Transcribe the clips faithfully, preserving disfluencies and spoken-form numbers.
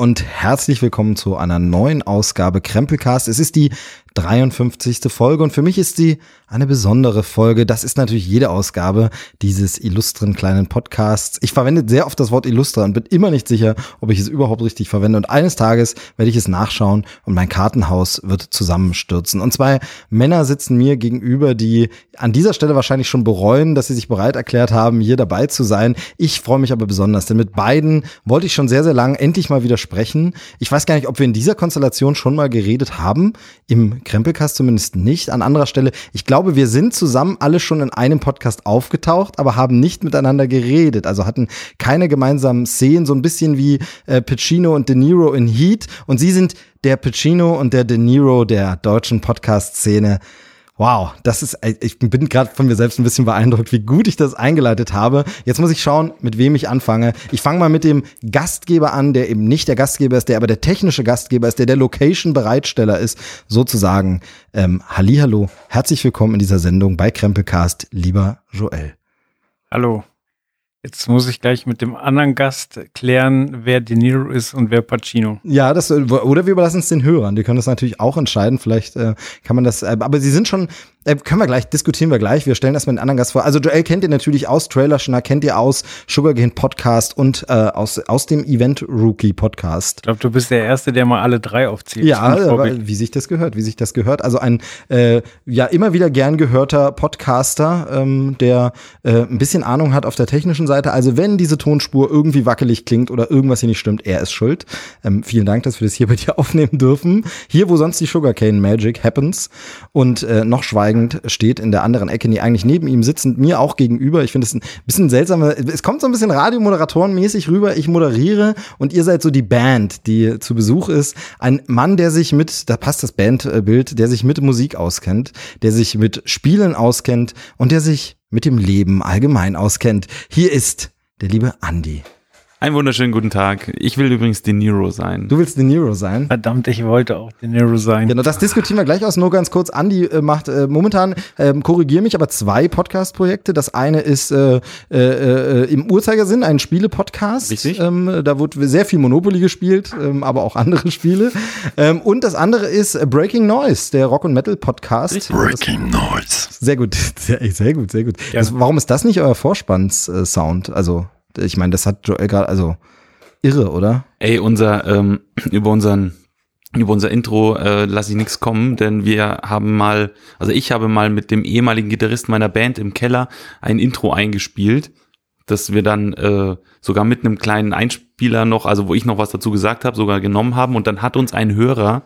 und herzlich willkommen zu einer neuen Ausgabe Krempelcast. Es ist die dreiundfünfzigste Folge und für mich ist sie eine besondere Folge. Das ist natürlich jede Ausgabe dieses illustren kleinen Podcasts. Ich verwende sehr oft das Wort illustre und bin immer nicht sicher, ob ich es überhaupt richtig verwende. Und eines Tages werde ich es nachschauen und mein Kartenhaus wird zusammenstürzen. Und zwei Männer sitzen mir gegenüber, die an dieser Stelle wahrscheinlich schon bereuen, dass sie sich bereit erklärt haben, hier dabei zu sein. Ich freue mich aber besonders, denn mit beiden wollte ich schon sehr, sehr lange endlich mal wieder sprechen. Ich weiß gar nicht, ob wir in dieser Konstellation schon mal geredet haben. Im Krempelcast zumindest nicht. An anderer Stelle, ich glaube, wir sind zusammen alle schon in einem Podcast aufgetaucht, aber haben nicht miteinander geredet. Also hatten keine gemeinsamen Szenen, so ein bisschen wie äh, Pacino und De Niro in Heat. Und sie sind der Pacino und der De Niro der deutschen Podcast-Szene. Wow, das ist, ich bin gerade von mir selbst ein bisschen beeindruckt, wie gut ich das eingeleitet habe. Jetzt muss ich schauen, mit wem ich anfange. Ich fange mal mit dem Gastgeber an, der eben nicht der Gastgeber ist, der aber der technische Gastgeber ist, der der Location-Bereitsteller ist, sozusagen. Ähm, Hallihallo, herzlich willkommen in dieser Sendung bei Krempelcast, lieber Joel. Hallo. Jetzt muss ich gleich mit dem anderen Gast klären, wer De Niro ist und wer Pacino. Ja, das, oder wir überlassen es den Hörern. Die können das natürlich auch entscheiden. Vielleicht äh, kann man das, äh, aber sie sind schon, äh, können wir gleich, diskutieren wir gleich. Wir stellen erstmal den anderen Gast vor. Also Joel kennt ihr natürlich aus Trailerschnack, kennt ihr aus Sugarcane Podcast und äh, aus, aus dem Event Rookie Podcast. Ich glaube, du bist der Erste, der mal alle drei aufzählt. Ja, aber wie sich das gehört, wie sich das gehört. Also ein äh, ja immer wieder gern gehörter Podcaster, ähm, der äh, ein bisschen Ahnung hat auf der technischen Seite. Also wenn diese Tonspur irgendwie wackelig klingt oder irgendwas hier nicht stimmt, er ist schuld. Ähm, vielen Dank, dass wir das hier bei dir aufnehmen dürfen. Hier, wo sonst die Sugarcane Magic happens. Und äh, noch schweigend steht in der anderen Ecke, die eigentlich neben ihm sitzend, mir auch gegenüber. Ich finde es ein bisschen seltsam. Es kommt so ein bisschen Radiomoderatorenmäßig rüber. Ich moderiere und ihr seid so die Band, die zu Besuch ist. Ein Mann, der sich mit, da passt das Bandbild, der sich mit Musik auskennt, der sich mit Spielen auskennt und der sich mit dem Leben allgemein auskennt. Hier ist der liebe Andi. Einen wunderschönen guten Tag. Ich will übrigens De Niro sein. Du willst De Niro sein? Verdammt, ich wollte auch De Niro sein. Genau, das diskutieren wir gleich aus. Nur ganz kurz. Andi äh, macht äh, momentan, äh, korrigier mich, aber zwei Podcast-Projekte. Das eine ist äh, äh, im Uhrzeigersinn ein Spiele-Podcast. Richtig. Ähm, da wird sehr viel Monopoly gespielt, ähm, aber auch andere Spiele. Ähm, und das andere ist Breaking Noise, der Rock- und Metal-Podcast. Breaking Noise. Sehr gut, sehr, sehr gut, sehr gut. Ja. Das, warum ist das nicht euer Vorspanns-Sound? Also ich meine, das hat Joel gerade, also irre, oder? Ey, unser, ähm, über unseren, über unser Intro äh, lasse ich nichts kommen, denn wir haben mal, also ich habe mal mit dem ehemaligen Gitarristen meiner Band im Keller ein Intro eingespielt, das wir dann äh, sogar mit einem kleinen Einspieler noch, also wo ich noch was dazu gesagt habe, sogar genommen haben und dann hat uns ein Hörer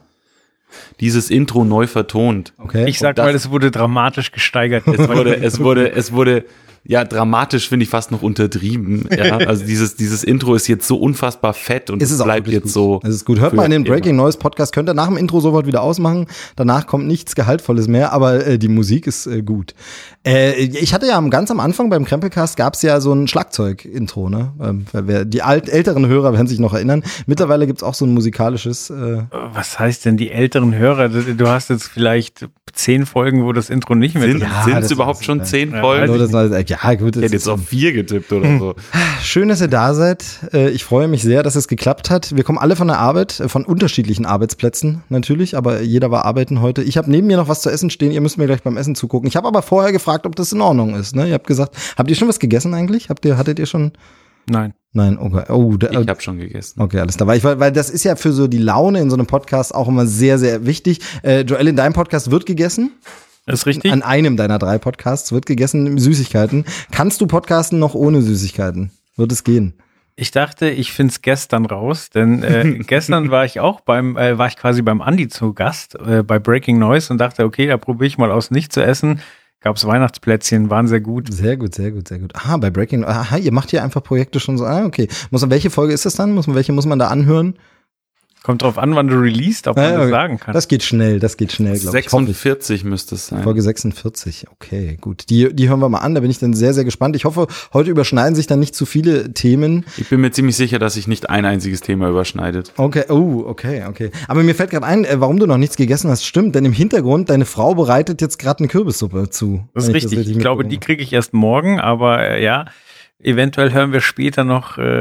dieses Intro neu vertont. Okay. Ich sag das, mal, es wurde dramatisch gesteigert. Es wurde, es wurde, es wurde, ja, dramatisch finde ich fast noch untertrieben. Ja, also dieses, dieses Intro ist jetzt so unfassbar fett und es es bleibt jetzt gut. so. Es ist gut. Hört mal in den immer. Breaking Noise Podcast. Könnt ihr nach dem Intro sofort wieder ausmachen. Danach kommt nichts Gehaltvolles mehr, aber äh, die Musik ist äh, gut. Äh, ich hatte ja ganz am Anfang beim Krempelcast gab es ja so ein Schlagzeug-Intro, ne? Ähm, wer, die alt, älteren Hörer werden sich noch erinnern. Mittlerweile gibt's auch so ein musikalisches. Äh Was heißt denn die älteren Hörer? Du hast jetzt vielleicht zehn Folgen, wo das Intro nicht mehr Sind drin ja, ist. es überhaupt schon zehn Ja, Folgen? weiß ich das, äh, ja, gut. Ich hätte jetzt auf vier getippt oder so. Schön, dass ihr da seid. Äh, Ich freue mich sehr, dass es geklappt hat. Wir kommen alle von der Arbeit, äh, von unterschiedlichen Arbeitsplätzen natürlich, aber jeder war arbeiten heute. Ich habe neben mir noch was zu essen stehen. Ihr müsst mir gleich beim Essen zugucken. Ich habe aber vorher gefragt, ob das in Ordnung ist. Ne? Ihr habt gesagt, habt ihr schon was gegessen eigentlich? Habt ihr, hattet ihr schon? Nein. Nein, okay. Oh, da, Ich habe schon gegessen. Okay, alles klar. Weil, ich, weil das ist ja für so die Laune in so einem Podcast auch immer sehr, sehr wichtig. Äh, Joel, in deinem Podcast wird gegessen. Das ist richtig. An einem deiner drei Podcasts wird gegessen Süßigkeiten. Kannst du podcasten noch ohne Süßigkeiten? Wird es gehen? Ich dachte, ich find's gestern raus, denn äh, gestern war ich auch beim, äh, war ich quasi beim Andi zu Gast äh, bei Breaking Noise und dachte, okay, da probiere ich mal aus, nicht zu essen. Gab's Weihnachtsplätzchen, waren sehr gut. Sehr gut, sehr gut, sehr gut. Aha, bei Breaking, aha, ihr macht hier einfach Projekte schon so, ah, okay. Muss man, welche Folge ist das dann? Muss man, welche muss man da anhören? Kommt drauf an, wann du released, ob man Ja, das okay. sagen kann. Das geht schnell, das geht schnell, glaube ich. sechsundvierzig müsste es sein. Folge sechsundvierzig, okay, gut. Die, die hören wir mal an, da bin ich dann sehr, sehr gespannt. Ich hoffe, heute überschneiden sich dann nicht zu viele Themen. Ich bin mir ziemlich sicher, dass sich nicht ein einziges Thema überschneidet. Okay, oh, okay, okay. Aber mir fällt gerade ein, äh, warum du noch nichts gegessen hast, stimmt, denn im Hintergrund, deine Frau bereitet jetzt gerade eine Kürbissuppe zu. Das ist richtig. Ich, ich glaube, die kriege ich erst morgen, aber äh, ja, eventuell hören wir später noch äh,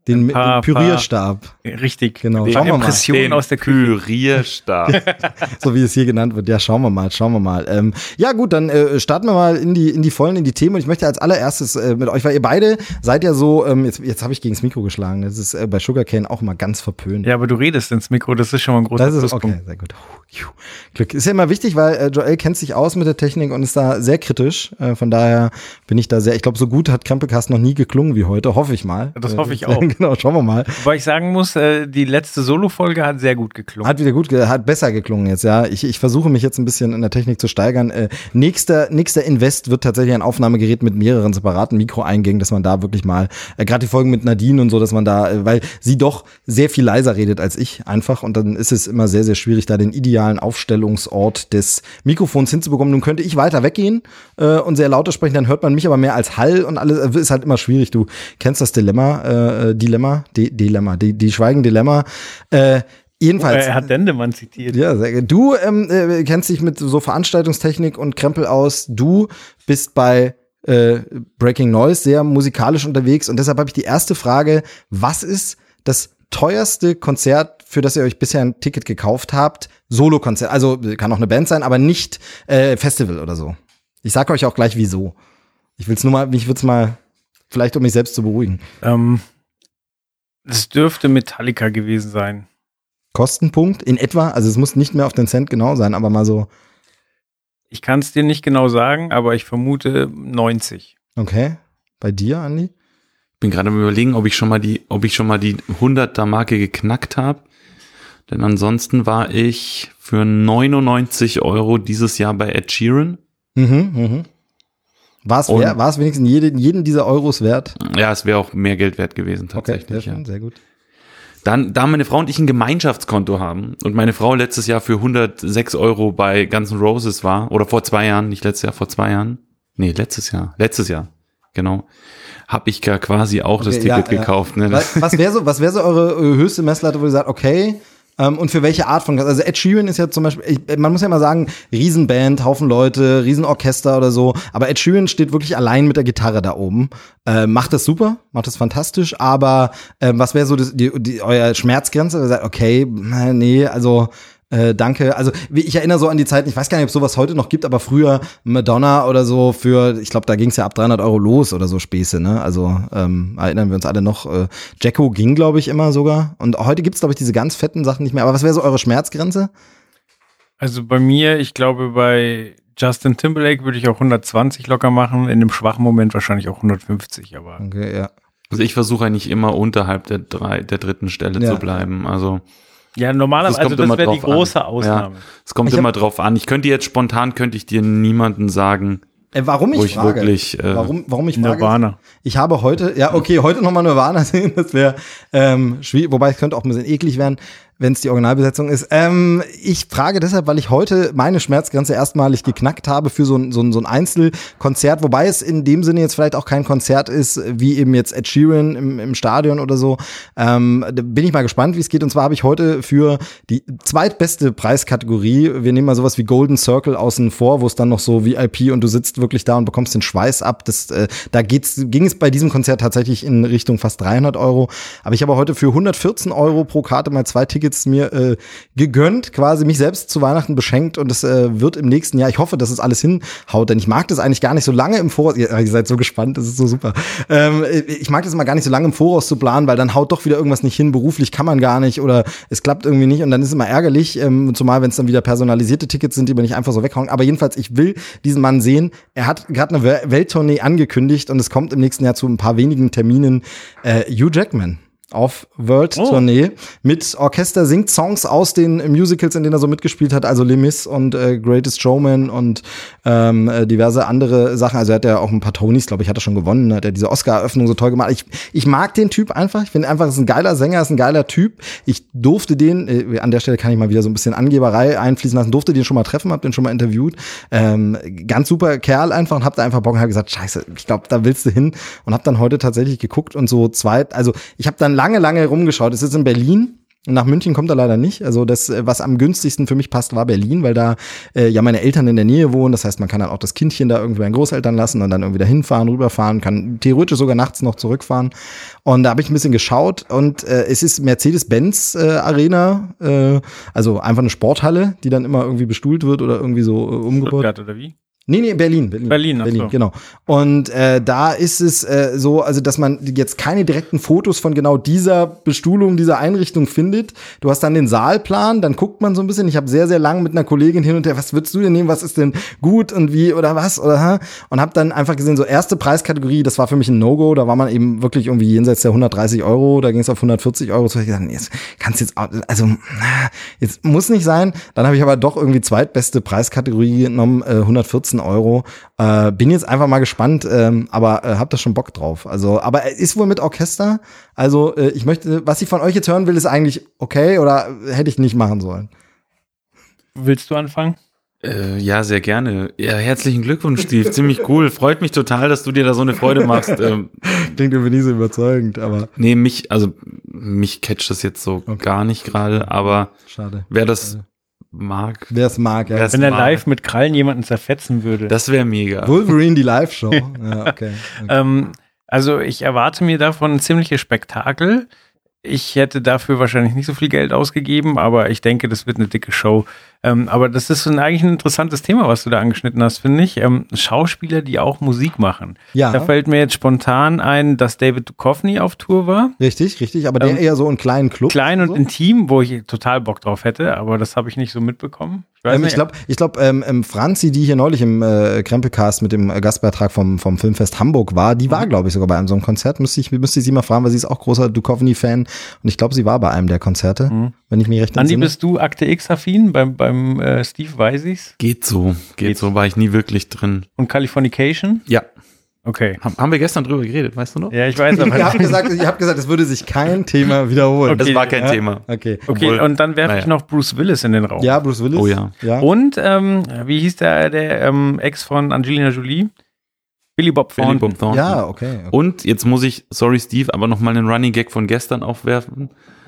Den, paar, den Pürierstab. Paar, richtig. Genau. Schauen wir mal. Den aus der Küche. Pürierstab. So wie es hier genannt wird. Ja, schauen wir mal, schauen wir mal. Ähm, ja gut, dann äh, starten wir mal in die in die Vollen, in die Themen. Und ich möchte als allererstes äh, mit euch, weil ihr beide seid ja so, ähm, jetzt, jetzt habe ich gegen das Mikro geschlagen. Das ist äh, bei Sugarcane auch mal ganz verpönt. Ja, aber du redest ins Mikro, das ist schon mal ein großer Das ist Pluspunkt. okay, sehr gut. Glück. Ist ja immer wichtig, weil äh, Joel kennt sich aus mit der Technik und ist da sehr kritisch. Äh, von daher bin ich da sehr, ich glaube, so gut hat Krempelcast noch nie geklungen wie heute, hoffe ich mal. Das hoffe ich äh, auch. Genau, schauen wir mal. Wobei ich sagen muss, äh, die letzte Solo-Folge hat sehr gut geklungen. Hat wieder gut, ge- hat besser geklungen jetzt, ja. Ich, ich versuche mich jetzt ein bisschen in der Technik zu steigern. Äh, nächster, nächster Invest wird tatsächlich ein Aufnahmegerät mit mehreren separaten Mikroeingängen, dass man da wirklich mal, äh, gerade die Folgen mit Nadine und so, dass man da, äh, weil sie doch sehr viel leiser redet als ich einfach und dann ist es immer sehr, sehr schwierig, da den idealen Aufstellungsort des Mikrofons hinzubekommen. Nun könnte ich weiter weggehen äh, und sehr lauter sprechen, dann hört man mich aber mehr als Hall und alles, äh, ist halt immer schwierig. Du kennst das Dilemma, äh, Dilemma, De- Dilemma, die, die Schweigen-Dilemma. Äh, jedenfalls. Er hat Dendemann zitiert. Ja, sehr gut. Du ähm, äh, kennst dich mit so Veranstaltungstechnik und Krempel aus. Du bist bei äh, Breaking Noise sehr musikalisch unterwegs und deshalb habe ich die erste Frage: Was ist das teuerste Konzert, für das ihr euch bisher ein Ticket gekauft habt? Solo-Konzert, also kann auch eine Band sein, aber nicht äh, Festival oder so. Ich sag euch auch gleich wieso. Ich will's nur mal, ich will's mal, vielleicht um mich selbst zu beruhigen. Ähm, es dürfte Metallica gewesen sein. Kostenpunkt in etwa, also es muss nicht mehr auf den Cent genau sein, aber mal so. Ich kann es dir nicht genau sagen, aber ich vermute neunzig. Okay. Bei dir, Andi? Bin gerade am Überlegen, ob ich schon mal die, ob ich schon mal die hunderter-Marke geknackt habe. Denn ansonsten war ich für neunundneunzig Euro dieses Jahr bei Ed Sheeran. Mhm, mhm. War es wär, war's wenigstens jeden, jeden dieser Euros wert? Ja, es wäre auch mehr Geld wert gewesen tatsächlich. Okay, sehr schön, ja. sehr gut. Dann, da meine Frau und ich ein Gemeinschaftskonto haben und meine Frau letztes Jahr für hundertsechs Euro bei Guns N' Roses war, oder vor zwei Jahren, nicht letztes Jahr, vor zwei Jahren. Nee, letztes Jahr, letztes Jahr, genau. Habe ich ja quasi auch okay, das Ticket ja, gekauft. Ja. Ne? Was, was wäre so, was wäre so eure, eure höchste Messlatte, wo ihr sagt, okay, ähm, und für welche Art von, also Ed Sheeran ist ja zum Beispiel, ich, man muss ja mal sagen, Riesenband, Haufen Leute, Riesenorchester oder so, aber Ed Sheeran steht wirklich allein mit der Gitarre da oben, äh, macht das super, macht das fantastisch, aber äh, was wäre so das, die, die, euer Schmerzgrenze, wo ihr sagt, okay, nee, also Äh, danke. Also ich erinnere so an die Zeiten, ich weiß gar nicht, ob es sowas heute noch gibt, aber früher Madonna oder so für, ich glaube, da ging es ja ab dreihundert Euro los oder so Späße, ne? Also ähm, erinnern wir uns alle noch. Äh, Jacko ging, glaube ich, immer sogar. Und heute gibt's, glaube ich, diese ganz fetten Sachen nicht mehr. Aber was wäre so eure Schmerzgrenze? Also bei mir, ich glaube, bei Justin Timberlake würde ich auch hundertzwanzig locker machen, in dem schwachen Moment wahrscheinlich auch hundertfünfzig, aber. Okay, ja. Also ich versuche eigentlich immer unterhalb der drei, der dritten Stelle ja. zu bleiben. Also Ja, normalerweise, also das wäre die große an. Ausnahme. Ja, es kommt ich immer drauf an. Ich könnte jetzt spontan, könnte ich dir niemanden sagen, äh, warum ich, wo ich frage. Wirklich, äh, warum, warum ich frage. Nirvana. Ich habe heute, ja, okay, heute nochmal Nirvana sehen, das wäre ähm, schwierig, wobei es könnte auch ein bisschen eklig werden, wenn es die Originalbesetzung ist. Ähm, ich frage deshalb, weil ich heute meine Schmerzgrenze erstmalig geknackt habe für so ein, so ein, so ein Einzelkonzert, wobei es in dem Sinne jetzt vielleicht auch kein Konzert ist, wie eben jetzt Ed Sheeran im, im Stadion oder so. Ähm, da bin ich mal gespannt, wie es geht. Und zwar habe ich heute für die zweitbeste Preiskategorie, wir nehmen mal sowas wie Golden Circle außen vor, wo es dann noch so V I P und du sitzt wirklich da und bekommst den Schweiß ab. Das, äh, da geht's, ging es bei diesem Konzert tatsächlich in Richtung fast dreihundert Euro. Aber ich habe heute für hundertvierzehn Euro pro Karte mal zwei Tickets mir äh, gegönnt, quasi mich selbst zu Weihnachten beschenkt und es äh, wird im nächsten Jahr, ich hoffe, dass es alles hinhaut, denn ich mag das eigentlich gar nicht so lange im Voraus, ihr, ihr seid so gespannt, das ist so super, ähm, ich mag das immer gar nicht so lange im Voraus zu planen, weil dann haut doch wieder irgendwas nicht hin, beruflich kann man gar nicht oder es klappt irgendwie nicht und dann ist es immer ärgerlich, ähm, zumal wenn es dann wieder personalisierte Tickets sind, die man nicht einfach so weghauen, aber jedenfalls, ich will diesen Mann sehen, er hat gerade eine Welttournee angekündigt und es kommt im nächsten Jahr zu ein paar wenigen Terminen äh, Hugh Jackman auf World-Tournee oh. mit Orchester, singt Songs aus den Musicals, in denen er so mitgespielt hat, also Les Mis und äh, Greatest Showman und ähm, diverse andere Sachen. Also er hat ja auch ein paar Tonys, glaube ich, hat er schon gewonnen, hat er diese Oscar-Eröffnung so toll gemacht. Ich, ich mag den Typ einfach. Ich finde einfach, es ist ein geiler Sänger, ist ein geiler Typ. Ich durfte den, äh, an der Stelle kann ich mal wieder so ein bisschen Angeberei einfließen lassen, durfte den schon mal treffen, hab den schon mal interviewt. Ähm, ganz super Kerl einfach und hab da einfach Bock und hab gesagt, scheiße, ich glaube, da willst du hin und hab dann heute tatsächlich geguckt und so zwei, also ich habe dann lange, lange rumgeschaut. Es ist in Berlin Nach München kommt er leider nicht. Also das, was am günstigsten für mich passt, war Berlin, weil da äh, ja meine Eltern in der Nähe wohnen. Das heißt, man kann dann auch das Kindchen da irgendwie bei den Großeltern lassen und dann irgendwie da hinfahren, rüberfahren, kann theoretisch sogar nachts noch zurückfahren. Und da habe ich ein bisschen geschaut und äh, es ist Mercedes-Benz äh, Arena, äh, also einfach eine Sporthalle, die dann immer irgendwie bestuhlt wird oder irgendwie so äh, umgebaut. Stuttgart oder wie? Nee, nee, Berlin. Berlin, Berlin, ach Berlin so. Genau. Und äh, da ist es äh, so, also dass man jetzt keine direkten Fotos von genau dieser Bestuhlung, dieser Einrichtung findet. Du hast dann den Saalplan, dann guckt man so ein bisschen. Ich habe sehr, sehr lang mit einer Kollegin hin und her, was würdest du denn nehmen, was ist denn gut und wie oder was? oder ha? Und habe dann einfach gesehen, so erste Preiskategorie, das war für mich ein No-Go. Da war man eben wirklich irgendwie jenseits der hundertdreißig Euro, da ging es auf hundertvierzig Euro. So hab ich gesagt, nee, jetzt kannst jetzt, auch, also jetzt muss nicht sein. Dann habe ich aber doch irgendwie zweitbeste Preiskategorie genommen, äh, hundertvierzehn Euro. Äh, bin jetzt einfach mal gespannt, ähm, aber äh, hab da schon Bock drauf. Also, aber er ist wohl mit Orchester. Also, äh, ich möchte, was ich von euch jetzt hören will, ist eigentlich okay oder hätte ich nicht machen sollen. Willst du anfangen? Äh, ja, sehr gerne. Ja, herzlichen Glückwunsch, Steve. Ziemlich cool. Freut mich total, dass du dir da so eine Freude machst. Ähm, Klingt irgendwie nie so überzeugend, aber. nee, mich, also mich catcht das jetzt so Okay. gar nicht gerade, aber Schade. wer das mag, Wer es mag, ja. Wer's Wenn er mag. live mit Krallen jemanden zerfetzen würde. das wäre mega. Wolverine, die Live-Show. Ja, okay. okay. Ähm, also ich erwarte mir davon ein ziemliches Spektakel. Ich hätte dafür wahrscheinlich nicht so viel Geld ausgegeben, aber ich denke, das wird eine dicke Show. Ähm, aber das ist ein, eigentlich ein interessantes Thema, was du da angeschnitten hast, finde ich. Ähm, Schauspieler, die auch Musik machen. Ja. Da fällt mir jetzt spontan ein, dass David Duchovny auf Tour war. Richtig, richtig, aber der Ähm, eher so in kleinen Clubs. Klein und so. intim, wo ich total Bock drauf hätte, aber das habe ich nicht so mitbekommen. Ich weiß Ähm, nicht. ich glaube, ich glaub, ähm, ähm, Franzi, die hier neulich im äh, Krempelcast mit dem äh, Gastbeitrag vom, vom Filmfest Hamburg war, die war, glaube ich, sogar bei einem so einem Konzert. Müsste ich, müsste ich sie mal fragen, weil sie ist auch großer Duchovny-Fan und ich glaube, sie war bei einem der Konzerte, Mhm. wenn ich mich recht Andi, entsinne. bist du Akte X-affin beim, beim äh, Steve Weisis Geht so, geht, Geht. so, war ich nie wirklich drin. und Californication? Ja, Okay. haben, haben wir gestern drüber geredet, weißt du noch? Ja, ich weiß aber. Ihr habt gesagt, ihr habt gesagt, es würde sich kein Thema wiederholen. Das Okay, war kein ja. Thema. Okay. Okay, Obwohl- und dann werfe ich naja. noch Bruce Willis in den Raum. Ja, Bruce Willis. Oh ja. ja. Und, ähm, wie hieß der, der ähm, Ex von Angelina Jolie? Billy Bob Billy Thornton. Bob Thornton. Ja, okay. okay. Und jetzt muss ich, sorry Steve, aber nochmal einen Running Gag von gestern aufwerfen.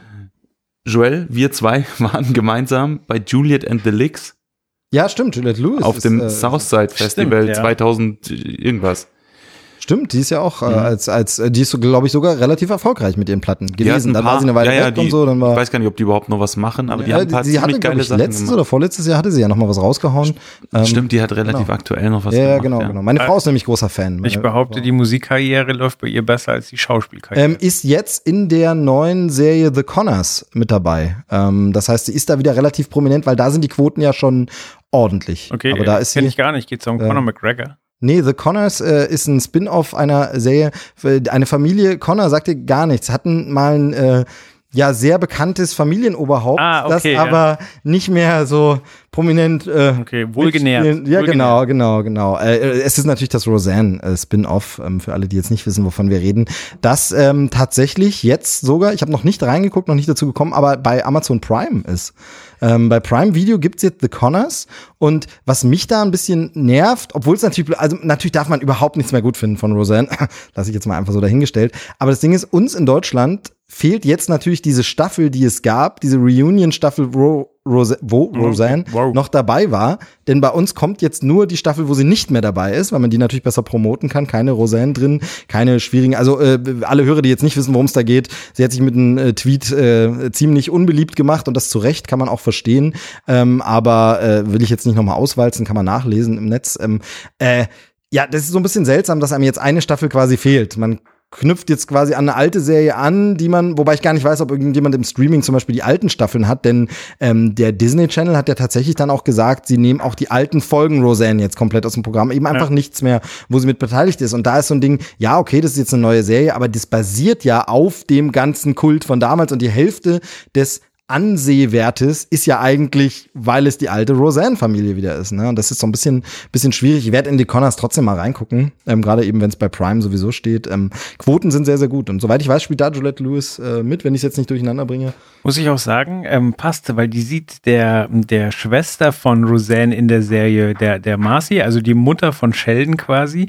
Joel, wir zwei waren gemeinsam bei Juliet and the Licks Ja, stimmt, Juliette Lewis. auf ist, dem äh, Southside Festival stimmt, ja. zweitausend irgendwas. Stimmt, die ist ja auch äh, Mhm. als, als, äh, die ist, glaube ich, sogar relativ erfolgreich mit ihren Platten Die hat gewesen. ein Dann paar- war sie eine Weile ja, ja, weg die, und so, dann war. Ich weiß gar nicht, ob die überhaupt noch was machen, aber die ja, haben ein paar sie hatte, ziemlich glaube geile ich, Sachen letztes gemacht. oder vorletztes Jahr hatte sie ja noch mal was rausgehauen. Ähm, Stimmt, die hat relativ genau. aktuell noch was ja, ja, gemacht. genau, genau. Meine Frau ist nämlich großer Fan. Ich Meine behaupte, Frau. die Musikkarriere läuft bei ihr besser als die Schauspielkarriere. Ähm, ist jetzt in der neuen Serie The Connors mit dabei. Ähm, das heißt, sie ist da wieder relativ prominent, weil da sind die Quoten ja schon ordentlich. okay, aber da ist kenne sie. ich gar nicht. Geht's um äh, Conor McGregor? Nee, The Connors äh, ist ein Spin-off einer Serie. Eine Familie, Connor sagte gar nichts, hatten mal ein äh, ja sehr bekanntes Familienoberhaupt, Ah, okay, das ja. aber nicht mehr so prominent äh, Okay, wohlgenährt. mitspielen. Ja, Wohlgenährt. genau, genau, genau. Äh, es ist natürlich das Roseanne-Spin-off, ähm, für alle, die jetzt nicht wissen, wovon wir reden. Das ähm, tatsächlich jetzt sogar, ich habe noch nicht reingeguckt, noch nicht dazu gekommen, aber bei Amazon Prime ist. Ähm, bei Prime Video gibt's jetzt The Connors und was mich da ein bisschen nervt, obwohl es natürlich, also natürlich darf man überhaupt nichts mehr gut finden von Roseanne, lasse ich jetzt mal einfach so dahingestellt, aber das Ding ist, uns in Deutschland fehlt jetzt natürlich diese Staffel, die es gab, diese Reunion-Staffel, wo, Rose, wo Roseanne Wow. noch dabei war, denn bei uns kommt jetzt nur die Staffel, wo sie nicht mehr dabei ist, weil man die natürlich besser promoten kann, keine Roseanne drin, keine schwierigen, also äh, alle Hörer, die jetzt nicht wissen, worum es da geht, sie hat sich mit einem äh, Tweet äh, ziemlich unbeliebt gemacht und das zu Recht, kann man auch verstehen, ähm, aber äh, will ich jetzt nicht nochmal auswalzen, kann man nachlesen im Netz. Ähm, äh, ja, das ist so ein bisschen seltsam, dass einem jetzt eine Staffel quasi fehlt. Man knüpft jetzt quasi an eine alte Serie an, die man, wobei ich gar nicht weiß, ob irgendjemand im Streaming zum Beispiel die alten Staffeln hat, denn ähm, der Disney Channel hat ja tatsächlich dann auch gesagt, sie nehmen auch die alten Folgen Roseanne jetzt komplett aus dem Programm, eben einfach Ja. nichts mehr, wo sie mit beteiligt ist. Und da ist so ein Ding, ja, okay, das ist jetzt eine neue Serie, aber das basiert ja auf dem ganzen Kult von damals und die Hälfte des Ansehwertes ist ja eigentlich, weil es die alte Roseanne-Familie wieder ist, ne? Und das ist so ein bisschen, bisschen schwierig. Ich werde in die Connors trotzdem mal reingucken, ähm, gerade eben, wenn es bei Prime sowieso steht. Ähm, Quoten sind sehr, sehr gut. Und soweit ich weiß, spielt da Juliette Lewis äh, mit, wenn ich es jetzt nicht durcheinander bringe. Muss ich auch sagen, ähm, passt, weil die sieht der, der Schwester von Roseanne in der Serie, der, der Marcy, also die Mutter von Sheldon quasi,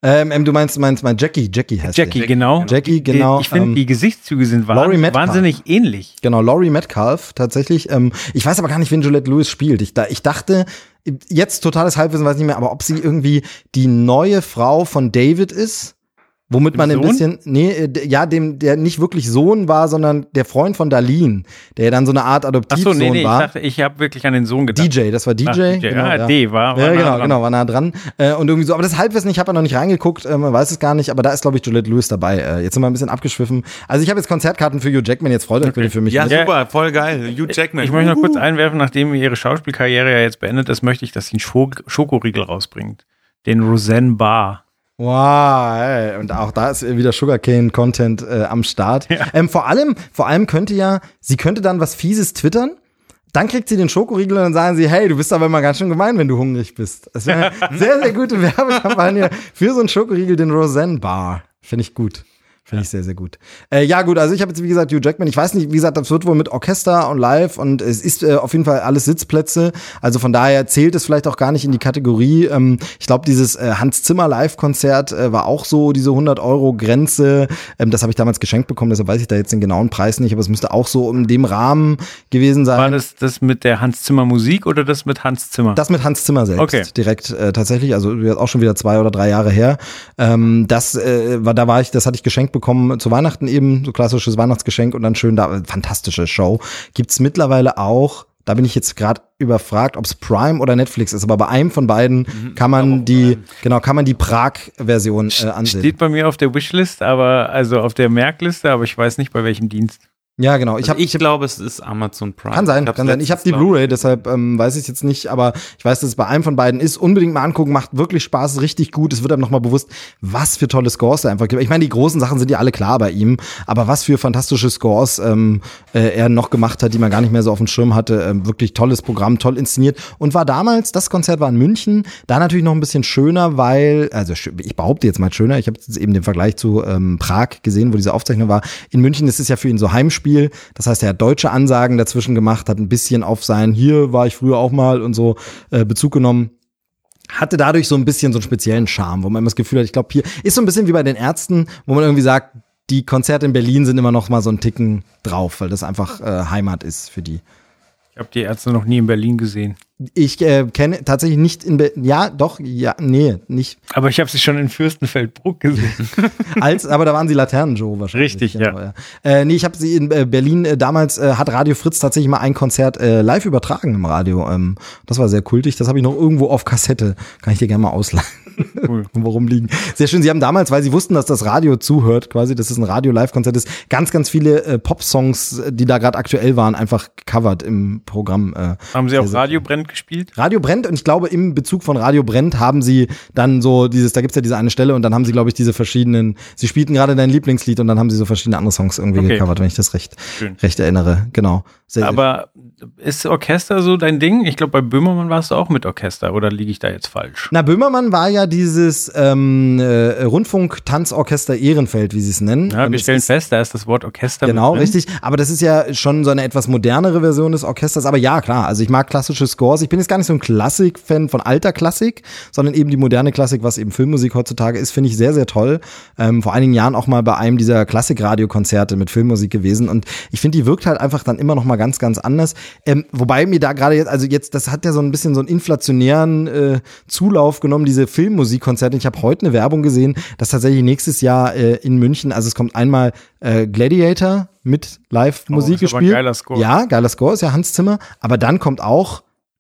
Ähm, ähm, du meinst, meinst, meinst Jackie, Jackie heißt Jackie, die. genau. Jackie, genau. Ich finde, ähm, die Gesichtszüge sind Laurie wahn, Metcalf. wahnsinnig ähnlich. Genau, Laurie Metcalf tatsächlich. Ähm, ich weiß aber gar nicht, wen Juliette Lewis spielt. Ich, da, ich dachte, jetzt totales Halbwissen, weiß nicht mehr, aber ob sie irgendwie die neue Frau von David ist. Womit man ein Sohn? bisschen, nee, äh, ja, dem, der nicht wirklich Sohn war, sondern der Freund von Darlene, der ja dann so eine Art Ach Adoptivsohn so, nee, nee, ich war. dachte, ich habe wirklich an den Sohn gedacht. D J, das war D J. Ach, D J. Genau, Ah, ja. D war, war ja, nah genau, dran. genau, war nah dran. Äh, und irgendwie so, aber das Halbwissen, ich habe ja noch nicht reingeguckt, äh, man weiß es gar nicht, aber da ist, glaube ich, Juliette Lewis dabei. Äh, jetzt sind wir ein bisschen abgeschwiffen. Also ich habe jetzt Konzertkarten für Hugh Jackman, jetzt freut euch Okay. bitte für mich. Ja, mit. super, voll geil. Hugh Jackman. Ich möchte noch kurz Uhu. einwerfen, nachdem ihre Schauspielkarriere ja jetzt beendet ist, möchte ich, dass sie einen Schok- Schokoriegel rausbringt. Den Roseanne Barr. Wow, ey. Und auch da ist wieder Sugarcane-Content äh, am Start. Ja. Ähm, vor allem, vor allem könnte ja, sie könnte dann was Fieses twittern, dann kriegt sie den Schokoriegel und dann sagen sie, hey, du bist aber immer ganz schön gemein, wenn du hungrig bist. Das wäre eine sehr, sehr gute Werbekampagne für so einen Schokoriegel, den Roseanne Barr. Finde ich gut. Finde ich sehr, sehr gut. Äh, ja, gut, also ich habe jetzt, wie gesagt, Hugh Jackman. Ich weiß nicht, wie gesagt, das wird wohl mit Orchester und Live und es ist äh, auf jeden Fall alles Sitzplätze. Also von daher zählt es vielleicht auch gar nicht in die Kategorie. Ähm, ich glaube, dieses äh, Hans Zimmer Live-Konzert äh, war auch so diese hundert-Euro-Grenze. Ähm, das habe ich damals geschenkt bekommen, deshalb weiß ich da jetzt den genauen Preis nicht, aber es müsste auch so in dem Rahmen gewesen sein. War das das mit der Hans Zimmer Musik oder das mit Hans Zimmer? Das mit Hans Zimmer selbst, Okay. direkt äh, tatsächlich, also jetzt auch schon wieder zwei oder drei Jahre her. Ähm, das äh, war, da war ich, das hatte ich geschenkt bekommen zu Weihnachten eben, so klassisches Weihnachtsgeschenk und dann schön da, fantastische Show. Gibt's mittlerweile auch, da bin ich jetzt gerade überfragt, ob es Prime oder Netflix ist, aber bei einem von beiden Mhm. kann man Aber die, Prime. genau, kann man die Prag-Version äh, ansehen. Steht bei mir auf der Wishlist, aber also auf der Merkliste, aber ich weiß nicht bei welchem Dienst. Ja, genau. Ich, Ich, hab, ich glaube, es ist Amazon Prime. Kann sein, Ich hab's kann sein. Ich habe letztens, die glaub ich, Blu-ray, deshalb ähm, weiß ich es jetzt nicht, aber ich weiß, dass es bei einem von beiden ist. Unbedingt mal angucken, macht wirklich Spaß, ist richtig gut. Es wird einem nochmal bewusst, was für tolle Scores da einfach gibt. Ich meine, die großen Sachen sind ja alle klar bei ihm, aber was für fantastische Scores ähm, äh, er noch gemacht hat, die man gar nicht mehr so auf dem Schirm hatte. Ähm, wirklich tolles Programm, toll inszeniert und war damals, das Konzert war in München, da natürlich noch ein bisschen schöner, weil, also ich behaupte jetzt mal schöner, ich habe jetzt eben den Vergleich zu ähm, Prag gesehen, wo diese Aufzeichnung war. In München ist es ja für ihn so Heimspiel, das heißt, er hat deutsche Ansagen dazwischen gemacht, hat ein bisschen auf sein, hier war ich früher auch mal und so äh, Bezug genommen. Hatte dadurch so ein bisschen so einen speziellen Charme, wo man immer das Gefühl hat, ich glaube, hier ist so ein bisschen wie bei den Ärzten, wo man irgendwie sagt, die Konzerte in Berlin sind immer noch mal so ein Ticken drauf, weil das einfach äh, Heimat ist für die. Ich habe die Ärzte noch nie in Berlin gesehen. Ich äh, kenne tatsächlich nicht in Berlin, ja, doch, ja, nee, nicht Aber ich habe sie schon in Fürstenfeldbruck gesehen. als, aber da waren sie Laternen-Joe wahrscheinlich. Richtig, genau, ja. ja. Äh, nee, ich habe sie in äh, Berlin, äh, damals äh, hat Radio Fritz tatsächlich mal ein Konzert äh, live übertragen im Radio. Ähm, das war sehr kultig, das habe ich noch irgendwo auf Kassette. Kann ich dir gerne mal ausleihen. Cool. Warum liegen? Sehr schön, sie haben damals, weil sie wussten, dass das Radio zuhört, quasi, dass es ein Radio-Live-Konzert ist, ganz, ganz viele äh, Pop-Songs, die da gerade aktuell waren, einfach gecovert im Programm. Äh, Haben sie sehr, auch sehr Radio brennt gespielt? Radio brennt und ich glaube, im Bezug von Radio brennt haben sie dann so dieses, da gibt's ja diese eine Stelle und dann haben sie, glaube ich, diese verschiedenen, sie spielten gerade dein Lieblingslied und dann haben sie so verschiedene andere Songs irgendwie Okay. gecovert, wenn ich das recht, Schön. recht erinnere. Genau. Sehr, sehr Aber ist Orchester so dein Ding? Ich glaube, bei Böhmermann warst du auch mit Orchester, oder liege ich da jetzt falsch? Na, Böhmermann war ja dieses ähm, äh, Rundfunk-Tanzorchester Ehrenfeld, wie sie es nennen. Ja, Und wir es stellen ist- fest, da ist das Wort Orchester Genau, mit drin. richtig. Aber das ist ja schon so eine etwas modernere Version des Orchesters. Aber ja, klar, also ich mag klassische Scores. Ich bin jetzt gar nicht so ein Klassik-Fan von alter Klassik, sondern eben die moderne Klassik, was eben Filmmusik heutzutage ist, finde ich sehr, sehr toll. Ähm, vor einigen Jahren auch mal bei einem dieser Klassik-Radio-Konzerte mit Filmmusik gewesen. Und ich finde, die wirkt halt einfach dann immer noch mal ganz, ganz anders. Ähm, wobei mir da gerade jetzt, also jetzt, das hat ja so ein bisschen so einen inflationären äh, Zulauf genommen, diese Filmmusikkonzerte. Ich habe heute eine Werbung gesehen, dass tatsächlich nächstes Jahr äh, in München, also es kommt einmal äh, Gladiator mit Live-Musik Oh, ist aber ein gespielt. geiler Score. Ja, geiler Score, ist ja Hans Zimmer. Aber dann kommt auch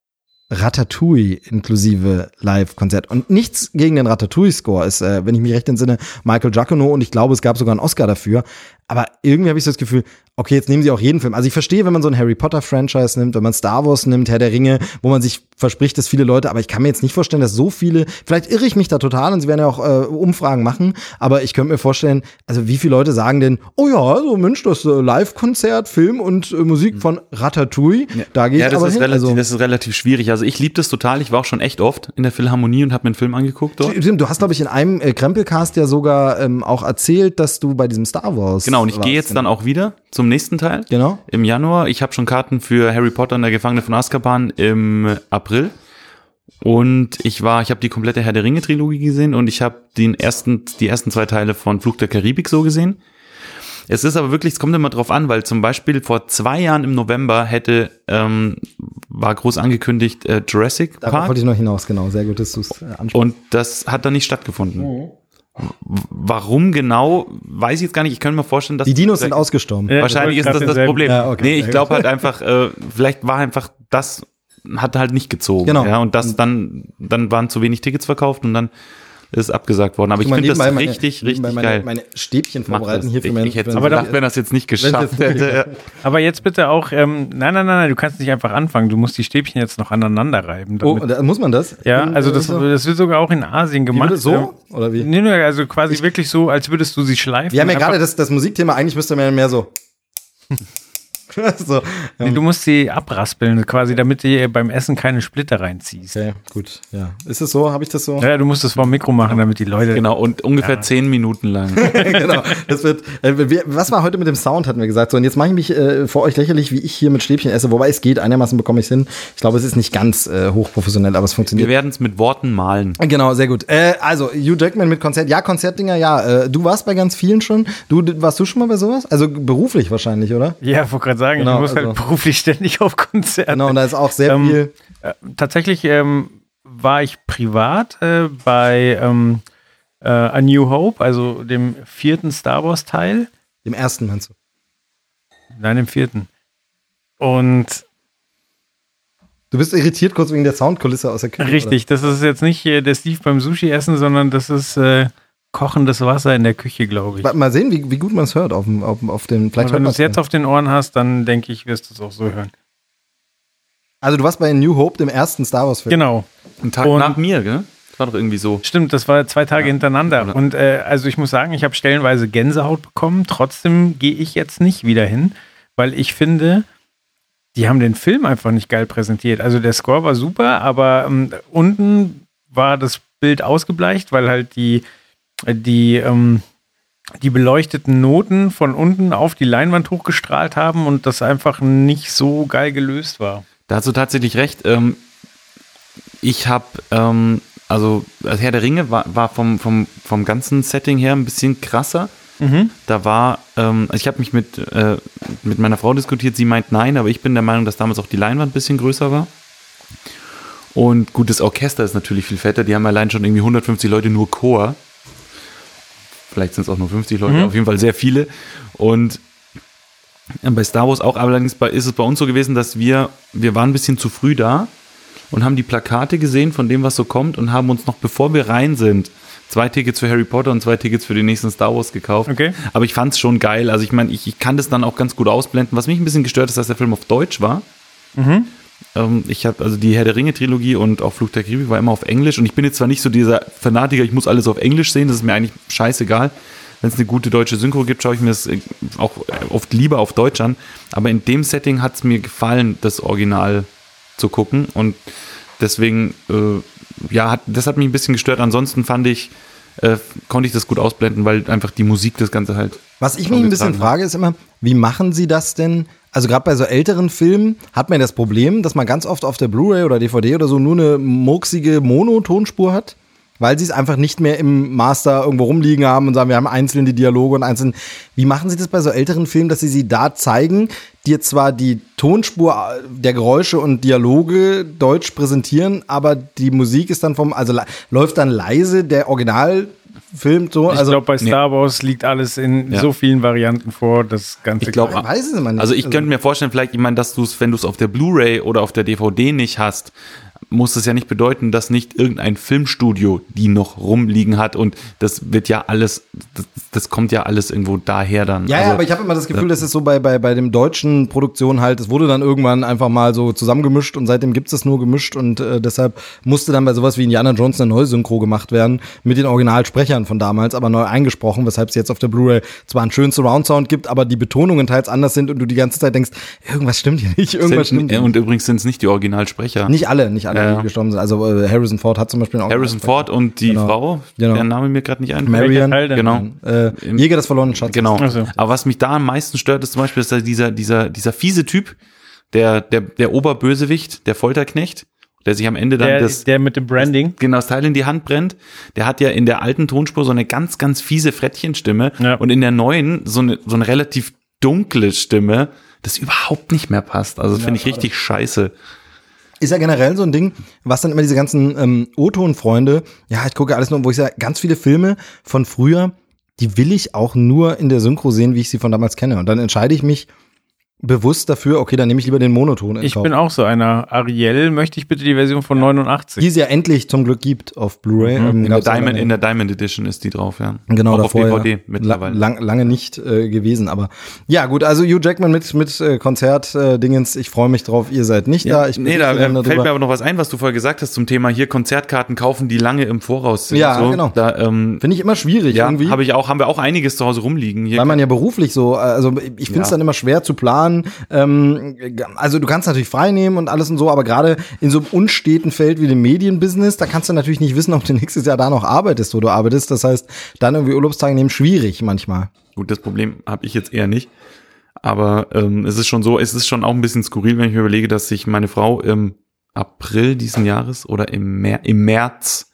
Ratatouille inklusive Live-Konzert. Und nichts gegen den Ratatouille-Score ist, äh, wenn ich mich recht entsinne, Michael Giacchino und ich glaube, es gab sogar einen Oscar dafür. Aber irgendwie habe ich so das Gefühl, okay, jetzt nehmen sie auch jeden Film. Also ich verstehe, wenn man so ein Harry Potter-Franchise nimmt, wenn man Star Wars nimmt, Herr der Ringe, wo man sich verspricht, dass viele Leute, aber ich kann mir jetzt nicht vorstellen, dass so viele, vielleicht irre ich mich da total und sie werden ja auch äh, Umfragen machen, aber ich könnte mir vorstellen, also wie viele Leute sagen denn, oh ja, also Mensch, das äh, Live-Konzert, Film und äh, Musik von Ratatouille, da gehe ich Ja, das aber ist, hin. relativ, Also, das ist relativ schwierig. Also ich liebe das total. Ich war auch schon echt oft in der Philharmonie und habe mir einen Film angeguckt dort. Stimmt, du hast, glaube ich, in einem äh, Krempelcast ja sogar ähm, auch erzählt, dass du bei diesem Star Wars Genau, und ich warst. gehe jetzt dann auch wieder zum nächsten Teil. Genau. Im Januar. Ich habe schon Karten für Harry Potter und der Gefangene von Azkaban im April. Und ich war, ich habe die komplette Herr der Ringe Trilogie gesehen und ich habe den ersten, die ersten zwei Teile von Fluch der Karibik so gesehen. Es ist aber wirklich, es kommt immer drauf an, weil zum Beispiel vor zwei Jahren im November hätte, ähm, war groß angekündigt äh, Jurassic Park. Da wollte ich noch hinaus, genau, sehr gut, dass du es äh, ansprichst. Und das hat dann nicht stattgefunden. Mhm. Warum genau, weiß ich jetzt gar nicht. Ich könnte mir vorstellen, dass die Dinos sind ausgestorben. Ja, wahrscheinlich ist das das Problem. Ja, okay. Nee, ich glaube halt einfach, äh, vielleicht war einfach das, hat halt nicht gezogen. Genau. Ja, und das dann, dann waren zu wenig Tickets verkauft und dann ist abgesagt worden. Aber ich finde das meine, richtig, richtig meine, geil. Meine Stäbchen vorbereiten hier für ich, mein, ich hätte für aber gedacht, wenn das jetzt nicht geschafft hätte. Aber jetzt bitte auch, ähm, nein, nein, nein, nein, du kannst nicht einfach anfangen. Du musst die Stäbchen jetzt noch aneinander reiben. Oh, da, muss man das? Ja, In, also das, so? das wird sogar auch in Asien gemacht. Wie, so? Oder wie? Nee, nee, also quasi ich, wirklich so, als würdest du sie schleifen. Wir haben ja gerade das, das Musikthema, eigentlich müsste man mehr so... so, nee, du musst sie abraspeln, quasi, damit du beim Essen keine Splitter reinziehst. Okay, gut, ja. Ist es so? Habe ich das so? Ja, du musst das vor dem Mikro machen, damit die Leute... Genau, und ungefähr ja. zehn Minuten lang. Genau, das wird... Äh, wir, was war heute mit dem Sound, hatten wir gesagt. So, und jetzt mache ich mich äh, vor euch lächerlich, wie ich hier mit Stäbchen esse. Wobei es geht, einigermaßen bekomme ich es hin. Ich glaube, es ist nicht ganz äh, hochprofessionell, aber es funktioniert. Wir werden es mit Worten malen. Genau, sehr gut. Äh, also, Hugh Jackman mit Konzert. Ja, Konzertdinger, ja. Äh, du warst bei ganz vielen schon. Du, warst du schon mal bei sowas? Also beruflich wahrscheinlich, oder? Ja, ich wollte gerade sagen, genau, ich muss also. halt beruflich ständig auf Konzerte. Genau, und da ist auch sehr ähm, viel. Äh, tatsächlich ähm, war ich privat äh, bei ähm, äh, A New Hope, also dem vierten Star Wars Teil. Dem ersten, meinst du? Nein, dem vierten. Und du bist irritiert kurz wegen der Soundkulisse aus der Küche. Richtig, oder? Das ist jetzt nicht äh, der Steve beim Sushi essen, sondern das ist äh, kochendes Wasser in der Küche, glaube ich. Mal sehen, wie, wie gut man es hört auf, auf, auf den. Vielleicht wenn du es jetzt auf den Ohren hast, dann denke ich, wirst du es auch so hören. Also du warst bei New Hope, dem ersten Star Wars Film. Genau. Ein Tag und nach mir, gell? Das war doch irgendwie so. Stimmt, das war zwei Tage ja. hintereinander. Und äh, also ich muss sagen, ich habe stellenweise Gänsehaut bekommen. Trotzdem gehe ich jetzt nicht wieder hin, weil ich finde, die haben den Film einfach nicht geil präsentiert. Also der Score war super, aber ähm, unten war das Bild ausgebleicht, weil halt die die ähm, die beleuchteten Noten von unten auf die Leinwand hochgestrahlt haben und das einfach nicht so geil gelöst war. Da hast du tatsächlich recht. Ähm, ich habe, ähm, also Herr der Ringe war, war vom, vom, vom ganzen Setting her ein bisschen krasser. Mhm. Da war, ähm, also ich habe mich mit, äh, mit meiner Frau diskutiert, sie meint nein, aber ich bin der Meinung, dass damals auch die Leinwand ein bisschen größer war. Und gut, das Orchester ist natürlich viel fetter, die haben allein schon irgendwie hundertfünfzig Leute nur Chor. Vielleicht sind es auch nur fünfzig Leute, mhm. auf jeden Fall sehr viele. Und bei Star Wars auch, allerdings ist es bei uns so gewesen, dass wir, wir waren ein bisschen zu früh da und haben die Plakate gesehen von dem, was so kommt und haben uns noch, bevor wir rein sind, zwei Tickets für Harry Potter und zwei Tickets für den nächsten Star Wars gekauft. Okay. Aber ich fand es schon geil. Also ich meine, ich, ich kann das dann auch ganz gut ausblenden. Was mich ein bisschen gestört ist, dass der Film auf Deutsch war. Mhm. Ich habe also die Herr der Ringe Trilogie und auch Fluch der Karibik war immer auf Englisch und ich bin jetzt zwar nicht so dieser Fanatiker, ich muss alles auf Englisch sehen, das ist mir eigentlich scheißegal. Wenn es eine gute deutsche Synchro gibt, schaue ich mir das auch oft lieber auf Deutsch an. Aber in dem Setting hat es mir gefallen, das Original zu gucken und deswegen, äh, ja, hat, das hat mich ein bisschen gestört. Ansonsten fand ich, äh, konnte ich das gut ausblenden, weil einfach die Musik das Ganze halt. Was ich mich ein bisschen frage, ist immer, wie machen sie das denn? Also gerade bei so älteren Filmen hat man das Problem, dass man ganz oft auf der Blu-ray oder D V D oder so nur eine murksige Monotonspur hat, weil sie es einfach nicht mehr im Master irgendwo rumliegen haben und sagen, wir haben einzeln die Dialoge und einzeln. Wie machen sie das bei so älteren Filmen, dass sie sie da zeigen, dir zwar die Tonspur der Geräusche und Dialoge deutsch präsentieren, aber die Musik ist dann vom, also läuft dann leise der Original Film so. Ich also, glaube, bei Star Wars liegt alles in ja. so vielen Varianten vor, das Ganze. Ich glaube, weiß es immer nicht. Also ich könnte mir vorstellen, vielleicht, ich meine, dass du es, wenn du es auf der Blu-ray oder auf der D V D nicht hast, muss es ja nicht bedeuten, dass nicht irgendein Filmstudio die noch rumliegen hat und das wird ja alles, das, das kommt ja alles irgendwo daher dann. Ja, also, ja, aber ich habe immer das Gefühl, das ist so bei, bei, bei dem deutschen Produktion halt, es wurde dann irgendwann einfach mal so zusammengemischt und seitdem gibt es das nur gemischt und äh, deshalb musste dann bei sowas wie Indiana Jones eine neue Synchro gemacht werden mit den Originalsprechern von damals, aber neu eingesprochen, weshalb es jetzt auf der Blu-ray zwar einen schönen Surround-Sound gibt, aber die Betonungen teils anders sind und du die ganze Zeit denkst, irgendwas stimmt hier nicht, irgendwas sind, stimmt hier. Und übrigens sind es nicht die Originalsprecher. Nicht alle, nicht alle, ja. die gestorben sind. Also äh, Harrison Ford hat zum Beispiel einen Harrison Ford und die genau. Frau, genau. deren Name mir gerade nicht einfällt. Marion, genau. Äh, Jäger des verlorenen Schatzes. Genau. Also. Aber was mich da am meisten stört, ist zum Beispiel, dass da dieser, dieser, dieser fiese Typ, der, der, der Oberbösewicht, der Folterknecht, der sich am Ende dann der, das, der mit dem Branding, das, genau, das Teil in die Hand brennt, der hat ja in der alten Tonspur so eine ganz, ganz fiese Frettchenstimme ja. und in der neuen so eine, so eine relativ dunkle Stimme, das überhaupt nicht mehr passt. Also das ja, finde ich richtig scheiße. Ist ja generell so ein Ding, was dann immer diese ganzen ähm, O-Ton-Freunde, ja, ich gucke alles nur, wo ich sage, ganz viele Filme von früher, die will ich auch nur in der Synchro sehen, wie ich sie von damals kenne. Und dann entscheide ich mich bewusst dafür, okay, dann nehme ich lieber den Monoton in Ich Kauf. bin auch so einer. Ariel, möchte ich bitte die Version von neunundachtzig. Die es ja endlich zum Glück gibt auf Blu-ray. Mhm. Ähm, in, der Diamond, in der Diamond Edition ist die drauf, ja. Genau, auch davor, auf D V D ja, mittlerweile. Lang, lange nicht äh, gewesen, aber ja gut, also Hugh Jackman mit mit äh, Konzert-Dingens, äh, ich freue mich drauf, ihr seid nicht ja, da. Ich nee, da äh, fällt mir aber noch was ein, was du vorher gesagt hast zum Thema hier Konzertkarten kaufen, die lange im Voraus sind. Ja, so. genau. Da, ähm, finde ich immer schwierig ja, irgendwie. Habe ich auch, haben wir auch einiges zu Hause rumliegen. Hier Weil man ja beruflich so, also ich finde es ja. dann immer schwer zu planen. Ähm, also du kannst natürlich frei nehmen und alles und so, aber gerade in so einem unsteten Feld wie dem Medienbusiness, da kannst du natürlich nicht wissen, ob du nächstes Jahr da noch arbeitest, wo du arbeitest. Das heißt, dann irgendwie Urlaubstage nehmen, schwierig manchmal. Gut, das Problem habe ich jetzt eher nicht. Aber ähm, es ist schon so, es ist schon auch ein bisschen skurril, wenn ich mir überlege, dass sich meine Frau im April diesen Jahres oder im, Mer- im März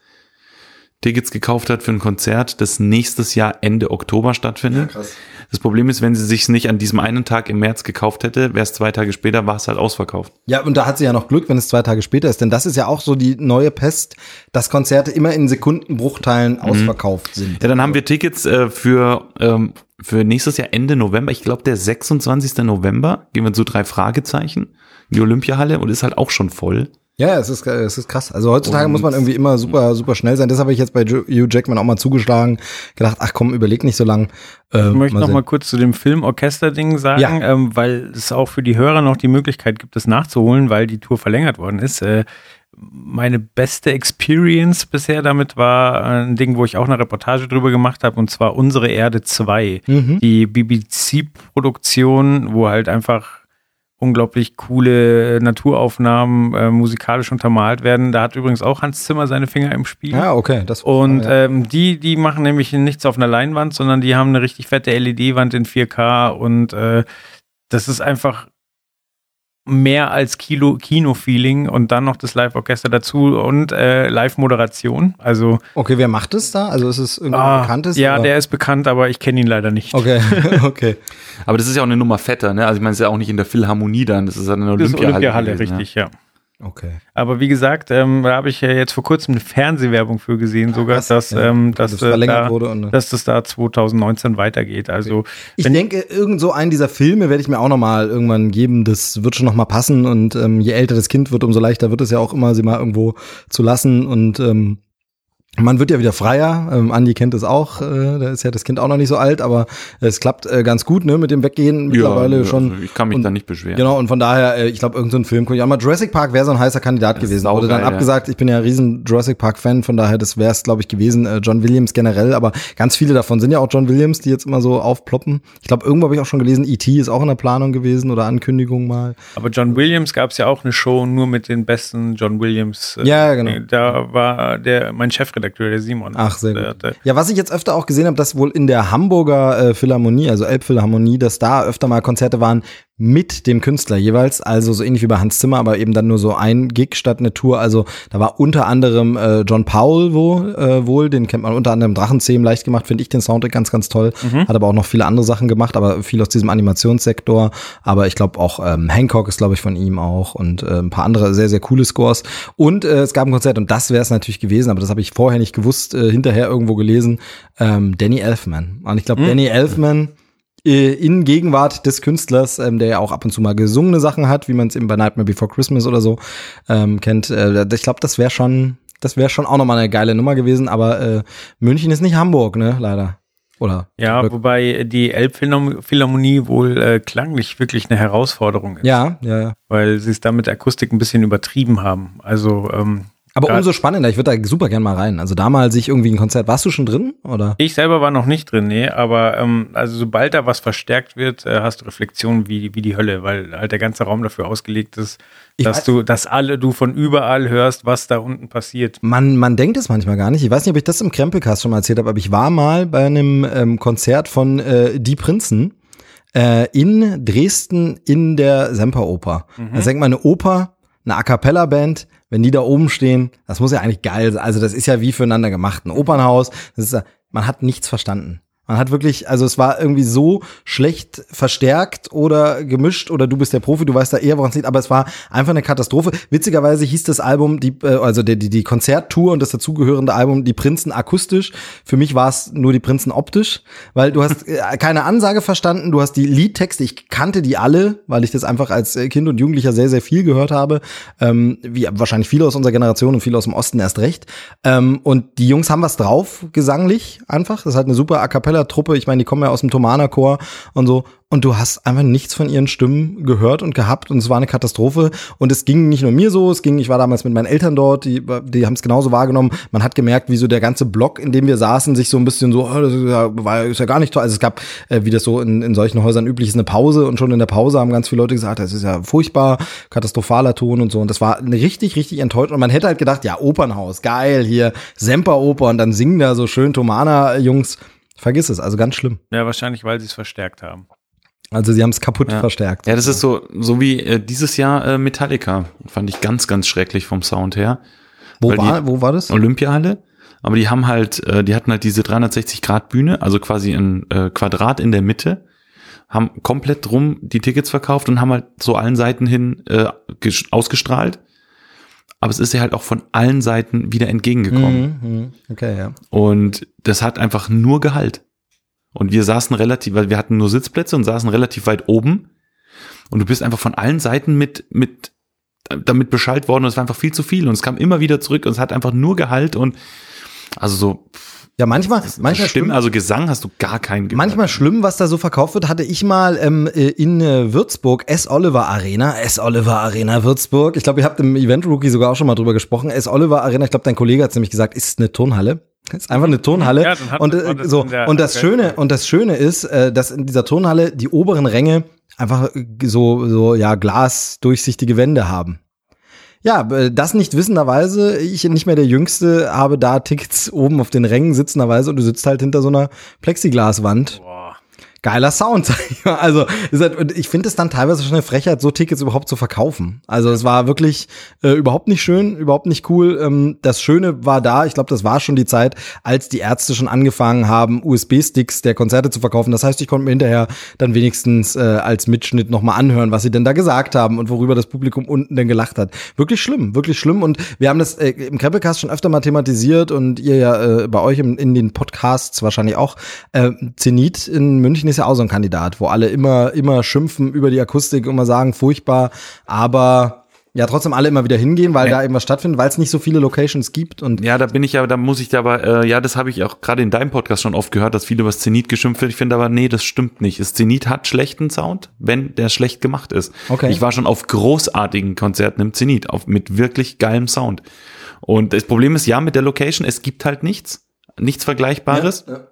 Tickets gekauft hat für ein Konzert, das nächstes Jahr Ende Oktober stattfindet. Ja, krass. Das Problem ist, wenn sie sich nicht an diesem einen Tag im März gekauft hätte, wäre es zwei Tage später, war es halt ausverkauft. Ja, und da hat sie ja noch Glück, wenn es zwei Tage später ist, denn das ist ja auch so die neue Pest, dass Konzerte immer in Sekundenbruchteilen mhm. ausverkauft sind. Ja, dann haben wir Tickets äh, für ähm, für nächstes Jahr Ende November. Ich glaube, der sechsundzwanzigsten November gehen wir zu drei Fragezeichen in die Olympiahalle und ist halt auch schon voll. Ja, es ist, es ist krass. Also heutzutage und muss man irgendwie immer super, super schnell sein. Das habe ich jetzt bei Hugh Jackman auch mal zugeschlagen. Gedacht, ach komm, überleg nicht so lang. Äh, ich möchte mal noch sehen. mal kurz zu dem Film-Orchester-Ding sagen, ja. ähm, weil es auch für die Hörer noch die Möglichkeit gibt, das nachzuholen, weil die Tour verlängert worden ist. Äh, meine beste Experience bisher damit war ein Ding, wo ich auch eine Reportage drüber gemacht habe, und zwar Unsere Erde zwei. Mhm. Die B B C-Produktion, wo halt einfach unglaublich coole Naturaufnahmen äh, musikalisch untermalt werden. Da hat übrigens auch Hans Zimmer seine Finger im Spiel. Ja, okay. Das und ja. ähm, die, die machen nämlich nichts auf einer Leinwand, sondern die haben eine richtig fette L E D-Wand in vier K und äh, das ist einfach mehr als Kilo, Kino-Feeling und dann noch das Live-Orchester dazu und äh, Live-Moderation. Also okay, wer macht es da? Also ist es irgendein ah, Bekanntes? Ja, oder? Der ist bekannt, aber ich kenne ihn leider nicht. Okay, okay. Aber das ist ja auch eine Nummer fetter, ne? Also ich meine, es ist ja auch nicht in der Philharmonie dann, das ist ja eine Olympiahalle. Das ist Olympiahalle, gewesen, richtig, ja. ja. Okay. Aber wie gesagt, ähm, da habe ich ja jetzt vor kurzem eine Fernsehwerbung für gesehen, sogar, Was? dass, ja, ähm, dass, das verlängert da, wurde und, dass das da zwanzig neunzehn weitergeht. Also ich denke, irgend so einen dieser Filme werde ich mir auch noch mal irgendwann geben. Das wird schon noch mal passen und ähm, je älter das Kind wird, umso leichter wird es ja auch immer, sie mal irgendwo zu lassen und ähm, man wird ja wieder freier. Ähm, Andi kennt es auch. Äh, da ist ja das Kind auch noch nicht so alt, aber es klappt äh, ganz gut, ne, mit dem Weggehen mittlerweile ja, schon. Also ich kann mich und, da nicht beschweren. Genau, und von daher, äh, ich glaube, irgendein so Film gucke ich auch mal. Jurassic Park wäre so ein heißer Kandidat das gewesen. Wurde dann geil, abgesagt. Ja. Ich bin ja ein riesen Jurassic Park-Fan, von daher, das wäre es, glaube ich, gewesen. Äh, John Williams generell, aber ganz viele davon sind ja auch John Williams, die jetzt immer so aufploppen. Ich glaube, irgendwo habe ich auch schon gelesen, E T ist auch in der Planung gewesen oder Ankündigung mal. Aber John Williams gab es ja auch eine Show nur mit den besten John Williams. Äh, ja, genau. Da war der mein Chefredakteur, der Simon. Ach, sehr gut. Ja, was ich jetzt öfter auch gesehen habe, dass wohl in der Hamburger äh, Philharmonie, also Elbphilharmonie, dass da öfter mal Konzerte waren mit dem Künstler jeweils, also so ähnlich wie bei Hans Zimmer, aber eben dann nur so ein Gig statt eine Tour. Also da war unter anderem äh, John Powell wo, äh, wohl, den kennt man unter anderem Drachenzähmen leicht gemacht, finde ich den Soundtrack ganz, ganz toll. Mhm. Hat aber auch noch viele andere Sachen gemacht, aber viel aus diesem Animationssektor. Aber ich glaube auch ähm, Hancock ist, glaube ich, von ihm auch und äh, ein paar andere sehr, sehr coole Scores. Und äh, es gab ein Konzert und das wäre es natürlich gewesen, aber das habe ich vorher nicht gewusst, äh, hinterher irgendwo gelesen. Ähm, Danny Elfman. Und ich glaube, mhm. Danny Elfman in Gegenwart des Künstlers, ähm, der ja auch ab und zu mal gesungene Sachen hat, wie man es eben bei Nightmare Before Christmas oder so ähm, kennt. Äh, ich glaube, das wäre schon, das wäre schon auch nochmal eine geile Nummer gewesen, aber äh, München ist nicht Hamburg, ne, leider. Oder? Ja, wobei die Elbphilharmonie wohl äh, klanglich wirklich eine Herausforderung ist. Ja, ja, ja. Weil sie es da mit der Akustik ein bisschen übertrieben haben. Also, ähm, aber umso spannender, ich würde da super gern mal rein. Also da mal sich irgendwie ein Konzert, warst du schon drin, oder? Ich selber war noch nicht drin, nee, aber ähm, also sobald da was verstärkt wird, äh, hast du Reflexionen wie, wie die Hölle, weil halt der ganze Raum dafür ausgelegt ist, ich dass weiß, du, dass alle, du von überall hörst, was da unten passiert. Man, man denkt es manchmal gar nicht. Ich weiß nicht, ob ich das im Krempelcast schon mal erzählt habe, aber ich war mal bei einem ähm, Konzert von äh, Die Prinzen äh, in Dresden in der Semperoper. Mhm. Also denk mal, eine Oper eine A-Cappella-Band, wenn die da oben stehen, das muss ja eigentlich geil sein. Also das ist ja wie füreinander gemacht. Ein Opernhaus, das ist ja, man hat nichts verstanden. Man hat wirklich, also es war irgendwie so schlecht verstärkt oder gemischt oder du bist der Profi, du weißt da eher, woran es liegt, aber es war einfach eine Katastrophe. Witzigerweise hieß das Album, die, also die, die, die Konzerttour und das dazugehörende Album Die Prinzen akustisch. Für mich war es nur Die Prinzen optisch, weil du hast keine Ansage verstanden, du hast die Liedtexte, ich kannte die alle, weil ich das einfach als Kind und Jugendlicher sehr, sehr viel gehört habe, ähm, wie wahrscheinlich viele aus unserer Generation und viele aus dem Osten erst recht. Ähm, und die Jungs haben was drauf, gesanglich einfach, das ist halt eine super A-Cappella Truppe, ich meine, die kommen ja aus dem Thomaner-Chor und so, und du hast einfach nichts von ihren Stimmen gehört und gehabt und es war eine Katastrophe und es ging nicht nur mir so, es ging, ich war damals mit meinen Eltern dort, die, die haben es genauso wahrgenommen, man hat gemerkt, wie so der ganze Block, in dem wir saßen, sich so ein bisschen so, oh, das ist ja, war, ist ja gar nicht toll, also es gab, äh, wie das so in, in solchen Häusern üblich ist, eine Pause und schon in der Pause haben ganz viele Leute gesagt, das ist ja furchtbar, katastrophaler Ton und so und das war eine richtig, richtig enttäuscht und man hätte halt gedacht, ja, Opernhaus, geil, hier Semperoper und dann singen da so schön Thomaner-Jungs. Vergiss es, also ganz schlimm. Ja, wahrscheinlich, weil sie es verstärkt haben. Also sie haben es kaputt ja. verstärkt. Ja, das ist so so wie äh, dieses Jahr äh, Metallica. Fand ich ganz, ganz schrecklich vom Sound her. Wo war, wo war das? Olympiahalle. Aber die haben halt, äh, die hatten halt diese dreihundertsechzig Grad Bühne, also quasi ein äh, Quadrat in der Mitte, haben komplett drum die Tickets verkauft und haben halt so allen Seiten hin äh, ges- ausgestrahlt. Aber es ist ja halt auch von allen Seiten wieder entgegengekommen. Mhm, okay, ja. Und das hat einfach nur Gehalt. Und wir saßen relativ, weil wir hatten nur Sitzplätze und saßen relativ weit oben. Und du bist einfach von allen Seiten mit, mit, damit beschallt worden und es war einfach viel zu viel. Und es kam immer wieder zurück und es hat einfach nur Gehalt und, also so, ja, manchmal, manchmal Stimmen, schlimm, also Gesang hast du gar keinen gehört. manchmal schlimm, was da so verkauft wird, hatte ich mal ähm, in äh, Würzburg, S. Oliver Arena, S. Oliver Arena Würzburg. Ich glaube, ihr habt im Event Rookie sogar auch schon mal drüber gesprochen. S. Oliver Arena, ich glaube, dein Kollege hat es nämlich gesagt, ist eine Turnhalle. Ist einfach eine Turnhalle. Ja, dann hat und man äh, das so in der und das Welt- Schöne und das Schöne ist, äh, dass in dieser Turnhalle die oberen Ränge einfach äh, so so ja glasdurchsichtige Wände haben. Ja, äh, das nicht wissenderweise, ich nicht mehr der Jüngste, habe da Tickets oben auf den Rängen sitzenderweise und du sitzt halt hinter so einer Plexiglaswand. Boah. Geiler Sound, sag ich mal. Also, ist halt, und ich finde es dann teilweise schon eine Frechheit, so Tickets überhaupt zu verkaufen. Also, es war wirklich äh, überhaupt nicht schön, überhaupt nicht cool. Ähm, das Schöne war da, ich glaube, das war schon die Zeit, als die Ärzte schon angefangen haben, U S B-Sticks der Konzerte zu verkaufen. Das heißt, ich konnte mir hinterher dann wenigstens äh, als Mitschnitt nochmal anhören, was sie denn da gesagt haben und worüber das Publikum unten denn gelacht hat. Wirklich schlimm, wirklich schlimm. Und wir haben das äh, im Krempelcast schon öfter mal thematisiert und ihr ja äh, bei euch im, in den Podcasts wahrscheinlich auch. Äh, Zenit in München ist ja auch so ein Kandidat, wo alle immer, immer schimpfen über die Akustik, immer sagen, furchtbar, aber ja, trotzdem alle immer wieder hingehen, weil Ja. da eben was stattfindet, weil es nicht so viele Locations gibt und Ja, da bin ich ja, da muss ich da aber, äh, ja, das habe ich auch gerade in deinem Podcast schon oft gehört, dass viele über das Zenit geschimpft wird. Ich finde aber, nee, das stimmt nicht. Das Zenit hat schlechten Sound, wenn der schlecht gemacht ist. Okay. Ich war schon auf großartigen Konzerten im Zenit, auf, mit wirklich geilem Sound. Und das Problem ist, ja, mit der Location, es gibt halt nichts, nichts Vergleichbares. Ja, ja.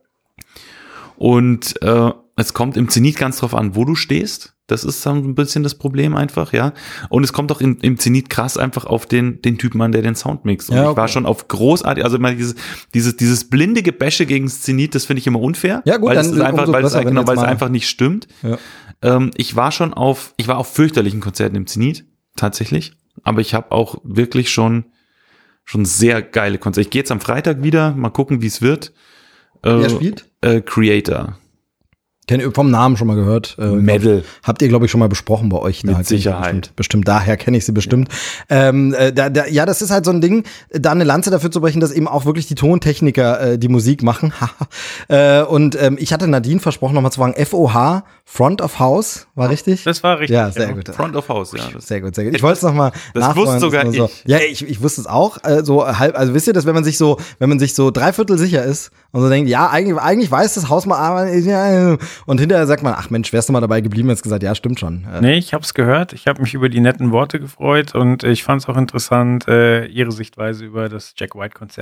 Und äh, es kommt im Zenit ganz drauf an, wo du stehst. Das ist dann ein bisschen das Problem einfach, ja. Und es kommt auch in, im Zenit krass einfach auf den den Typen an, der den Sound mixt. Und Ja, okay. ich war schon auf großartig, also immer dieses dieses dieses blinde Gebäsche gegen das Zenit, das finde ich immer unfair. Ja, gut, weil dann es ist einfach, umso weil es, besser, wenn genau, jetzt weil es mal- einfach nicht stimmt. Ja. Ähm, ich war schon auf, ich war auf fürchterlichen Konzerten im Zenit tatsächlich, aber ich habe auch wirklich schon schon sehr geile Konzerte. Ich gehe jetzt am Freitag wieder, mal gucken, wie es wird. Äh, Wer spielt? Äh, Creator. Kennt ihr vom Namen schon mal gehört? Äh, Metal. Habt ihr, glaube ich, schon mal besprochen bei euch. Mit Da kenn ich Sicherheit. Bestimmt, bestimmt daher kenne ich sie bestimmt. Ja. Ähm, äh, da, da, ja, das ist halt so ein Ding, da eine Lanze dafür zu brechen, dass eben auch wirklich die Tontechniker äh, die Musik machen. äh, und ähm, ich hatte Nadine versprochen, nochmal zu fragen, F O H, Front of House, war richtig? Das war richtig. Ja, sehr ja. gut. Front of House, ja. Das Sehr gut, sehr gut. Ich wollte es nochmal Das nachfragen. wusste sogar dass man ich. So, ja, ich, ich wusste es auch. Äh, so halb, also wisst ihr das, wenn man sich so, wenn man sich so dreiviertel sicher ist und so denkt, ja, eigentlich, eigentlich weiß das Haus mal, aber ja, und hinterher sagt man, ach Mensch, wärst du mal dabei geblieben, jetzt gesagt, ja, stimmt schon. Äh, Nee, ich habe es gehört. Ich habe mich über die netten Worte gefreut und ich fand es auch interessant, äh, ihre Sichtweise über das Jack White-Konzert zu hören.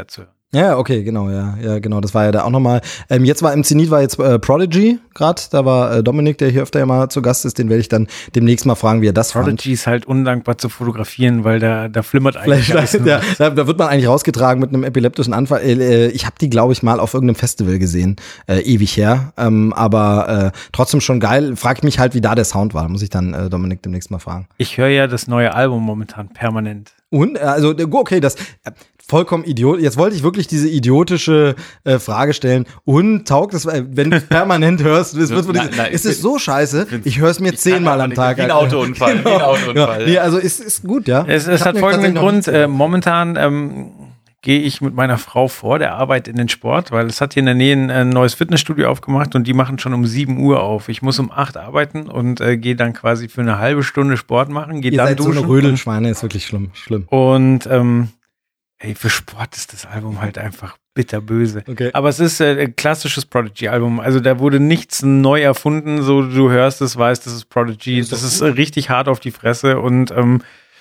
Ja, okay, genau, ja, ja, genau, das war ja da auch nochmal. Ähm, jetzt war im Zenit war jetzt äh, Prodigy gerade, da war äh, Dominik, der hier öfter ja mal zu Gast ist, den werde ich dann demnächst mal fragen, wie er das Prodigy fand. Prodigy ist halt undankbar zu fotografieren, weil da, da flimmert eigentlich alles nur. Ja, da, da wird man eigentlich rausgetragen mit einem epileptischen Anfall. Äh, ich habe die, glaube ich, mal auf irgendeinem Festival gesehen, äh, ewig her, ähm, aber äh, trotzdem schon geil. Frag ich mich halt, wie da der Sound war, muss ich dann äh, Dominik demnächst mal fragen. Ich höre ja das neue Album momentan permanent. Und, also, okay, das äh, vollkommen idiot. Jetzt wollte ich wirklich diese idiotische äh, Frage stellen. Und taugt es, wenn du permanent hörst, es wird, nein, nein, ist es so scheiße? Ich höre es mir zehnmal am Tag. Wie ein Autounfall. Genau. Wie ein Autounfall. Ja. Nee, also ist, ist gut, ja. Es, es hat folgenden Grund. Äh, momentan ähm, gehe ich mit meiner Frau vor der Arbeit in den Sport, weil es hat hier in der Nähe ein, ein neues Fitnessstudio aufgemacht und die machen schon um sieben Uhr auf. Ich muss um acht arbeiten und äh, gehe dann quasi für eine halbe Stunde Sport machen, gehe Ihr dann seid duschen. So eine Rödelschweine, ist wirklich schlimm, schlimm. Und ähm, ey, für Sport ist das Album halt einfach bitterböse. Okay. Aber es ist äh, ein klassisches Prodigy-Album. Also da wurde nichts neu erfunden. So, du hörst es, weißt, das ist Prodigy. Das ist äh, richtig hart auf die Fresse und ähm,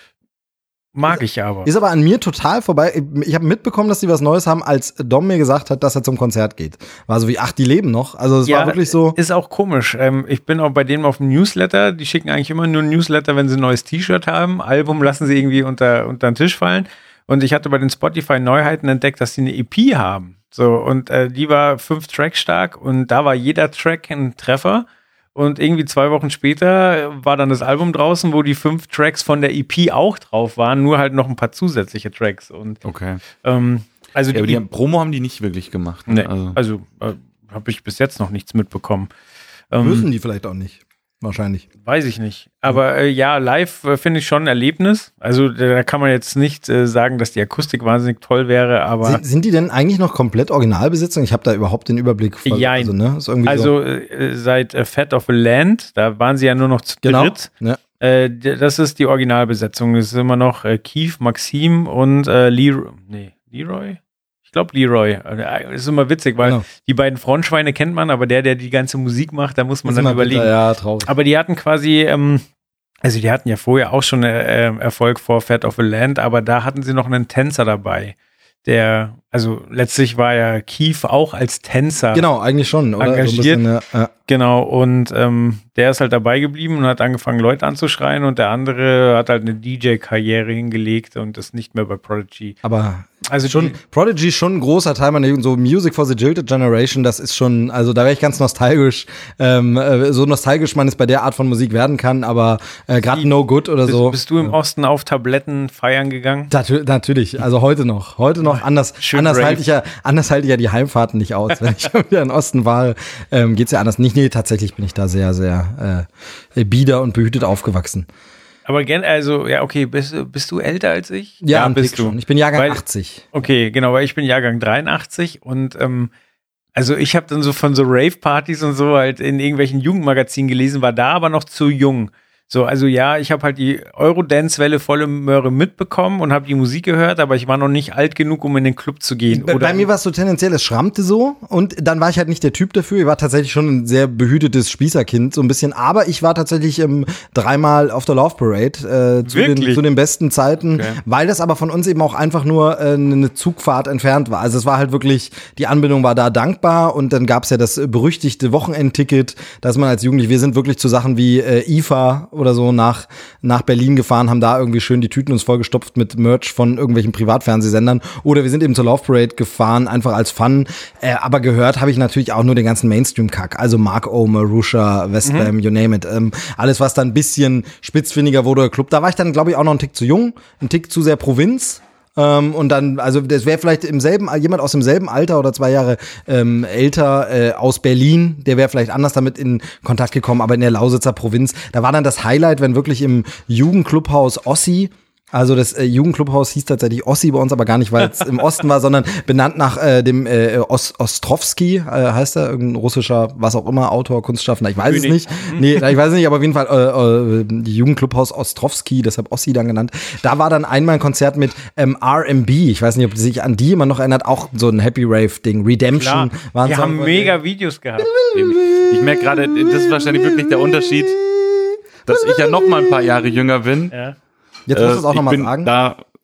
mag ich aber. Ist aber an mir total vorbei. Ich habe mitbekommen, dass die was Neues haben, als Dom mir gesagt hat, dass er zum Konzert geht. War so wie, ach, die leben noch. Also es ja, war wirklich so. Ist auch komisch. Ähm, ich bin auch bei denen auf dem Newsletter. Die schicken eigentlich immer nur ein Newsletter, wenn sie ein neues T-Shirt haben. Album lassen sie irgendwie unter, unter den Tisch fallen. Und ich hatte bei den Spotify-Neuheiten entdeckt, dass sie eine E P haben. So, und äh, die war fünf Tracks stark und da war jeder Track ein Treffer. Und irgendwie zwei Wochen später war dann das Album draußen, wo die fünf Tracks von der E P auch drauf waren, nur halt noch ein paar zusätzliche Tracks. Und, okay. Ähm, also ja, die, aber die haben, Promo haben die nicht wirklich gemacht. Ne? Nee, also also äh, habe ich bis jetzt noch nichts mitbekommen. Ähm, Müssen die vielleicht auch nicht. Wahrscheinlich. Weiß ich nicht. Aber äh, ja, live äh, finde ich schon ein Erlebnis. Also da kann man jetzt nicht äh, sagen, dass die Akustik wahnsinnig toll wäre, aber Sind, sind die denn eigentlich noch komplett Originalbesetzung? Ich habe da überhaupt den Überblick. Voll, ja, also, ne? Ist irgendwie also so. äh, seit äh, Fat of a Land, da waren sie ja nur noch zu Genau. dritt. Ja. Äh, d- das ist die Originalbesetzung. Das ist immer noch äh, Keith, Maxim und äh, Leroy. Nee, Leroy? Ich glaube Leroy. Das ist immer witzig, weil Genau. die beiden Frontschweine kennt man, aber der, der die ganze Musik macht, da muss man Ist dann immer überlegen. bitter, ja, traurig. Aber die hatten quasi, ähm, also die hatten ja vorher auch schon äh, Erfolg vor Fat of a Land, aber da hatten sie noch einen Tänzer dabei. Der, also letztlich war ja Keith auch als Tänzer Genau, eigentlich schon, oder? engagiert. So ein bisschen, ja. Genau, und ähm, der ist halt dabei geblieben und hat angefangen, Leute anzuschreien und der andere hat halt eine D J-Karriere hingelegt und ist nicht mehr bei Prodigy. Aber Also schon, die, Prodigy ist schon ein großer Teil meiner Jugend, so Music for the Jilted Generation, das ist schon, also da wäre ich ganz nostalgisch, ähm, äh, so nostalgisch man es bei der Art von Musik werden kann, aber äh, gerade No Good oder bist, so. bist du im Osten auf Tabletten feiern gegangen? Natür- natürlich, also heute noch, heute noch anders, Schön anders brave. halte ich ja, anders halte ich ja die Heimfahrten nicht aus. Wenn ich wieder in den Osten war, ähm, geht's ja anders. Nicht, nee, tatsächlich bin ich da sehr, sehr äh, bieder und behütet aufgewachsen. Aber gern, also, ja, okay, bist, du- bist du älter als ich? Ja, ein bist Tick schon. Ich bin Jahrgang Weil- achtzig. Okay, genau, weil ich bin Jahrgang dreiundachtzig und ähm, also ich habe dann so von so Rave-Partys und so halt in irgendwelchen Jugendmagazinen gelesen, war da aber noch zu jung. So, also ja, ich habe halt die Eurodance-Welle volle Möhre mitbekommen und habe die Musik gehört, aber ich war noch nicht alt genug, um in den Club zu gehen. Bei, Oder bei mir war es so tendenziell, es schrammte so und dann war ich halt nicht der Typ dafür. Ich war tatsächlich schon ein sehr behütetes Spießerkind, so ein bisschen. Aber ich war tatsächlich ähm, dreimal auf der Love Parade äh, zu, den, Wirklich? zu den besten Zeiten, Okay. weil das aber von uns eben auch einfach nur äh, eine Zugfahrt entfernt war. Also es war halt wirklich, die Anbindung war da dankbar und dann gab's ja das berüchtigte Wochenendticket, dass man als Jugendlich, wir sind wirklich zu Sachen wie äh, I F A oder so nach, nach Berlin gefahren, haben da irgendwie schön die Tüten uns vollgestopft mit Merch von irgendwelchen Privatfernsehsendern. Oder wir sind eben zur Love Parade gefahren, einfach als Fun. Äh, aber gehört habe ich natürlich auch nur den ganzen Mainstream-Kack. Also Mark O, Marusha, Westbam, mhm. you name it. Ähm, alles, was dann ein bisschen spitzfindiger wurde, Club. Da war ich dann, glaube ich, auch noch einen Tick zu jung, einen Tick zu sehr Provinz. Ähm, und dann, also das wäre vielleicht im selben, jemand aus dem selben Alter oder zwei Jahre ähm, älter äh, aus Berlin, der wäre vielleicht anders damit in Kontakt gekommen, aber in der Lausitzer Provinz, da war dann das Highlight, wenn wirklich im Jugendclubhaus Ossi, also das äh, Jugendclubhaus hieß tatsächlich Ossi bei uns, aber gar nicht, weil es im Osten war, sondern benannt nach äh, dem äh, Os- Ostrovsky, äh, heißt er, irgendein russischer, was auch immer, Autor, Kunstschaffender, ich weiß König. es nicht. Nee, ich weiß es nicht, aber auf jeden Fall äh, äh, die Jugendclubhaus Ostrovsky, deshalb Ossi dann genannt. Da war dann einmal ein Konzert mit ähm, R and B, ich weiß nicht, ob sich an die jemand noch erinnert, auch so ein Happy Rave-Ding, Redemption. Klar, waren die so- haben mega Videos gehabt. Ich merke gerade, das ist wahrscheinlich wirklich der Unterschied, dass ich ja noch mal ein paar Jahre jünger bin. Ja. Jetzt musst du es auch Äh, nochmal ich bin sagen. Da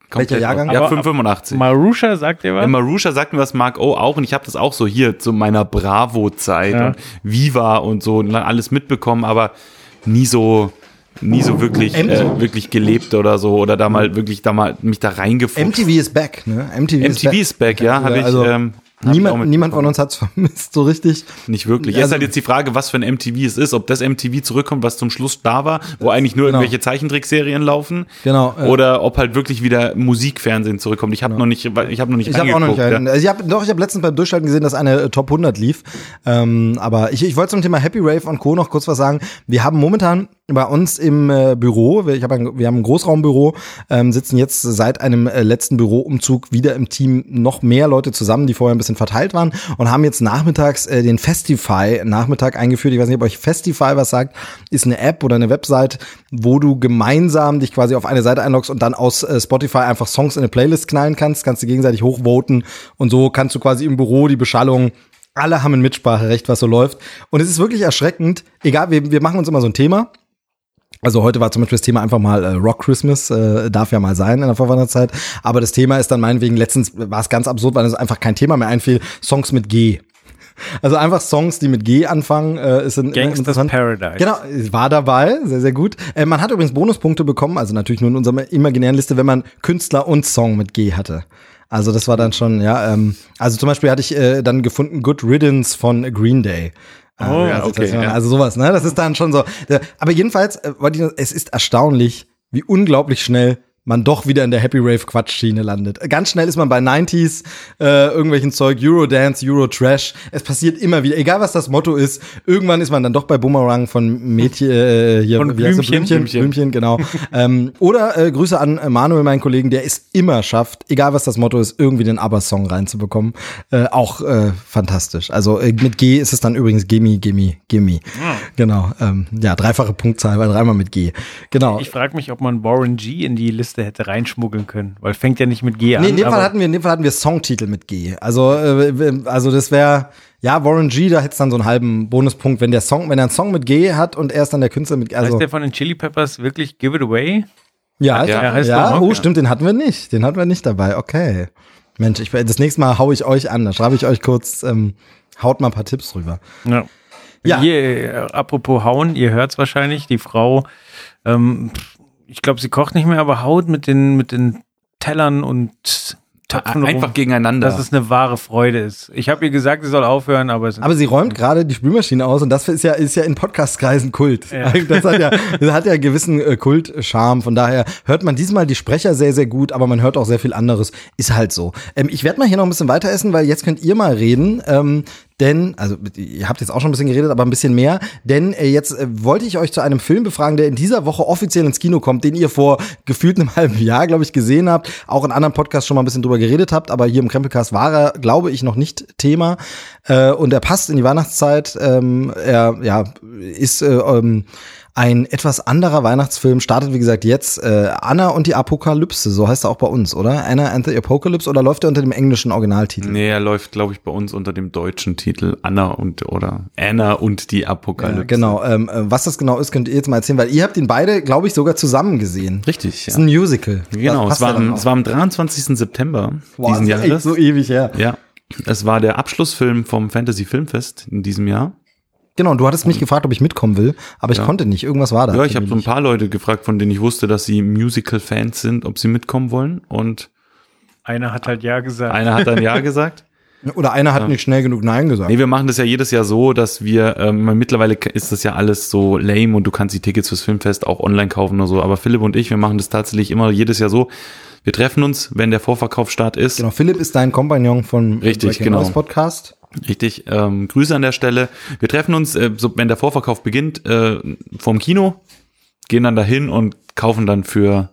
Welcher Jahrgang? Ja, Aber- fünfundachtzig. Marusha, sagt ihr was? Ja, Marusha sagt mir was, Mark O auch, und ich habe das auch so hier zu meiner Bravo-Zeit Ja. und Viva und so und alles mitbekommen, aber nie so nie so wirklich M- äh, wirklich gelebt oder so oder da mal wirklich da mal mich da reingefuchst. M T V ist back, ne? M T V, M T V ist back, ja, habe ich, Also, ähm, hab ich auch niemand, niemand von mitbekommen. uns hat's vermisst, so richtig. Nicht wirklich. Jetzt Also- halt jetzt die Frage, was für ein M T V es ist, ob das M T V zurückkommt, was zum Schluss da war, wo eigentlich nur Genau. irgendwelche Zeichentrickserien laufen, Genau. äh, oder ob halt wirklich wieder Musikfernsehen zurückkommt. Ich habe noch nicht, ich habe noch nicht Ich habe auch noch nicht. reingeguckt, einen- Also ich habe doch, ich habe letztens beim Durchschalten gesehen, dass eine äh, Top hundert lief. Ähm, aber ich, ich wollte zum Thema Happy Rave und Co. noch kurz was sagen. Wir haben momentan bei uns im äh, Büro, wir, ich hab ein, wir haben ein Großraumbüro, ähm, sitzen jetzt seit einem äh, letzten Büroumzug wieder im Team noch mehr Leute zusammen, die vorher ein bisschen verteilt waren und haben jetzt nachmittags äh, den Festify-Nachmittag eingeführt. Ich weiß nicht, ob euch Festify was sagt. Ist eine App oder eine Website, wo du gemeinsam dich quasi auf eine Seite einloggst und dann aus äh, Spotify einfach Songs in eine Playlist knallen kannst, kannst du gegenseitig hochvoten und so kannst du quasi im Büro die Beschallung. Alle haben ein Mitspracherecht, was so läuft. Und es ist wirklich erschreckend. Egal, wir, wir machen uns immer so ein Thema. Also heute war zum Beispiel das Thema einfach mal äh, Rock Christmas, äh, darf ja mal sein in der Vorweihnachtszeit. Aber das Thema ist dann meinetwegen, letztens war es ganz absurd, weil es einfach kein Thema mehr einfiel, Songs mit G. Also einfach Songs, die mit G anfangen, äh, ist ein, Gangsters interessant. Paradise. Genau, war dabei, sehr, sehr gut. Äh, man hat übrigens Bonuspunkte bekommen, also natürlich nur in unserer imaginären Liste, wenn man Künstler und Song mit G hatte. Also das war dann schon, ja, ähm, also zum Beispiel hatte ich äh, dann gefunden Good Riddance von Green Day. Äh, Oh, ja, also, okay, das, ja. also sowas, ne? Das ist dann schon so. Äh, aber jedenfalls, äh, wollte ich nur- es ist erstaunlich, wie unglaublich schnell man doch wieder in der Happy Rave Quatsch-Schiene landet. Ganz schnell ist man bei neunziger, äh, irgendwelchen Zeug, Eurodance, Eurotrash. Es passiert immer wieder, egal was das Motto ist, irgendwann ist man dann doch bei Boomerang von Mädchen, äh, hier, Von wie heißt das? Blümchen. Blümchen, Blümchen, genau. ähm, oder äh, Grüße an äh, Manuel, meinen Kollegen, der es immer schafft, egal was das Motto ist, irgendwie den ABBA-Song reinzubekommen. Äh, auch äh, fantastisch. Also äh, mit G ist es dann übrigens Gimme, Gimme, Gimme. Genau. Ähm, ja, dreifache Punktzahl, weil dreimal mit G. Genau. Ich frage mich, ob man Warren G in die Liste hätte reinschmuggeln können, weil fängt ja nicht mit G an. Nee, in dem Fall aber- hatten wir, in dem Fall hatten wir Songtitel mit G. Also, äh, also das wäre, ja, Warren G, da hätte es dann so einen halben Bonuspunkt, wenn der Song, wenn er einen Song mit G hat und er ist dann der Künstler mit G. Also, heißt der von den Chili Peppers wirklich Give It Away? ja, Ja, ja, heißt ja der oh, auch, stimmt, den hatten wir nicht. Den hatten wir nicht dabei. Okay. Mensch, ich, das nächste Mal hau ich euch an. Da schreibe ich euch kurz, ähm, haut mal ein paar Tipps rüber. Ja. Ja. Hier, äh, apropos hauen, ihr hört's wahrscheinlich, die Frau, ähm, ich glaube, sie kocht nicht mehr, aber haut mit den, mit den Tellern und Töpfen rum, Einfach gegeneinander. dass es eine wahre Freude ist. Ich habe ihr gesagt, sie soll aufhören, aber es Aber sie räumt gerade die Spülmaschine aus und das ist ja, ist ja in Podcast-Kreisen Kult. Ja. Das hat ja, das hat ja einen gewissen äh, Kult-Charme. Von daher hört man diesmal die Sprecher sehr, sehr gut, aber man hört auch sehr viel anderes. Ist halt so. Ähm, ich werde mal hier noch ein bisschen weiter essen, weil jetzt könnt ihr mal reden. Ähm, denn, also ihr habt jetzt auch schon ein bisschen geredet, aber ein bisschen mehr. Denn äh, jetzt äh, wollte ich euch zu einem Film befragen, der in dieser Woche offiziell ins Kino kommt, den ihr vor gefühlt einem halben Jahr, glaube ich, gesehen habt. Auch in anderen Podcasts schon mal ein bisschen drüber geredet habt, aber hier im Krempelcast war er, glaube ich, noch nicht Thema. Äh, und er passt in die Weihnachtszeit. Ähm, er ja, ist äh, ähm, ein etwas anderer Weihnachtsfilm, startet wie gesagt jetzt äh, Anna und die Apokalypse, so heißt er auch bei uns, oder? Anna and the Apocalypse, oder läuft er unter dem englischen Originaltitel? Nee, er läuft, glaube ich, bei uns unter dem deutschen Titel Anna und oder Anna und die Apokalypse. Ja, genau. Ähm, äh, was das genau ist, könnt ihr jetzt mal erzählen, weil ihr habt ihn beide, glaube ich, sogar zusammen gesehen. Richtig, Das ist ja. ein Musical. Genau, Das es war, passt ja am, dann es war am dreiundzwanzigsten September Boah, diesen das ist echt Jahres. so ewig her. Ja, es war der Abschlussfilm vom Fantasy Filmfest in diesem Jahr. Genau, und du hattest mich gefragt, ob ich mitkommen will, aber ich Ja. konnte nicht. Irgendwas war da. Ja, ich habe so ein paar Leute gefragt, von denen ich wusste, dass sie Musical-Fans sind, ob sie mitkommen wollen. Und einer hat halt ja gesagt. einer hat dann ja gesagt. Oder einer hat nicht schnell genug Nein gesagt. Nee, wir machen das ja jedes Jahr so, dass wir, ähm, mittlerweile ist das ja alles so lame und du kannst die Tickets fürs Filmfest auch online kaufen oder so. Aber Philipp und ich, wir machen das tatsächlich immer jedes Jahr so. Wir treffen uns, wenn der Vorverkaufsstart ist. Genau, Philipp ist dein Kompagnon von Richtig, Breaking genau. News Podcast. Richtig, ähm, Grüße an der Stelle. Wir treffen uns, äh, so, wenn der Vorverkauf beginnt, äh, vorm Kino, gehen dann dahin und kaufen dann für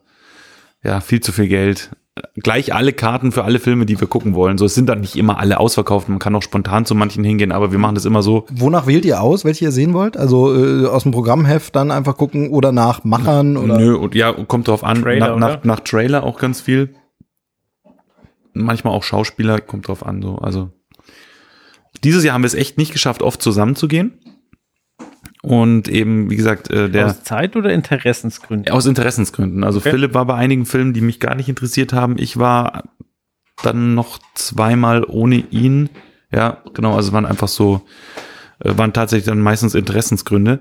ja viel zu viel Geld gleich alle Karten für alle Filme, die wir gucken wollen. So, es sind dann nicht immer alle ausverkauft. Man kann auch spontan zu manchen hingehen, aber wir machen das immer so. Wonach wählt ihr aus, welche ihr sehen wollt? Also äh, aus dem Programmheft dann einfach gucken oder nach Machern oder? Nö, und ja, kommt drauf an. Trailer, nach, nach, oder? nach Trailer auch ganz viel. Manchmal auch Schauspieler, kommt drauf an. So, also dieses Jahr haben wir es echt nicht geschafft, oft zusammenzugehen. Und eben, wie gesagt, äh, der... Aus Zeit- oder Interessensgründen? Aus Interessensgründen. Also okay. Philipp war bei einigen Filmen, die mich gar nicht interessiert haben. Ich war dann noch zweimal ohne ihn. Ja, genau, also es waren einfach so, äh, waren tatsächlich dann meistens Interessensgründe.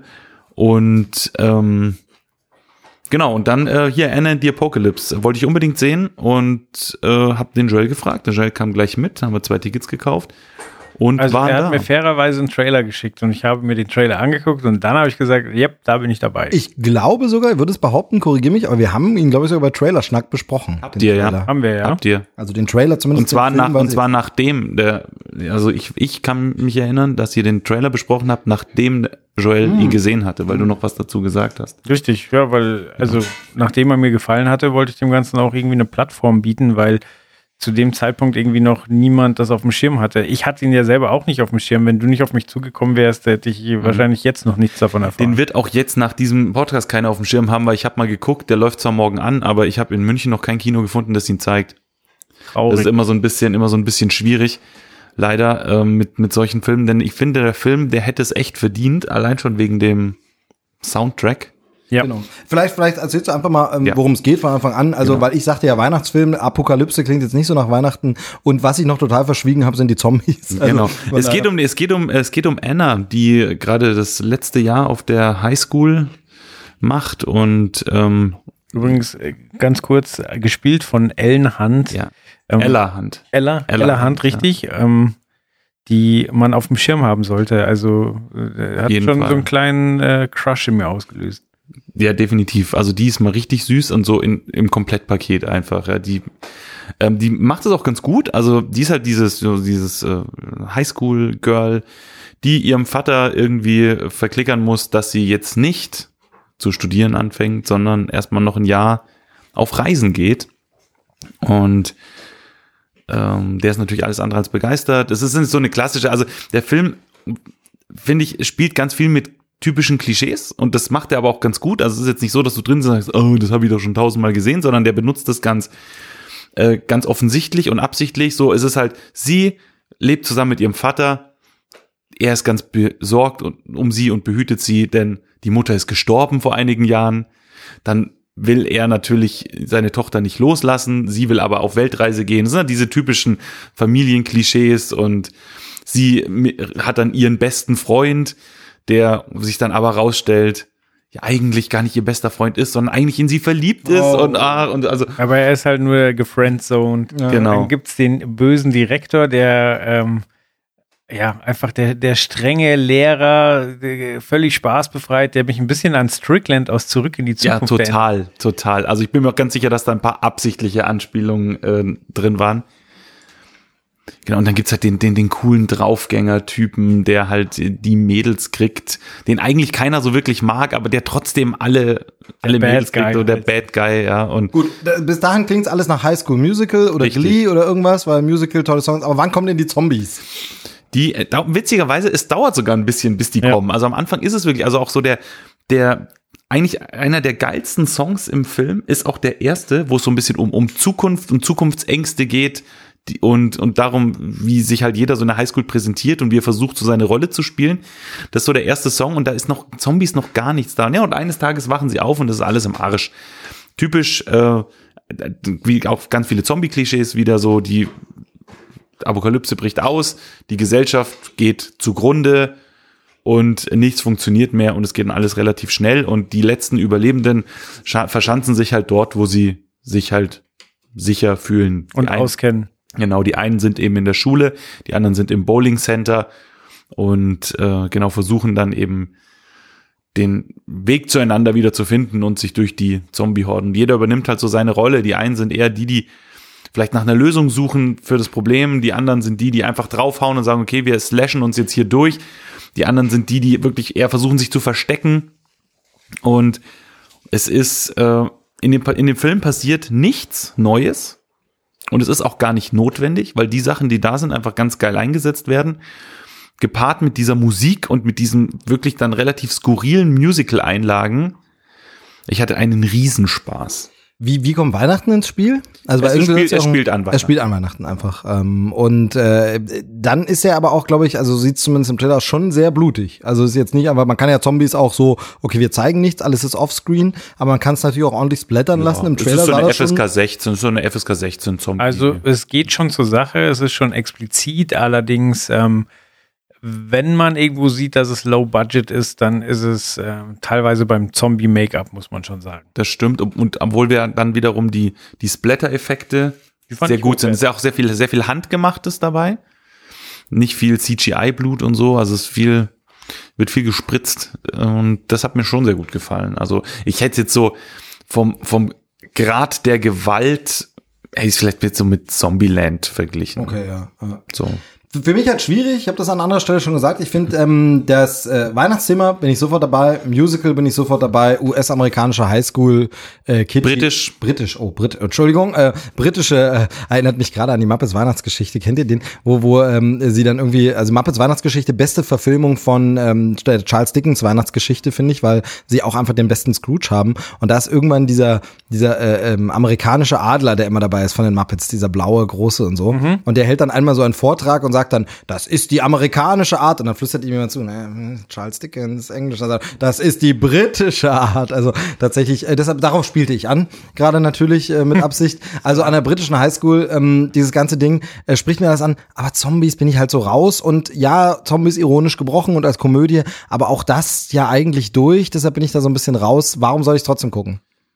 Und ähm, genau, und dann äh, hier Anna and the Apocalypse wollte ich unbedingt sehen und äh, habe den Joel gefragt. Der Joel kam gleich mit, haben wir zwei Tickets gekauft. Und also waren er hat da. mir fairerweise einen Trailer geschickt und ich habe mir den Trailer angeguckt und dann habe ich gesagt, yep, da bin ich dabei. Ich glaube sogar, ich würde es behaupten, korrigiere mich, aber wir haben ihn, glaube ich, sogar bei Trailerschnack besprochen. Habt ihr, Trailer. ja? Haben wir, ja. Habt ihr. Also den Trailer zumindest. Und zwar, Film, nach, und ich- zwar nachdem, der, also ich, ich kann mich erinnern, dass ihr den Trailer besprochen habt, nachdem Joel Hm. ihn gesehen hatte, weil du noch was dazu gesagt hast. Richtig, ja, weil, also nachdem er mir gefallen hatte, wollte ich dem Ganzen auch irgendwie eine Plattform bieten, weil zu dem Zeitpunkt irgendwie noch niemand das auf dem Schirm hatte. Ich hatte ihn ja selber auch nicht auf dem Schirm. Wenn du nicht auf mich zugekommen wärst, hätte ich mhm. wahrscheinlich jetzt noch nichts davon erfahren. Den wird auch jetzt nach diesem Podcast keiner auf dem Schirm haben, weil ich habe mal geguckt, der läuft zwar morgen an, aber ich habe in München noch kein Kino gefunden, das ihn zeigt. Traurig. Das ist immer so ein bisschen, immer so ein bisschen schwierig, leider ähm, mit mit solchen Filmen, denn ich finde, der Film, der hätte es echt verdient, allein schon wegen dem Soundtrack. Ja. Genau. Vielleicht, vielleicht erzählst du einfach mal, ähm, Ja. worum es geht von Anfang an. Also, Genau. weil ich sagte ja Weihnachtsfilm, Apokalypse klingt jetzt nicht so nach Weihnachten. Und was ich noch total verschwiegen habe, sind die Zombies. Also, Genau. von Es daher- geht um, es geht um, es geht um Anna, die gerade das letzte Jahr auf der Highschool macht und ähm, Übrigens, äh, ganz kurz, äh, gespielt von Ellen Hunt. ja, Ähm, Ella Hunt. Ella, Ella Ella Hunt, Hunt, richtig, ähm, die man auf dem Schirm haben sollte. Also äh, hat jeden schon Fall. so einen kleinen äh, Crush in mir ausgelöst. Ja, definitiv. Also die ist mal richtig süß und so in, im Komplettpaket einfach. Ja, die, ähm, die macht es auch ganz gut. Also die ist halt dieses, so dieses äh, Highschool-Girl, die ihrem Vater irgendwie verklickern muss, dass sie jetzt nicht zu studieren anfängt, sondern erstmal noch ein Jahr auf Reisen geht. Und ähm, der ist natürlich alles andere als begeistert. Es ist so eine klassische, also der Film, finde ich, spielt ganz viel mit typischen Klischees und das macht er aber auch ganz gut. Also es ist jetzt nicht so, dass du drin sagst, oh, das habe ich doch schon tausendmal gesehen, sondern der benutzt das ganz äh, ganz offensichtlich und absichtlich. So ist es halt, sie lebt zusammen mit ihrem Vater, er ist ganz besorgt um sie und behütet sie, denn die Mutter ist gestorben vor einigen Jahren. Dann will er natürlich seine Tochter nicht loslassen, sie will aber auf Weltreise gehen. Das sind diese typischen Familienklischees und sie hat dann ihren besten Freund, der sich dann aber rausstellt, ja eigentlich gar nicht ihr bester Freund ist, sondern eigentlich in sie verliebt ist Oh. und ah und also Aber er ist halt nur gefriendzoned. Ja. Genau. Dann gibt's den bösen Direktor, der ähm, ja einfach der der strenge Lehrer, der, völlig spaßbefreit, der mich ein bisschen an Strickland aus Zurück in die ja Zukunft erinnert. total, total. Also ich bin mir auch ganz sicher, dass da ein paar absichtliche Anspielungen äh, drin waren. Genau, und dann gibt's halt den, den, den coolen Draufgänger-Typen, der halt die Mädels kriegt, den eigentlich keiner so wirklich mag, aber der trotzdem alle, alle Bad Mädels kriegt, Guy so der halt. Bad Guy, ja. Und Gut, da, bis dahin klingt's alles nach High School Musical oder Richtig. Glee oder irgendwas, weil Musical, tolle Songs. Aber wann kommen denn die Zombies? die, äh, da, witzigerweise, es dauert sogar ein bisschen, bis die Ja. kommen. Also am Anfang ist es wirklich, also auch so der, der, eigentlich einer der geilsten Songs im Film ist auch der erste, wo es so ein bisschen um, um Zukunft und Zukunftsängste geht, die, und, und darum, wie sich halt jeder so in der Highschool präsentiert und wie er versucht, so seine Rolle zu spielen. Das ist so der erste Song und da ist noch Zombies noch gar nichts da. Ja, und eines Tages wachen sie auf und das ist alles im Arsch. Typisch, äh, wie auch ganz viele Zombie-Klischees wieder so, die Apokalypse bricht aus, die Gesellschaft geht zugrunde und nichts funktioniert mehr und es geht dann alles relativ schnell und die letzten Überlebenden scha- verschanzen sich halt dort, wo sie sich halt sicher fühlen. Die Und einen- auskennen. Genau, die einen sind eben in der Schule, die anderen sind im Bowling Center und äh, genau versuchen dann eben den Weg zueinander wieder zu finden und sich durch die Zombie-Horden. Jeder übernimmt halt so seine Rolle. Die einen sind eher die, die vielleicht nach einer Lösung suchen für das Problem. Die anderen sind die, die einfach draufhauen und sagen, okay, wir slashen uns jetzt hier durch. Die anderen sind die, die wirklich eher versuchen, sich zu verstecken. Und es ist, äh, in dem, in dem Film passiert nichts Neues. Und es ist auch gar nicht notwendig, weil die Sachen, die da sind, einfach ganz geil eingesetzt werden. Gepaart mit dieser Musik und mit diesen wirklich dann relativ skurrilen Musical-Einlagen. Ich hatte einen Riesenspaß. Wie, wie kommt Weihnachten ins Spiel? Also es, bei spielt, es es spielt an Weihnachten. Es spielt an Weihnachten einfach. Ähm, und äh, dann ist er aber auch, glaube ich, also sieht es zumindest im Trailer schon sehr blutig. Also ist jetzt nicht, aber man kann ja Zombies auch so, okay, wir zeigen nichts, alles ist offscreen, aber man kann es natürlich auch ordentlich splattern ja, lassen. Im Trailer es ist so eine das F S K schon sechzehn, so eine F S K sechzehn Zombie. Also es geht schon zur Sache, es ist schon explizit, allerdings ähm, wenn man irgendwo sieht, dass es Low Budget ist, dann ist es äh, teilweise beim Zombie-Make-up, muss man schon sagen. Das stimmt. Und, und obwohl wir dann wiederum die, die Splatter-Effekte sehr gut sind. Es ist ja auch sehr viel, sehr viel Handgemachtes dabei. Nicht viel C G I-Blut und so. Also es ist viel, wird viel gespritzt. Und das hat mir schon sehr gut gefallen. Also ich hätte jetzt so vom, vom Grad der Gewalt, hätte ich es vielleicht jetzt so mit Zombieland verglichen. Okay, ja. ja. So. Für mich halt schwierig, ich habe das an anderer Stelle schon gesagt, ich finde ähm, das äh, Weihnachtsthema bin ich sofort dabei, Musical bin ich sofort dabei, U S-amerikanische Highschool äh, Kitsch. Britisch. Britisch, oh, Brit, Entschuldigung, äh, britische, äh, erinnert mich gerade an die Muppets Weihnachtsgeschichte, kennt ihr den? Wo wo ähm, sie dann irgendwie, also Muppets Weihnachtsgeschichte, beste Verfilmung von ähm, Charles Dickens Weihnachtsgeschichte, finde ich, weil sie auch einfach den besten Scrooge haben und da ist irgendwann dieser dieser äh, ähm, amerikanische Adler, der immer dabei ist von den Muppets, dieser blaue, große und so mhm. und der hält dann einmal so einen Vortrag und sagt dann, das ist die amerikanische Art. Und dann flüstert ihm jemand zu, ne, Charles Dickens, Englisch. Also, das ist die britische Art. Also tatsächlich, äh, deshalb, darauf spielte ich an, gerade natürlich äh, mit Absicht. Also an der britischen Highschool, ähm, dieses ganze Ding, äh, spricht mir das an. Aber Zombies bin ich halt so raus. Und ja, Zombies ironisch gebrochen und als Komödie. Aber auch das ja eigentlich durch. Deshalb bin ich da so ein bisschen raus. Warum soll ich trotzdem gucken?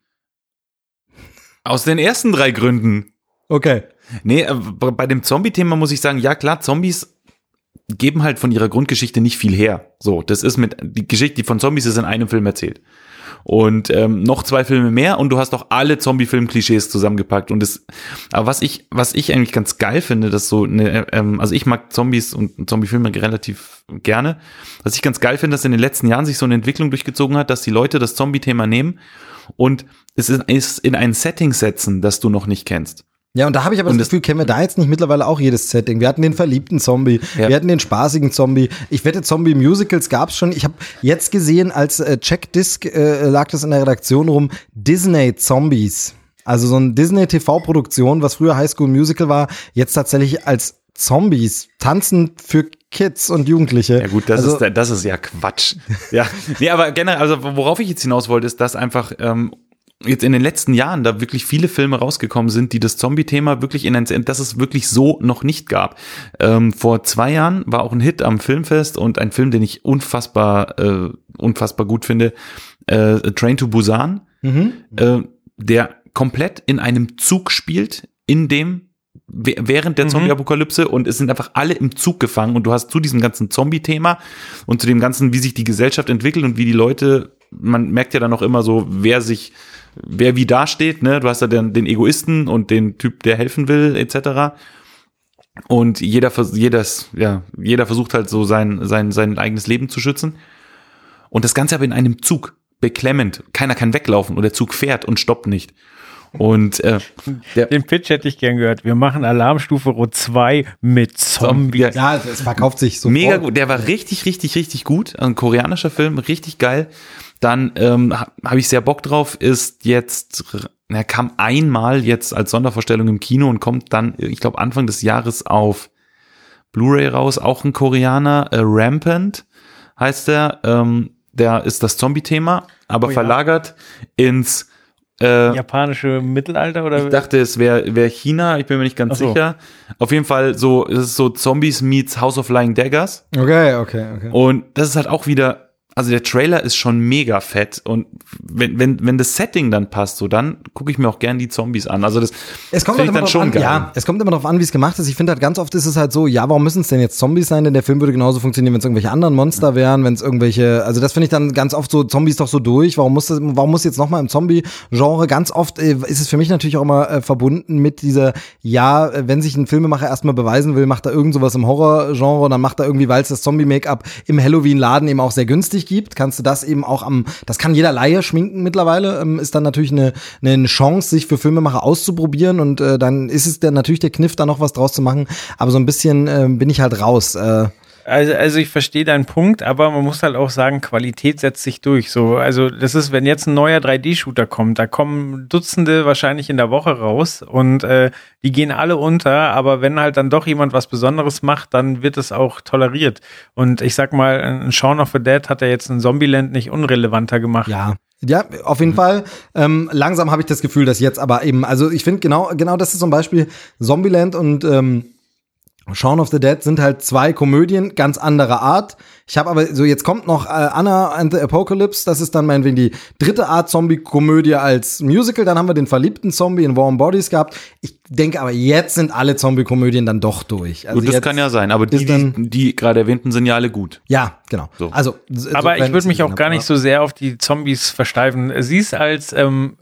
Aus den ersten drei Gründen. Okay. Nee, bei dem Zombie-Thema muss ich sagen, ja klar, Zombies geben halt von ihrer Grundgeschichte nicht viel her. So, das ist mit, die Geschichte von Zombies ist in einem Film erzählt. Und ähm, noch zwei Filme mehr und du hast auch alle Zombie-Film-Klischees zusammengepackt. Und das, aber was ich, was ich eigentlich ganz geil finde, dass so eine, ähm, also ich mag Zombies und Zombie-Filme relativ gerne. Was ich ganz geil finde, dass in den letzten Jahren sich so eine Entwicklung durchgezogen hat, dass die Leute das Zombie-Thema nehmen und es ist in ein Setting setzen, das du noch nicht kennst. Ja, und da habe ich aber das, das Gefühl, kennen wir da jetzt nicht mittlerweile auch jedes Setting. Wir hatten den verliebten Zombie, ja. wir hatten den spaßigen Zombie. Ich wette, Zombie-Musicals gab's schon. Ich habe jetzt gesehen, als äh, Checkdisc äh, lag das in der Redaktion rum, Disney-Zombies. Also so eine Disney-T V-Produktion, was früher Highschool-Musical war, jetzt tatsächlich als Zombies, tanzend für Kids und Jugendliche. Ja gut, das, also, ist, das ist ja Quatsch. Ja, nee, aber generell, also worauf ich jetzt hinaus wollte, ist, dass einfach ähm, jetzt in den letzten Jahren da wirklich viele Filme rausgekommen sind, die das Zombie-Thema wirklich in ein, dass es wirklich so noch nicht gab. Ähm, vor zwei Jahren war auch ein Hit am Filmfest und ein Film, den ich unfassbar, äh, unfassbar gut finde, äh, Train to Busan, mhm. äh, der komplett in einem Zug spielt, in dem während der mhm. Zombie-Apokalypse und es sind einfach alle im Zug gefangen und du hast zu diesem ganzen Zombie-Thema und zu dem ganzen, wie sich die Gesellschaft entwickelt und wie die Leute, man merkt ja dann auch immer so, wer sich wer wie dasteht, ne? Du hast ja den, den Egoisten und den Typ, der helfen will, et cetera. Und jeder, jedes, ja, jeder versucht halt so sein, sein, sein eigenes Leben zu schützen. Und das Ganze aber in einem Zug, beklemmend. Keiner kann weglaufen und der Zug fährt und stoppt nicht. Und äh, der, den Pitch hätte ich gern gehört. Wir machen Alarmstufe Rot zwei mit Zombies. Ja, es verkauft sich so. Mega gut. Der war richtig, richtig, richtig gut. Ein koreanischer Film, richtig geil. Dann ähm, habe ich sehr Bock drauf. Ist jetzt, er kam einmal jetzt als Sondervorstellung im Kino und kommt dann, ich glaube Anfang des Jahres auf Blu-ray raus. Auch ein Koreaner, äh, Rampant heißt der. Ähm, der ist das Zombie-Thema, aber oh, ja. verlagert ins Äh, Japanische Mittelalter oder? Ich dachte, es wäre wär China, ich bin mir nicht ganz so. sicher. Auf jeden Fall so, es ist so Zombies meets House of Flying Daggers. Okay, okay, okay. Und das ist halt auch wieder, also der Trailer ist schon mega fett und wenn wenn wenn das Setting dann passt, so dann gucke ich mir auch gern die Zombies an. Also das es kommt halt immer dann schon an, geil. Ja, es kommt immer darauf an, wie es gemacht ist. Ich finde halt ganz oft ist es halt so, ja, warum müssen es denn jetzt Zombies sein? Denn der Film würde genauso funktionieren, wenn es irgendwelche anderen Monster wären, wenn es irgendwelche, also das finde ich dann ganz oft so, Zombies doch so durch. Warum muss das, warum muss jetzt nochmal im Zombie-Genre? Ganz oft äh, ist es für mich natürlich auch immer äh, verbunden mit dieser, ja, wenn sich ein Filmemacher erstmal beweisen will, macht er irgend sowas im Horror-Genre und dann macht er irgendwie, weil es das Zombie-Make-up im Halloween-Laden eben auch sehr günstig gibt, kannst du das eben auch am, das kann jeder Laie schminken mittlerweile, ähm, ist dann natürlich eine, eine Chance, sich für Filmemacher auszuprobieren und äh, dann ist es dann natürlich der Kniff, da noch was draus zu machen, aber so ein bisschen äh, bin ich halt raus. Äh, Also, also ich verstehe deinen Punkt, aber man muss halt auch sagen, Qualität setzt sich durch. So, also das ist, wenn jetzt ein neuer drei D-Shooter kommt, da kommen Dutzende wahrscheinlich in der Woche raus und äh, die gehen alle unter, aber wenn halt dann doch jemand was Besonderes macht, dann wird es auch toleriert. Und ich sag mal, ein Shaun of the Dead hat ja jetzt ein Zombieland nicht unrelevanter gemacht. Ja. Ja, auf jeden mhm. Fall. Ähm, langsam habe ich das Gefühl, dass jetzt aber eben, also ich finde genau, genau das ist zum Beispiel Zombieland und ähm, Shaun of the Dead sind halt zwei Komödien ganz anderer Art. Ich habe aber so, jetzt kommt noch äh, Anna and the Apocalypse, das ist dann meinetwegen die dritte Art Zombie-Komödie als Musical. Dann haben wir den verliebten Zombie in Warm Bodies gehabt. Ich denke aber, jetzt sind alle Zombie-Komödien dann doch durch. Also gut, das kann ja sein, aber die, die, die gerade erwähnten, sind ja alle gut. Ja, genau. So. Also, aber so, ich würde mich auch gar nicht so sehr auf die Zombies versteifen. Sie ist als, ähm,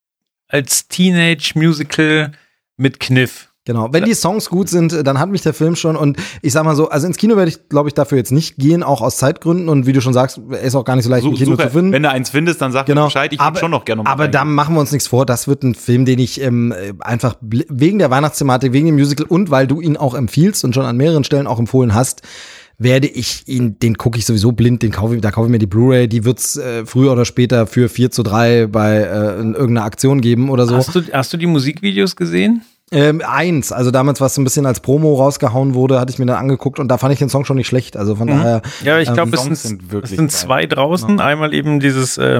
als Teenage-Musical mit Kniff. Genau, wenn die Songs gut sind, dann hat mich der Film schon und ich sag mal so, also ins Kino werde ich, glaube ich, dafür jetzt nicht gehen, auch aus Zeitgründen und wie du schon sagst, er ist auch gar nicht so leicht so, im Kino super. zu finden. Wenn du eins findest, dann sag genau. mir Bescheid, ich würde schon noch gerne noch mal Aber da machen wir uns nichts vor, das wird ein Film, den ich ähm, einfach wegen der Weihnachtsthematik, wegen dem Musical und weil du ihn auch empfiehlst und schon an mehreren Stellen auch empfohlen hast, werde ich ihn, den gucke ich sowieso blind, den kaufe ich, da kaufe ich mir die Blu-ray, die wird's äh, früher oder später für vier zu drei bei äh, in irgendeiner Aktion geben oder so. Hast du, hast du die Musikvideos gesehen? Ähm, eins, also damals, was so ein bisschen als Promo rausgehauen wurde, hatte ich mir dann angeguckt und da fand ich den Song schon nicht schlecht, also von mhm. daher. Ja, ich glaube, ähm, es sind, es sind zwei draußen, ja. Einmal eben dieses äh,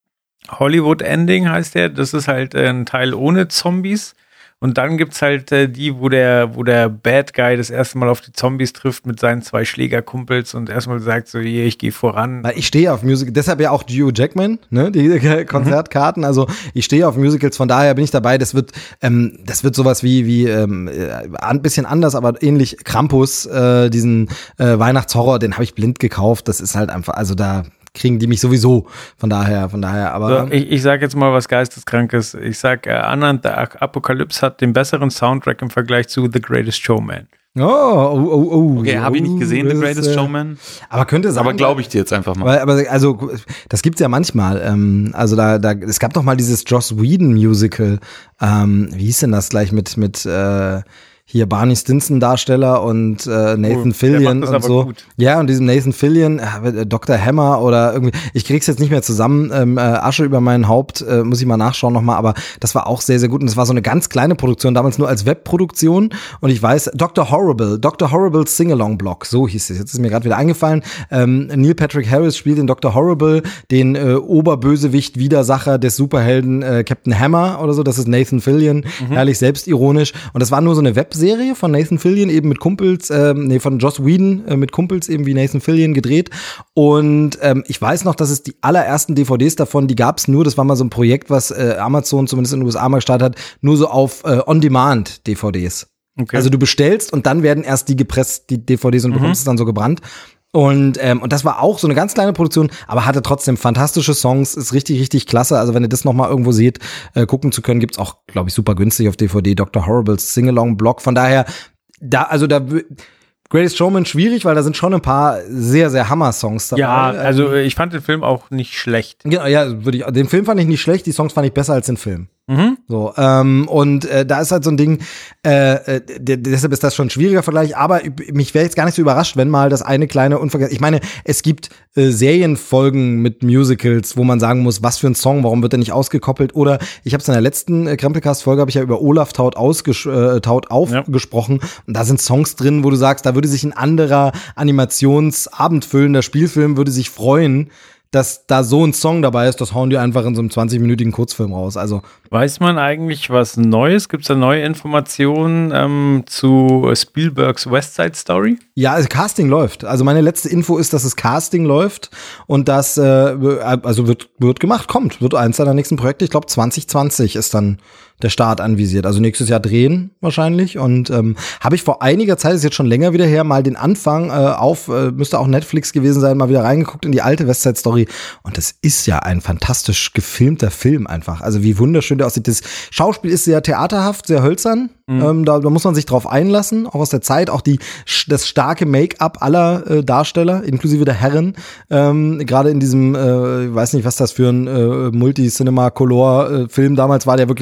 Hollywood-Ending heißt der, das ist halt äh, ein Teil ohne Zombies. Und dann gibt's halt äh, die, wo der, wo der Bad Guy das erste Mal auf die Zombies trifft mit seinen zwei Schlägerkumpels und erstmal sagt so, yeah, ich gehe voran. Ich stehe auf Musical, deshalb ja auch Hugh Jackman, ne, die Konzertkarten. Mhm. Also ich stehe auf Musicals, von daher bin ich dabei. Das wird, ähm, das wird sowas wie, wie ähm, ein bisschen anders, aber ähnlich Krampus, äh, diesen äh, Weihnachtshorror, den habe ich blind gekauft. Das ist halt einfach, also da kriegen die mich sowieso, von daher, von daher, aber. So, ich, ich sag jetzt mal was Geisteskrankes. Ich sag, äh, Anna and the Apocalypse hat den besseren Soundtrack im Vergleich zu The Greatest Showman. Oh, oh, oh, oh. Okay, habe ich nicht gesehen, The Greatest ist, Showman. Aber könnte sein. Aber glaube ich dir jetzt einfach mal. Weil, aber, also, das gibt's ja manchmal. Ähm, also da, da, es gab doch mal dieses Joss Whedon Musical. Ähm, wie hieß denn das gleich mit, mit, äh, hier Barney Stinson Darsteller und äh, Nathan oh, Fillion und so. Gut. Ja, und diesem Nathan Fillion, äh, Doktor Hammer oder irgendwie, ich krieg's jetzt nicht mehr zusammen, ähm, äh, Asche über mein Haupt, äh, muss ich mal nachschauen nochmal, aber das war auch sehr, sehr gut und das war so eine ganz kleine Produktion, damals nur als Webproduktion und ich weiß, Doktor Horrible, Doktor Horrible's Sing-Along-Blog, so hieß es, jetzt ist mir gerade wieder eingefallen, ähm, Neil Patrick Harris spielt den Doktor Horrible, den äh, Oberbösewicht, Widersacher des Superhelden äh, Captain Hammer oder so, das ist Nathan Fillion, mhm. herrlich selbstironisch und das war nur so eine Web Serie von Nathan Fillion eben mit Kumpels, ähm, nee, von Joss Whedon äh, mit Kumpels eben wie Nathan Fillion gedreht und ähm, ich weiß noch, dass es die allerersten D V Ds davon, die gab's nur, das war mal so ein Projekt, was äh, Amazon zumindest in den U S A mal gestartet hat, nur so auf äh, On-Demand-D V Ds. Okay. Also du bestellst und dann werden erst die gepresst, die D V Ds und mhm. bekommst es dann so gebrannt. Und ähm, und das war auch so eine ganz kleine Produktion, aber hatte trotzdem fantastische Songs, ist richtig, richtig klasse. Also wenn ihr das nochmal irgendwo seht, äh, gucken zu können, gibt's auch, glaube ich, super günstig auf D V D, Doktor Horribles Sing-Along-Blog. Von daher, da, also da Greatest Showman schwierig, weil da sind schon ein paar sehr, sehr Hammer-Songs dabei. Ja, also ich fand den Film auch nicht schlecht. Genau, ja, würde ich, den Film fand ich nicht schlecht, die Songs fand ich besser als den Film. Mhm. So, ähm, und äh, da ist halt so ein Ding, äh, äh, deshalb ist das schon ein schwieriger Vergleich, aber mich wäre jetzt gar nicht so überrascht, wenn mal das eine kleine Unvergessen. Ich meine, es gibt äh, Serienfolgen mit Musicals, wo man sagen muss, was für ein Song, warum wird der nicht ausgekoppelt? Oder ich habe es in der letzten äh, Krempelcast-Folge, habe ich ja über Olaf Taut, ausges- äh, Taut aufgesprochen. Ja. Und da sind Songs drin, wo du sagst, da würde sich ein anderer animationsabendfüllender Spielfilm würde sich freuen, dass da so ein Song dabei ist, das hauen die einfach in so einem zwanzig-minütigen Kurzfilm raus. Also weiß man eigentlich was Neues? Gibt es da neue Informationen ähm, zu Spielbergs West Side Story? Ja, also Casting läuft. Also meine letzte Info ist, dass das Casting läuft und das äh, also wird wird gemacht, kommt, wird eins seiner nächsten Projekte. Ich glaube zwanzig zwanzig ist dann der Start anvisiert. Also nächstes Jahr drehen wahrscheinlich. Und ähm, habe ich vor einiger Zeit, ist jetzt schon länger wieder her, mal den Anfang äh, auf, äh, müsste auch Netflix gewesen sein, mal wieder reingeguckt in die alte West Side Story. Und das ist ja ein fantastisch gefilmter Film einfach. Also wie wunderschön der aussieht. Das Schauspiel ist sehr theaterhaft, sehr hölzern. Mhm. Ähm, da, da muss man sich drauf einlassen, auch aus der Zeit. Auch die das starke Make-up aller äh, Darsteller, inklusive der Herren. Ähm, gerade in diesem, äh, ich weiß nicht, was das für ein äh, Multi-Cinema-Color-Film damals war, der wirklich die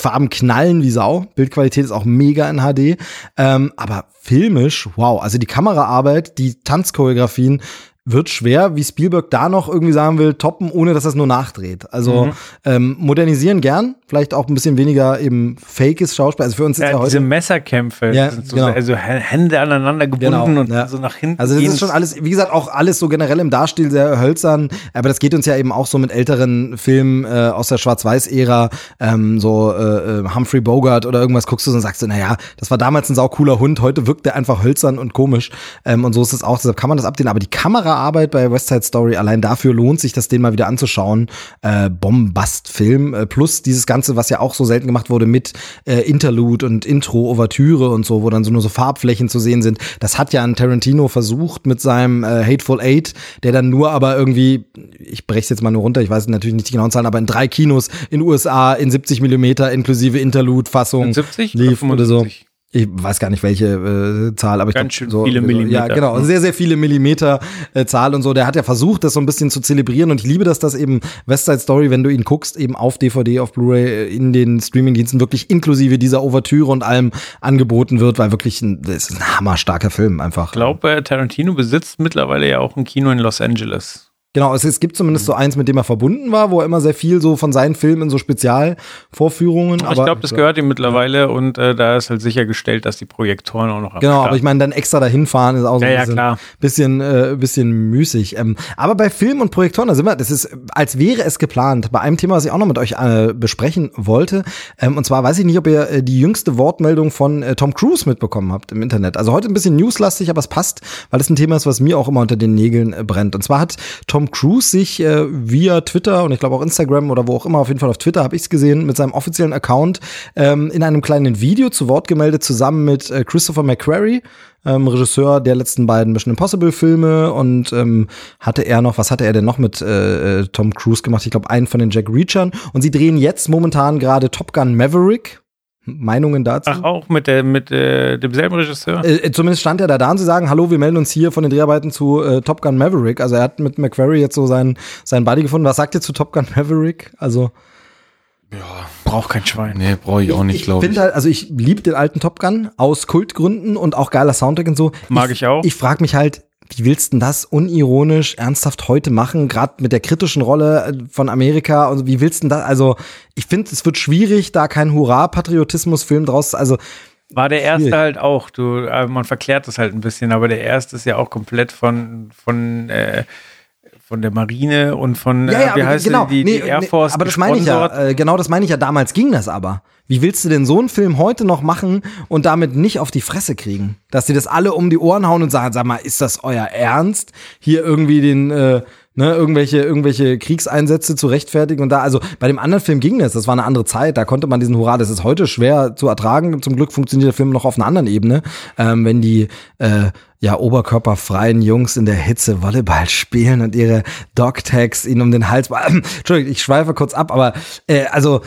Farben knallen wie Sau. Bildqualität ist auch mega in H D. Ähm, aber filmisch, wow. Also die Kameraarbeit, die Tanzchoreografien, wird schwer, wie Spielberg da noch irgendwie sagen will, toppen, ohne dass er es nur nachdreht. Also mhm. ähm, modernisieren gern, vielleicht auch ein bisschen weniger eben fakes Schauspiel. Also für uns ist ja, ja heute diese Messerkämpfe, ja, sind so, genau. also Hände aneinander gebunden genau, und ja. so nach hinten. Also das ist schon alles, wie gesagt, auch alles so generell im Darstil sehr hölzern, aber das geht uns ja eben auch so mit älteren Filmen äh, aus der Schwarz-Weiß-Ära, ähm, so äh, Humphrey Bogart oder irgendwas, guckst du und sagst du, naja, das war damals ein saucooler Hund, heute wirkt der einfach hölzern und komisch ähm, und so ist es auch, deshalb kann man das abdehnen, aber die Kamera Arbeit bei West Side Story, allein dafür lohnt sich das, den mal wieder anzuschauen. Äh, Bombast-Film, äh, plus dieses Ganze, was ja auch so selten gemacht wurde mit äh, Interlude und Intro, Ouvertüre und so, wo dann so nur so Farbflächen zu sehen sind. Das hat ja ein Tarantino versucht mit seinem äh, Hateful Eight, der dann nur aber irgendwie, ich brech's jetzt mal nur runter, ich weiß natürlich nicht die genauen Zahlen, aber in drei Kinos in U S A in siebzig Millimeter inklusive Interlude-Fassung in siebzig lief oder, oder so. Ich weiß gar nicht, welche äh, Zahl, aber ich ganz glaub, schön so, viele Millimeter. Ja, genau, sehr, sehr viele Millimeter äh, Zahl und so. Der hat ja versucht, das so ein bisschen zu zelebrieren und ich liebe das, dass eben West Side Story, wenn du ihn guckst, eben auf D V D, auf Blu-ray, in den Streamingdiensten wirklich inklusive dieser Ouvertüre und allem angeboten wird, weil wirklich ein, das ist ein hammerstarker Film einfach. Ich glaube, Tarantino besitzt mittlerweile ja auch ein Kino in Los Angeles. Genau, es, es gibt zumindest so eins, mit dem er verbunden war, wo er immer sehr viel so von seinen Filmen in so Spezialvorführungen. Aber ich glaube, das gehört ihm mittlerweile ja. und äh, da ist halt sichergestellt, dass die Projektoren auch noch am Genau, Start. aber ich meine, dann extra dahin fahren ist auch so ja, ein ja, bisschen, klar. bisschen, äh, bisschen müßig. Ähm, aber bei Film und Projektoren, da sind wir, das ist, als wäre es geplant, bei einem Thema, was ich auch noch mit euch äh, besprechen wollte. Ähm, und zwar weiß ich nicht, ob ihr äh, die jüngste Wortmeldung von äh, Tom Cruise mitbekommen habt im Internet. Also heute ein bisschen newslastig, aber es passt, weil es ein Thema ist, was mir auch immer unter den Nägeln äh, brennt. Und zwar hat Tom Cruise sich äh, via Twitter und ich glaube auch Instagram oder wo auch immer, auf jeden Fall auf Twitter habe ich es gesehen, mit seinem offiziellen Account ähm, in einem kleinen Video zu Wort gemeldet, zusammen mit äh, Christopher McQuarrie, ähm, Regisseur der letzten beiden Mission Impossible Filme und ähm, hatte er noch, was hatte er denn noch mit äh, Tom Cruise gemacht? Ich glaube, einen von den Jack Reachern und sie drehen jetzt momentan gerade Top Gun Maverick. Meinungen dazu? Ach, auch mit, der, mit äh, demselben Regisseur? Äh, zumindest stand er da da und sie sagen, hallo, wir melden uns hier von den Dreharbeiten zu äh, Top Gun Maverick. Also er hat mit McQuarrie jetzt so seinen, seinen Buddy gefunden. Was sagt ihr zu Top Gun Maverick? Also ja, braucht kein Schwein. Nee, brauche ich auch nicht, glaube ich. Ich finde halt, also ich liebe den alten Top Gun aus Kultgründen und auch geiler Soundtrack und so. Mag ich, ich auch. Ich frage mich halt, wie willst du denn das unironisch, ernsthaft heute machen, gerade mit der kritischen Rolle von Amerika? Und wie willst du denn das? Also, ich finde, es wird schwierig, da kein Hurra-Patriotismus-Film draus, also war der erste schwierig. Halt auch, du, man verklärt das halt ein bisschen, aber der erste ist ja auch komplett von, von, äh, von der Marine und von, ja, ja, äh, wie heißt genau. die, die nee, Air Force. Nee, aber das meine ich ja, äh, genau das meine ich ja, damals ging das aber. Wie willst du denn so einen Film heute noch machen und damit nicht auf die Fresse kriegen? Dass die das alle um die Ohren hauen und sagen, sag mal, ist das euer Ernst? Hier irgendwie den, äh, ne, irgendwelche, irgendwelche Kriegseinsätze zu rechtfertigen und da, also bei dem anderen Film ging das, das war eine andere Zeit, da konnte man diesen Hurra, das ist heute schwer zu ertragen, zum Glück funktioniert der Film noch auf einer anderen Ebene, ähm, wenn die, äh, ja, oberkörperfreien Jungs in der Hitze Volleyball spielen und ihre Dog-Tags ihnen um den Hals, Entschuldigung, ich schweife kurz ab, aber, äh, also,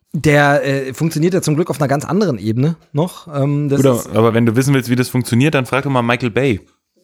der äh, funktioniert ja zum Glück auf einer ganz anderen Ebene noch. Ähm, das Gut, ist, aber wenn du wissen willst, wie das funktioniert, dann frag doch mal Michael Bay.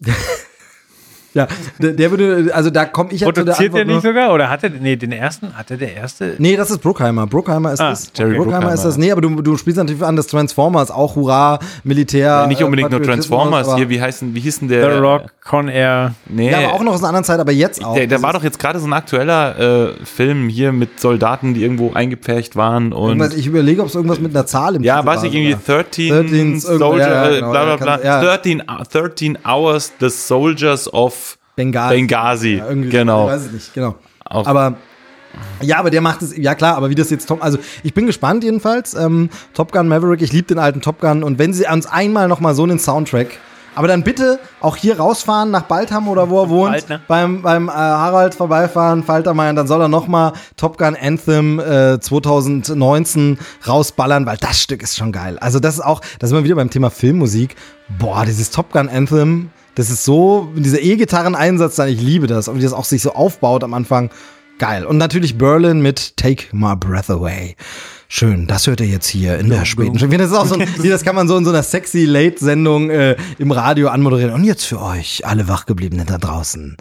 Ja, der, der würde, also da komme ich ja zu der Produziert Antwort der nicht sogar? Oder hatte, nee, den ersten, hatte der erste? Nee, das ist Bruckheimer. Bruckheimer ist ah, das. Jerry Bruckheimer, Bruckheimer ist das. Nee, aber du, du spielst natürlich an das Transformers, auch Hurra, Militär. Ja, nicht unbedingt äh, nur Transformers, hier, wie heißen, wie hieß denn der? The Rock, Con Air. Nee. Ja, aber auch noch aus einer anderen Zeit, aber jetzt auch. Der, der war doch jetzt gerade so ein aktueller äh, Film hier mit Soldaten, die irgendwo eingepfercht waren und. Ich überlege, ob es irgendwas mit einer Zahl im Ja, Titel weiß war ich, irgendwie dreizehn thirteen Soldier, ja, ja, äh, genau, bla bla ja, bla. kann, ja. thirteen, thirteen Hours, the Soldiers of Benghazi. Benghazi, Ja, irgendwie, genau. Ich weiß es nicht, genau. Auch. Aber ja, aber der macht es, ja klar, aber wie das jetzt Tom, also ich bin gespannt jedenfalls. Ähm, Top Gun Maverick, ich liebe den alten Top Gun und wenn sie uns einmal noch mal so einen Soundtrack, aber dann bitte auch hier rausfahren nach Baltham oder wo er wohnt, Bald, ne? beim beim äh, Harald vorbeifahren, Faltermeier, dann soll er noch mal Top Gun Anthem äh, zwanzig neunzehn rausballern, weil das Stück ist schon geil. Also das ist auch, da sind wir wieder beim Thema Filmmusik. Boah, dieses Top Gun Anthem, das ist so, dieser E-Gitarren-Einsatz dann, ich liebe das. Und wie das auch sich so aufbaut am Anfang. Geil. Und natürlich Berlin mit Take My Breath Away. Schön, das hört ihr jetzt hier in der späten Stunde. Das ist auch so, wie das kann man so in so einer sexy Late-Sendung äh, im Radio anmoderieren. Und jetzt für euch, alle Wachgebliebenen da draußen.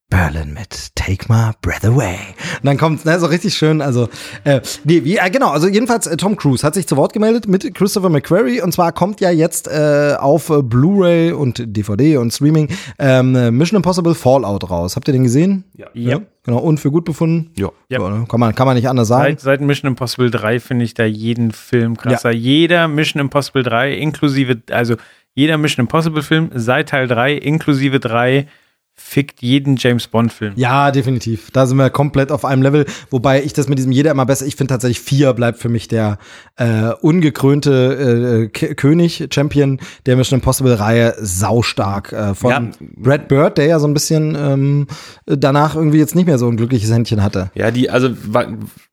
Berlin mit Take My Breath Away. Und dann kommt ne, so richtig schön, also äh, nee, wie, äh, genau, also jedenfalls äh, Tom Cruise hat sich zu Wort gemeldet mit Christopher McQuarrie und zwar kommt ja jetzt äh, auf äh, Blu-ray und D V D und Streaming ähm, Mission Impossible Fallout raus. Habt ihr den gesehen? Ja. ja. Genau, und für gut befunden? Ja. ja. So, ne? kann, man, kann man nicht anders sagen. Seit, seit Mission Impossible drei finde ich da jeden Film krasser. Ja. Jeder Mission Impossible drei inklusive, also jeder Mission Impossible Film seit Teil drei inklusive drei fickt jeden James-Bond-Film. Ja, definitiv. Da sind wir komplett auf einem Level. Wobei ich das mit diesem jeder immer besser, ich finde tatsächlich vier bleibt für mich der äh, ungekrönte äh, K- König, Champion der Mission Impossible-Reihe, saustark. Äh, von ja. Brad Bird, der ja so ein bisschen ähm, danach irgendwie jetzt nicht mehr so ein glückliches Händchen hatte. Ja, die, also wa-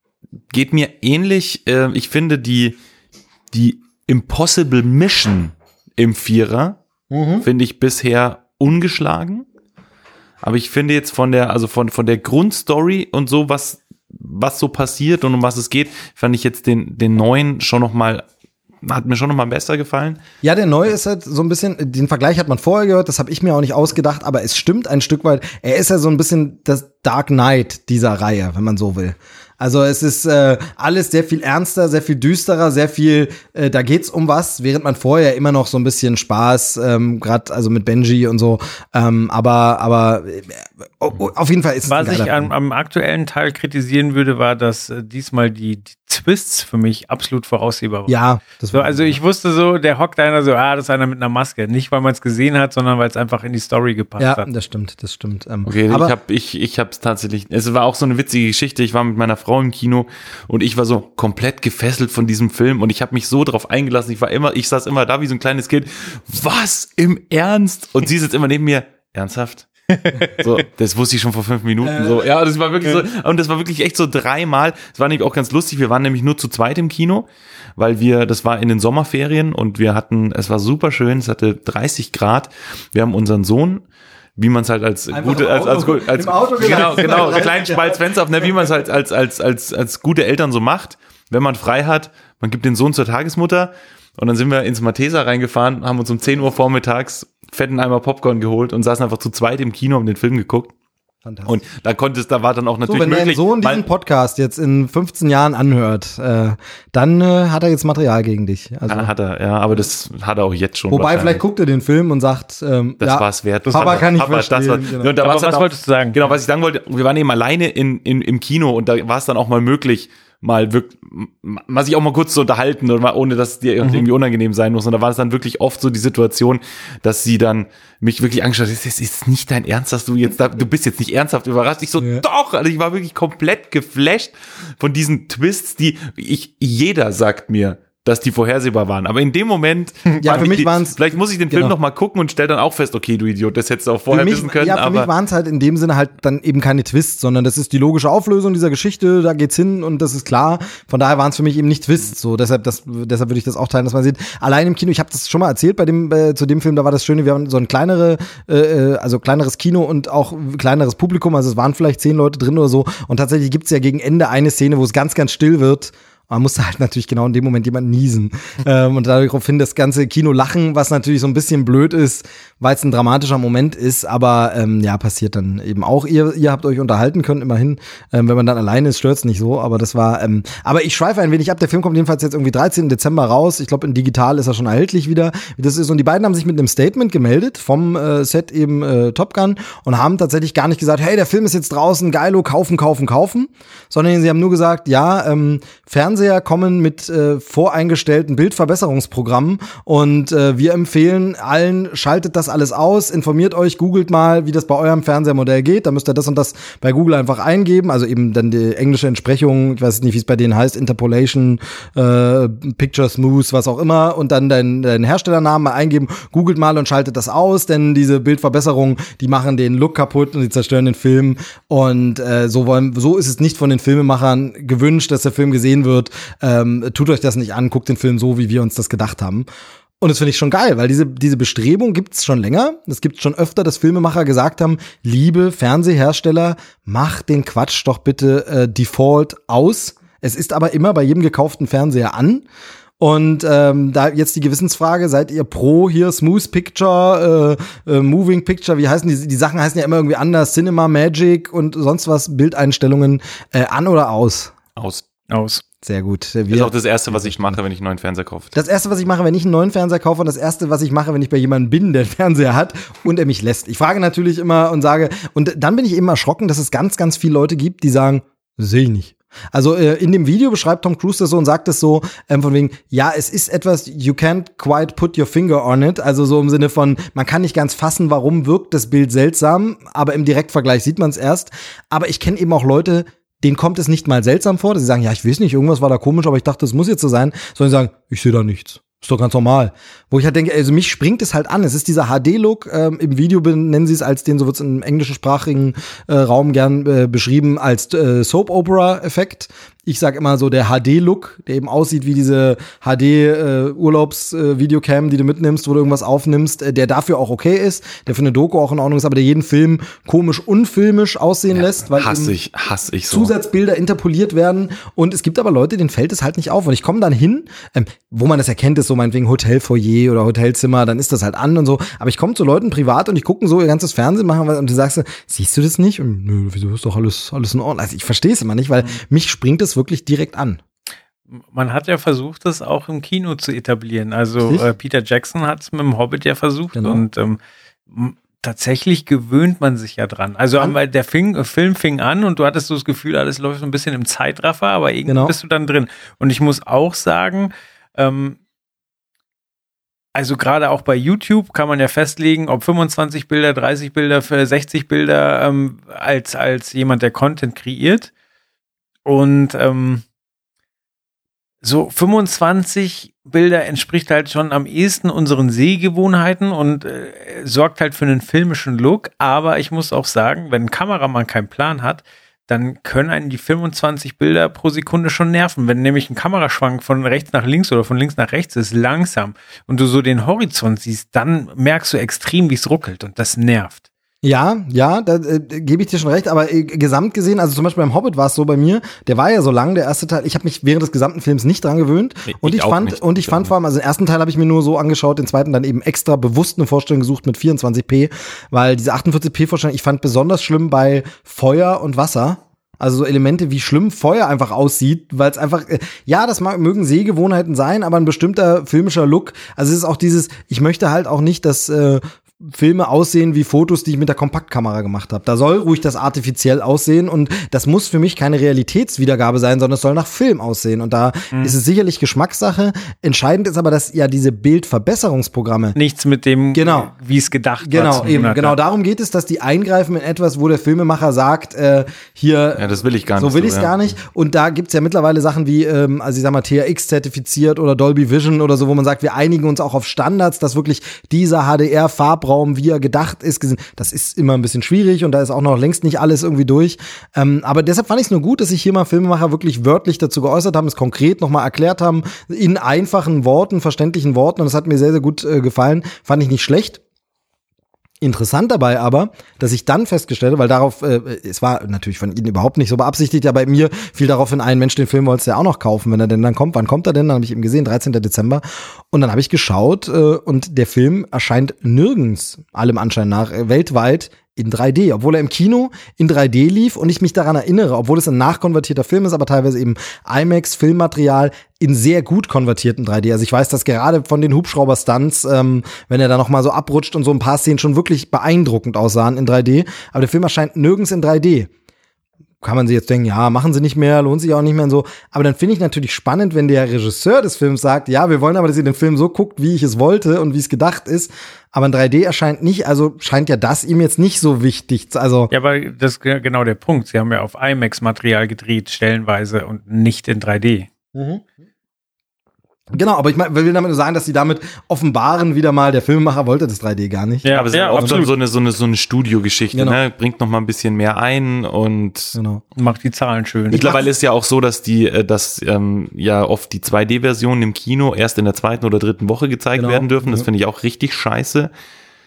geht mir ähnlich. Äh, ich finde die, die Impossible Mission im Vierer mhm. finde ich bisher ungeschlagen. Aber ich finde jetzt von der, also von, von der Grundstory und so, was, was so passiert und um was es geht, fand ich jetzt den, den neuen schon noch mal, hat mir schon noch mal besser gefallen. Ja, der neue ist halt so ein bisschen, den Vergleich hat man vorher gehört, das habe ich mir auch nicht ausgedacht, aber es stimmt ein Stück weit. Er ist ja so ein bisschen das Dark Knight dieser Reihe, wenn man so will. Also es ist äh, alles sehr viel ernster, sehr viel düsterer, sehr viel, äh, da geht's um was, während man vorher immer noch so ein bisschen Spaß, ähm, gerade also mit Benji und so, ähm, aber aber äh, oh, auf jeden Fall ist es was ich am, am aktuellen Teil kritisieren würde, war, dass äh, diesmal die, die Twists für mich absolut voraussehbar waren. Ja, das so, also ich wusste so, der hockt einer so, ah, das ist einer mit einer Maske, nicht weil man es gesehen hat, sondern weil es einfach in die Story gepasst ja, hat. Ja, das stimmt, das stimmt. Ähm, okay, aber ich habe ich ich habe es tatsächlich. Es war auch so eine witzige Geschichte. Ich war mit meiner Frau im Kino und ich war so komplett gefesselt von diesem Film und ich habe mich so drauf eingelassen. Ich war immer, ich saß immer da wie so ein kleines Kind. Was im Ernst? Und sie sitzt immer neben mir. Ernsthaft? So, das wusste ich schon vor fünf Minuten. So, ja, das war wirklich so, und das war wirklich echt so dreimal. Es war nämlich auch ganz lustig. Wir waren nämlich nur zu zweit im Kino, weil wir, das war in den Sommerferien und wir hatten, es war super schön. Es hatte dreißig Grad. Wir haben unseren Sohn, wie man es halt als Einfach gute, als, als, als, als Auto genau, genau, kleinen Spaltfenster auf, ne, wie man es halt als, als, als, als gute Eltern so macht, wenn man frei hat. Man gibt den Sohn zur Tagesmutter und dann sind wir ins Matesa reingefahren, haben uns um zehn Uhr vormittags fetten Eimer Popcorn geholt und saßen einfach zu zweit im Kino, haben den Film geguckt. Fantastisch. Und da konnte es, da war dann auch natürlich so, wenn möglich. Wenn dein Sohn diesen Podcast jetzt in fünfzehn Jahren anhört, äh, dann äh, hat er jetzt Material gegen dich. Also, ja, hat er, ja, aber das hat er auch jetzt schon. Wobei, vielleicht guckt er den Film und sagt, ähm, das ja, war's wert. Das Papa war, kann ich Papa, verstehen. Das war, genau. und da aber was halt wolltest du sagen? Genau, was ich sagen wollte, wir waren eben alleine in, in, im Kino und da war es dann auch mal möglich, mal wirklich, mal sich auch mal kurz zu unterhalten, ohne dass es dir mhm. irgendwie unangenehm sein muss. Und da war es dann wirklich oft so die Situation, dass sie dann mich wirklich angeschaut hat, das ist nicht dein Ernst, dass du jetzt da, du bist jetzt nicht ernsthaft überrascht. Ich so, ja. doch, also ich war wirklich komplett geflasht von diesen Twists, die ich, jeder sagt mir, dass die vorhersehbar waren. Aber in dem Moment, ja, für mich waren es. Vielleicht muss ich den genau. Film noch mal gucken und stell dann auch fest, okay, du Idiot, das hättest du auch vorher mich, wissen können. Ja, für aber mich waren es halt in dem Sinne halt dann eben keine Twists, sondern das ist die logische Auflösung dieser Geschichte, da geht's hin und das ist klar. Von daher waren es für mich eben nicht Twists. So, deshalb, das, deshalb würde ich das auch teilen, dass man sieht. Allein im Kino, ich habe das schon mal erzählt bei dem, äh, zu dem Film, da war das Schöne, wir haben so ein kleinere, äh, also kleineres Kino und auch kleineres Publikum, also es waren vielleicht zehn Leute drin oder so. Und tatsächlich gibt's ja gegen Ende eine Szene, wo es ganz, ganz still wird. Man musste halt natürlich genau in dem Moment jemand niesen. ähm, und daraufhin das ganze Kino lachen, was natürlich so ein bisschen blöd ist, weil es ein dramatischer Moment ist, aber ähm, ja, passiert dann eben auch. Ihr, ihr habt euch unterhalten können, immerhin. Ähm, wenn man dann alleine ist, stört's nicht so, aber das war, ähm, aber ich schweife ein wenig ab. Der Film kommt jedenfalls jetzt irgendwie dreizehnten Dezember raus. Ich glaube, in digital ist er schon erhältlich wieder. Das ist, und die beiden haben sich mit einem Statement gemeldet vom äh, Set eben äh, Top Gun und haben tatsächlich gar nicht gesagt, hey, der Film ist jetzt draußen, geilo, kaufen, kaufen, kaufen, sondern sie haben nur gesagt, ja, ähm, Fernseher kommen mit äh, voreingestellten Bildverbesserungsprogrammen und äh, wir empfehlen allen, schaltet das alles aus, informiert euch, googelt mal, wie das bei eurem Fernsehermodell geht, da müsst ihr das und das bei Google einfach eingeben, also eben dann die englische Entsprechung, ich weiß nicht, wie es bei denen heißt, Interpolation, äh, Picture Smooth, was auch immer, und dann deinen dein Herstellernamen mal eingeben, googelt mal und schaltet das aus, denn diese Bildverbesserungen, die machen den Look kaputt und die zerstören den Film und äh, so wollen, so ist es nicht von den Filmemachern gewünscht, dass der Film gesehen wird. Ähm, tut euch das nicht an, guckt den Film so, wie wir uns das gedacht haben. Und das finde ich schon geil, weil diese, diese Bestrebung gibt's schon länger. Es gibt schon öfter, dass Filmemacher gesagt haben, liebe Fernsehersteller, macht den Quatsch doch bitte äh, Default aus. Es ist aber immer bei jedem gekauften Fernseher an. Und ähm, da jetzt die Gewissensfrage, seid ihr pro hier Smooth Picture, äh, äh, Moving Picture, wie heißen die? Die Sachen heißen ja immer irgendwie anders, Cinema, Magic und sonst was, Bildeinstellungen, äh, an oder aus? Aus. Aus. Sehr gut. Wir das ist auch das Erste, was ich mache, wenn ich einen neuen Fernseher kaufe. Das Erste, was ich mache, wenn ich einen neuen Fernseher kaufe und das Erste, was ich mache, wenn ich bei jemandem bin, der einen Fernseher hat und er mich lässt. Ich frage natürlich immer und sage, und dann bin ich eben erschrocken, dass es ganz, ganz viele Leute gibt, die sagen, sehe ich nicht. Also äh, in dem Video beschreibt Tom Cruise das so und sagt es so, ähm, von wegen, ja, es ist etwas, you can't quite put your finger on it, also so im Sinne von, man kann nicht ganz fassen, warum wirkt das Bild seltsam, aber im Direktvergleich sieht man es erst. Aber ich kenne eben auch Leute, denen kommt es nicht mal seltsam vor, dass sie sagen, ja, ich weiß nicht, irgendwas war da komisch, aber ich dachte, das muss jetzt so sein, sondern sie sagen, ich sehe da nichts. Ist doch ganz normal. Wo ich halt denke, also mich springt es halt an. Es ist dieser H D-Look. Ähm, Im Video benennen sie es als den, so wird es im englischsprachigen äh, Raum gern äh, beschrieben, als äh, Soap-Opera-Effekt. Ich sag immer so, der H D-Look, der eben aussieht wie diese H D-Urlaubs-Videocam, äh, die du mitnimmst, wo du irgendwas aufnimmst, äh, der dafür auch okay ist, der für eine Doku auch in Ordnung ist, aber der jeden Film komisch unfilmisch aussehen ja, lässt, weil hasse ich, hasse ich so. Zusatzbilder interpoliert werden. Und es gibt aber Leute, denen fällt es halt nicht auf. Und ich komme dann hin, ähm, wo man das erkennt, ist so meinetwegen Hotelfoyer oder Hotelzimmer, dann ist das halt an und so. Aber ich komme zu Leuten privat und die gucken so ihr ganzes Fernsehen machen und du sagst, siehst du das nicht? Und, nö, wieso ist doch alles, alles in Ordnung? Also ich verstehe es immer nicht, weil mich springt es wirklich direkt an. Man hat ja versucht, das auch im Kino zu etablieren. Also äh, Peter Jackson hat es mit dem Hobbit ja versucht genau. und ähm, tatsächlich gewöhnt man sich ja dran. Also an? der Film, Film fing an und du hattest so das Gefühl, alles läuft so ein bisschen im Zeitraffer, aber irgendwie genau. bist du dann drin. Und ich muss auch sagen, ähm, also gerade auch bei YouTube kann man ja festlegen, ob fünfundzwanzig Bilder, dreißig Bilder, für sechzig Bilder ähm, als, als jemand, der Content kreiert. Und ähm, so fünfundzwanzig Bilder entspricht halt schon am ehesten unseren Sehgewohnheiten und äh, sorgt halt für einen filmischen Look. Aber ich muss auch sagen, wenn ein Kameramann keinen Plan hat, dann können einen die fünfundzwanzig Bilder pro Sekunde schon nerven. Wenn nämlich ein Kameraschwank von rechts nach links oder von links nach rechts ist, langsam, und du so den Horizont siehst, dann merkst du extrem, wie es ruckelt und das nervt. Ja, ja, da äh, gebe ich dir schon recht, aber äh, gesamt gesehen, also zum Beispiel beim Hobbit war es so bei mir, der war ja so lang, der erste Teil, ich habe mich während des gesamten Films nicht dran gewöhnt ich, und ich, ich fand, nicht. und ich fand vor allem, also den ersten Teil habe ich mir nur so angeschaut, den zweiten dann eben extra bewusst eine Vorstellung gesucht mit vierundzwanzig p, weil diese achtundvierzig p Vorstellung, ich fand besonders schlimm bei Feuer und Wasser. Also so Elemente, wie schlimm Feuer einfach aussieht, weil es einfach, äh, ja, das mag, mögen Sehgewohnheiten sein, aber ein bestimmter filmischer Look, also es ist auch dieses, ich möchte halt auch nicht, dass äh, Filme aussehen wie Fotos, die ich mit der Kompaktkamera gemacht habe. Da soll ruhig das artifiziell aussehen und das muss für mich keine Realitätswiedergabe sein, sondern es soll nach Film aussehen und da mhm. ist es sicherlich Geschmackssache. Entscheidend ist aber, dass ja diese Bildverbesserungsprogramme nichts mit dem, genau. wie es gedacht genau, war. Eben, genau, darum geht es, dass die eingreifen in etwas, wo der Filmemacher sagt, äh, hier, ja, das will ich gar nicht. So will ich es ja. gar nicht. Und da gibt's ja mittlerweile Sachen wie, ähm, also ich sag mal, T R X zertifiziert oder Dolby Vision oder so, wo man sagt, wir einigen uns auch auf Standards, dass wirklich dieser H D R-Farbraum, wie er gedacht ist, gesehen. Das ist immer ein bisschen schwierig und da ist auch noch längst nicht alles irgendwie durch. Ähm, aber deshalb fand ich es nur gut, dass sich hier mal Filmemacher wirklich wörtlich dazu geäußert haben, es konkret nochmal erklärt haben, in einfachen Worten, verständlichen Worten und das hat mir sehr, sehr gut äh, gefallen. Fand ich nicht schlecht. Interessant dabei aber, dass ich dann festgestellt habe, weil darauf, äh, es war natürlich von Ihnen überhaupt nicht so beabsichtigt, ja bei mir fiel daraufhin ein, Mensch, den Film wolltest du ja auch noch kaufen, wenn er denn dann kommt. Wann kommt er denn? Dann habe ich eben gesehen, dreizehnten Dezember. Und dann habe ich geschaut äh, und der Film erscheint nirgends, allem Anschein nach, äh, weltweit in drei D, obwohl er im Kino in drei D lief und ich mich daran erinnere, obwohl es ein nachkonvertierter Film ist, aber teilweise eben IMAX-Filmmaterial in sehr gut konvertierten drei D. Also ich weiß, dass gerade von den Hubschrauber-Stunts, ähm, wenn er da noch mal so abrutscht und so ein paar Szenen schon wirklich beeindruckend aussahen in drei D, aber der Film erscheint nirgends in drei D. Kann man sich jetzt denken, ja, machen sie nicht mehr, lohnt sich auch nicht mehr und so. Aber dann finde ich natürlich spannend, wenn der Regisseur des Films sagt, ja, wir wollen aber, dass ihr den Film so guckt, wie ich es wollte und wie es gedacht ist. Aber in drei D erscheint nicht, also scheint ja das ihm jetzt nicht so wichtig. Also ja, aber das ist genau der Punkt. Sie haben ja auf IMAX-Material gedreht, stellenweise und nicht in drei D. Mhm. Genau, aber ich mein, will damit nur sagen, dass sie damit offenbaren wieder mal, der Filmemacher wollte das drei D gar nicht. Ja, aber es ja, ist oft so eine, so eine, so eine Studiogeschichte, genau. ne? Bringt noch mal ein bisschen mehr ein und genau. macht die Zahlen schön. Mittlerweile ist ja auch so, dass die, dass ähm, ja oft die zwei D-Versionen im Kino erst in der zweiten oder dritten Woche gezeigt genau. werden dürfen. Das finde ich auch richtig scheiße.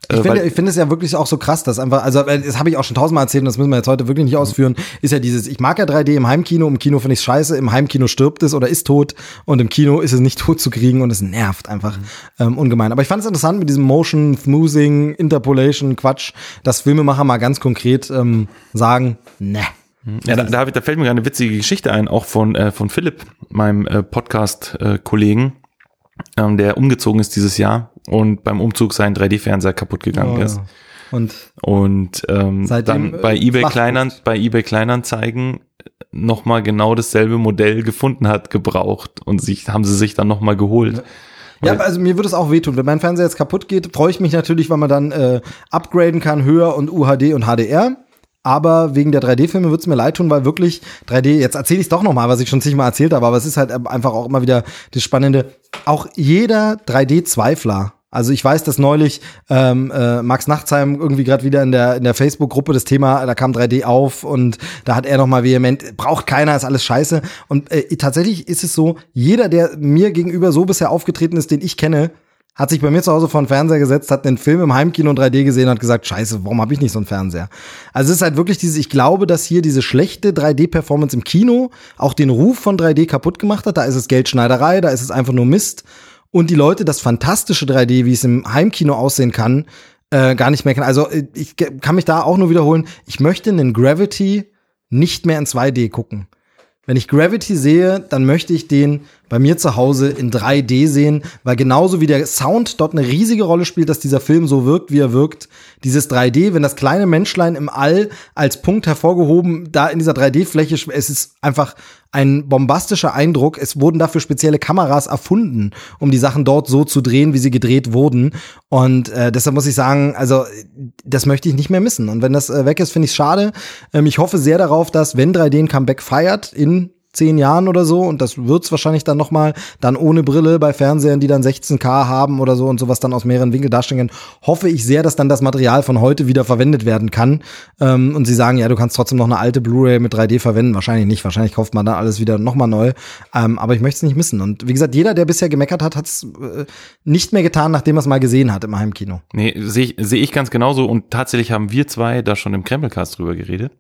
Ich äh, finde, ich finde es ja wirklich auch so krass, dass einfach, also das habe ich auch schon tausendmal erzählt und das müssen wir jetzt heute wirklich nicht ausführen, ist ja dieses, ich mag ja drei D im Heimkino, im Kino finde ich es scheiße, im Heimkino stirbt es oder ist tot und im Kino ist es nicht tot zu kriegen und es nervt einfach mhm. ähm, ungemein. Aber ich fand es interessant mit diesem Motion, Smoothing, Interpolation, Quatsch, dass Filmemacher mal ganz konkret ähm, sagen, ne. Ja, da, da, da fällt mir eine witzige Geschichte ein, auch von, äh, von Philipp, meinem äh, Podcast-Kollegen, äh, ähm, der umgezogen ist dieses Jahr und beim Umzug sein drei D-Fernseher kaputt gegangen oh, ist. Und, und ähm, dann bei eBay, Kleinand, bei eBay Kleinanzeigen nochmal genau dasselbe Modell gefunden hat, gebraucht und sich haben sie sich dann nochmal geholt. Ja, also mir würde es auch wehtun. Wenn mein Fernseher jetzt kaputt geht, freue ich mich natürlich, weil man dann äh, upgraden kann, höher und U H D und H D R. Aber wegen der drei D-Filme würde es mir leid tun, weil wirklich drei D, jetzt erzähle ich es doch nochmal, was ich schon zigmal erzählt habe, aber es ist halt einfach auch immer wieder das Spannende. Auch jeder drei D-Zweifler, also ich weiß, dass neulich ähm, äh, Max Nachtsheim irgendwie gerade wieder in der in der Facebook-Gruppe das Thema, da kam drei D auf und da hat er nochmal vehement, braucht keiner, ist alles scheiße. Und äh, tatsächlich ist es so, jeder, der mir gegenüber so bisher aufgetreten ist, den ich kenne, hat sich bei mir zu Hause vor den Fernseher gesetzt, hat einen Film im Heimkino in drei D gesehen und hat gesagt, scheiße, warum habe ich nicht so einen Fernseher? Also es ist halt wirklich dieses, ich glaube, dass hier diese schlechte drei D-Performance im Kino auch den Ruf von drei D kaputt gemacht hat. Da ist es Geldschneiderei, da ist es einfach nur Mist. Und die Leute das fantastische drei D, wie es im Heimkino aussehen kann, äh, gar nicht mehr kennen. Also ich kann mich da auch nur wiederholen, ich möchte einen Gravity nicht mehr in zwei D gucken. Wenn ich Gravity sehe, dann möchte ich den bei mir zu Hause in drei D sehen, weil genauso wie der Sound dort eine riesige Rolle spielt, dass dieser Film so wirkt, wie er wirkt, dieses drei D, wenn das kleine Menschlein im All als Punkt hervorgehoben, da in dieser drei D-Fläche, es ist einfach ein bombastischer Eindruck. Es wurden dafür spezielle Kameras erfunden, um die Sachen dort so zu drehen, wie sie gedreht wurden. Und äh, deshalb muss ich sagen, also das möchte ich nicht mehr missen. Und wenn das äh, weg ist, finde ich es schade. Ähm, ich hoffe sehr darauf, dass, wenn drei D ein Comeback feiert, in zehn Jahren oder so, und das wird's wahrscheinlich dann noch mal, dann ohne Brille bei Fernsehern, die dann sechzehn K haben oder so und sowas dann aus mehreren Winkeln darstellen können, hoffe ich sehr, dass dann das Material von heute wieder verwendet werden kann. Ähm, und sie sagen, ja, du kannst trotzdem noch eine alte Blu-ray mit drei D verwenden. Wahrscheinlich nicht. Wahrscheinlich kauft man dann alles wieder noch mal neu. Ähm, aber ich möchte es nicht missen. Und wie gesagt, jeder, der bisher gemeckert hat, hat es äh, nicht mehr getan, nachdem er es mal gesehen hat im Heimkino. Nee, sehe ich, seh ich ganz genauso. Und tatsächlich haben wir zwei da schon im Krempelcast drüber geredet.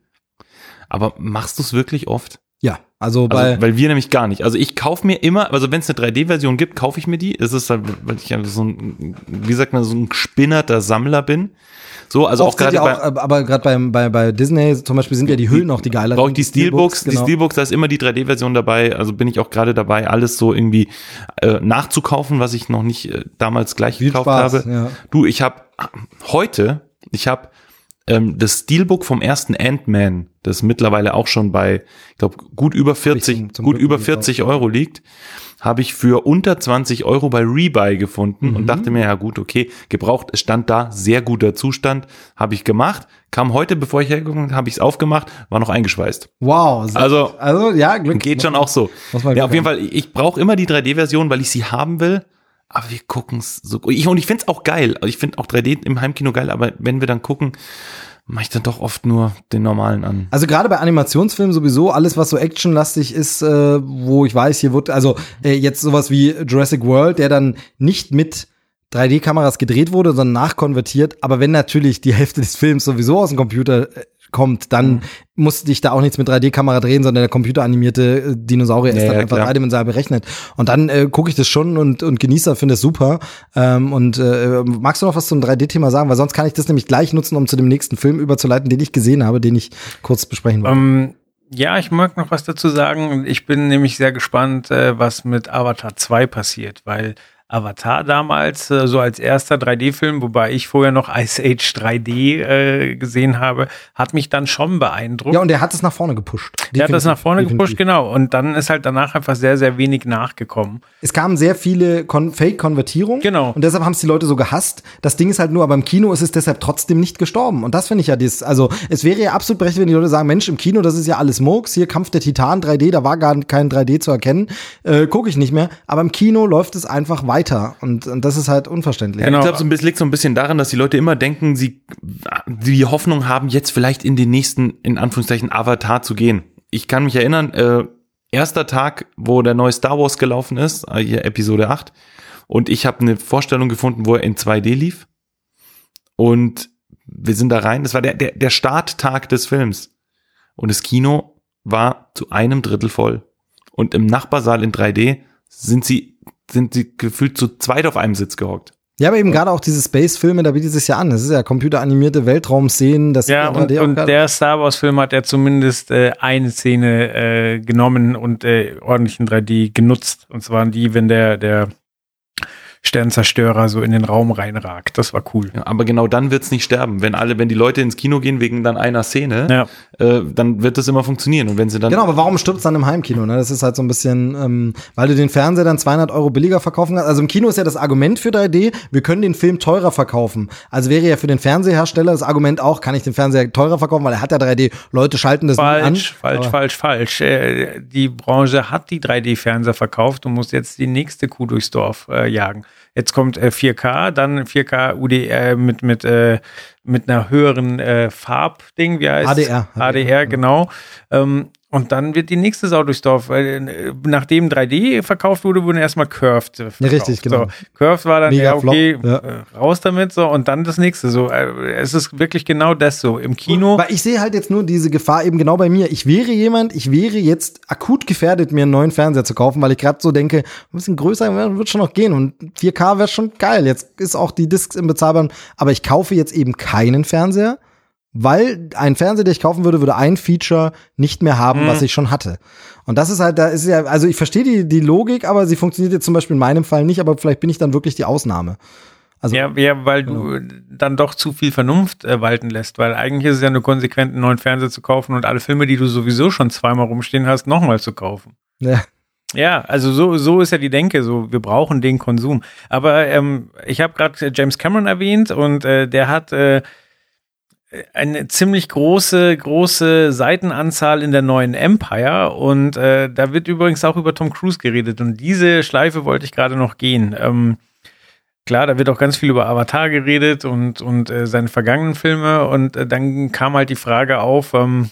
Aber machst du es wirklich oft? Ja, also bei also, weil wir nämlich gar nicht. Also ich kaufe mir immer, also wenn es eine drei D-Version gibt, kaufe ich mir die. Es ist halt, weil ich ja so ein, wie sagt man, so ein gespinnerter Sammler bin. So, also Oft auch gerade ja bei, aber gerade beim bei bei Disney zum Beispiel sind ja die Hüllen auch die geiler. Brauche ich die Steelbooks, genau. Die Steelbooks, da ist immer die drei D-Version dabei. Also bin ich auch gerade dabei, alles so irgendwie äh, nachzukaufen, was ich noch nicht äh, damals gleich Viel gekauft Spaß, habe. Ja. Du, ich habe heute, ich habe das Steelbook vom ersten Ant-Man, das mittlerweile auch schon bei, ich glaube, gut über vierzig, zum, zum gut Glück über vierzig Euro liegt, habe ich für unter zwanzig Euro bei Rebuy gefunden mhm. und dachte mir, ja gut, okay, gebraucht, es stand da, sehr guter Zustand, habe ich gemacht, kam heute, bevor ich hergekommen bin, habe ich es aufgemacht, war noch eingeschweißt. Wow. Also, also ja, Glück. Geht schon auch so. Ja, auf jeden Fall, ich brauche immer die drei D-Version, weil ich sie haben will. Aber wir gucken es so. Ich, und ich finde es auch geil. Ich finde auch drei D im Heimkino geil, aber wenn wir dann gucken, mache ich dann doch oft nur den normalen an. Also gerade bei Animationsfilmen sowieso, alles was so actionlastig ist, äh, wo ich weiß, hier wird, also äh, jetzt sowas wie Jurassic World, der dann nicht mit drei D-Kameras gedreht wurde, sondern nachkonvertiert. Aber wenn natürlich die Hälfte des Films sowieso aus dem Computer äh, kommt, dann mhm. musste ich da auch nichts mit drei D-Kamera drehen, sondern der computeranimierte äh, Dinosaurier ja, ist dann ja, einfach klar. dreidimensional berechnet. Und dann äh, gucke ich das schon und und genieße, finde es super. Ähm, und äh, magst du noch was zum drei D-Thema sagen? Weil sonst kann ich das nämlich gleich nutzen, um zu dem nächsten Film überzuleiten, den ich gesehen habe, den ich kurz besprechen wollte. Um, ja, ich mag noch was dazu sagen. Ich bin nämlich sehr gespannt, äh, was mit Avatar zwei passiert, weil Avatar damals, äh, so als erster drei D-Film, wobei ich vorher noch Ice Age drei D äh, gesehen habe, hat mich dann schon beeindruckt. Ja, und der hat es nach vorne gepusht. Der hat das nach vorne definitiv. gepusht, genau. Und dann ist halt danach einfach sehr, sehr wenig nachgekommen. Es kamen sehr viele Kon- Fake-Konvertierungen. Genau. Und deshalb haben es die Leute so gehasst. Das Ding ist halt nur, aber im Kino ist es deshalb trotzdem nicht gestorben. Und das finde ich ja das, also es wäre ja absolut berechtigt, wenn die Leute sagen, Mensch, im Kino, das ist ja alles Murks, hier Kampf der Titan drei D, da war gar kein drei D zu erkennen, äh, gucke ich nicht mehr. Aber im Kino läuft es einfach weiter. Und, und das ist halt unverständlich. Ja, genau. Ich glaube, es liegt so ein bisschen daran, dass die Leute immer denken, sie die Hoffnung haben, jetzt vielleicht in den nächsten, in Anführungszeichen, Avatar zu gehen. Ich kann mich erinnern, äh, erster Tag, wo der neue Star Wars gelaufen ist, hier Episode acht, und ich habe eine Vorstellung gefunden, wo er in zwei D lief. Und wir sind da rein, das war der, der, der Starttag des Films. Und das Kino war zu einem Drittel voll. Und im Nachbarsaal in drei D sind sie, sind sie gefühlt zu zweit auf einem Sitz gehockt. Ja, aber eben gerade auch diese Space-Filme, da bietet es ja an. Das ist ja computeranimierte Weltraumszenen. Das ja, und, und der Star Wars-Film hat ja zumindest äh, eine Szene äh, genommen und äh, ordentlich in drei D genutzt. Und zwar die, wenn der, der Sternzerstörer so in den Raum reinragt. Das war cool. Ja, aber genau dann wird's nicht sterben. Wenn alle, wenn die Leute ins Kino gehen wegen dann einer Szene, ja. äh, dann wird das immer funktionieren. Und wenn sie dann genau, aber warum stirbt's dann im Heimkino? Ne? Das ist halt so ein bisschen, ähm, weil du den Fernseher dann zweihundert Euro billiger verkaufen kannst. Also im Kino ist ja das Argument für drei D, wir können den Film teurer verkaufen. Also wäre ja für den Fernsehersteller das Argument auch, kann ich den Fernseher teurer verkaufen, weil er hat ja drei D. Leute schalten das falsch, an. Falsch, falsch, falsch, falsch. Äh, die Branche hat die drei D-Fernseher verkauft und muss jetzt die nächste Kuh durchs Dorf äh, jagen. Jetzt kommt äh, vier K, dann vier K U D R mit mit äh, mit einer höheren äh, Farbding, wie heißt H D R. H D R, genau. Ähm, und dann wird die nächste Sau durchs Dorf. Weil, nachdem drei D verkauft wurde, wurde erstmal Curved verkauft. Ja, richtig, genau. So, Curved war dann, Mega ja, okay, Flop, ja. Äh, raus damit, so, und dann das nächste. So, äh, es ist wirklich genau das so. Im Kino. Weil ich sehe halt jetzt nur diese Gefahr eben genau bei mir. Ich wäre jemand, ich wäre jetzt akut gefährdet, mir einen neuen Fernseher zu kaufen, weil ich gerade so denke, ein bisschen größer wird schon noch gehen und vier K wäre schon geil. Jetzt ist auch die Discs im bezahlbaren, aber ich kaufe jetzt eben keinen Fernseher. Weil ein Fernseher, den ich kaufen würde, würde ein Feature nicht mehr haben, mhm. was ich schon hatte. Und das ist halt, da ist ja, also ich verstehe die, die Logik, aber sie funktioniert jetzt zum Beispiel in meinem Fall nicht, aber vielleicht bin ich dann wirklich die Ausnahme. Also, ja, ja, weil du dann doch zu viel Vernunft äh, walten lässt, weil eigentlich ist es ja nur konsequent, einen neuen Fernseher zu kaufen und alle Filme, die du sowieso schon zweimal rumstehen hast, nochmal zu kaufen. Ja. Ja, also so so ist ja die Denke, so wir brauchen den Konsum. Aber ähm, ich habe gerade James Cameron erwähnt und äh, der hat äh, eine ziemlich große, große Seitenanzahl in der neuen Empire und äh, da wird übrigens auch über Tom Cruise geredet und diese Schleife wollte ich gerade noch gehen. Ähm, klar, da wird auch ganz viel über Avatar geredet und, und äh, seine vergangenen Filme und äh, dann kam halt die Frage auf, ähm,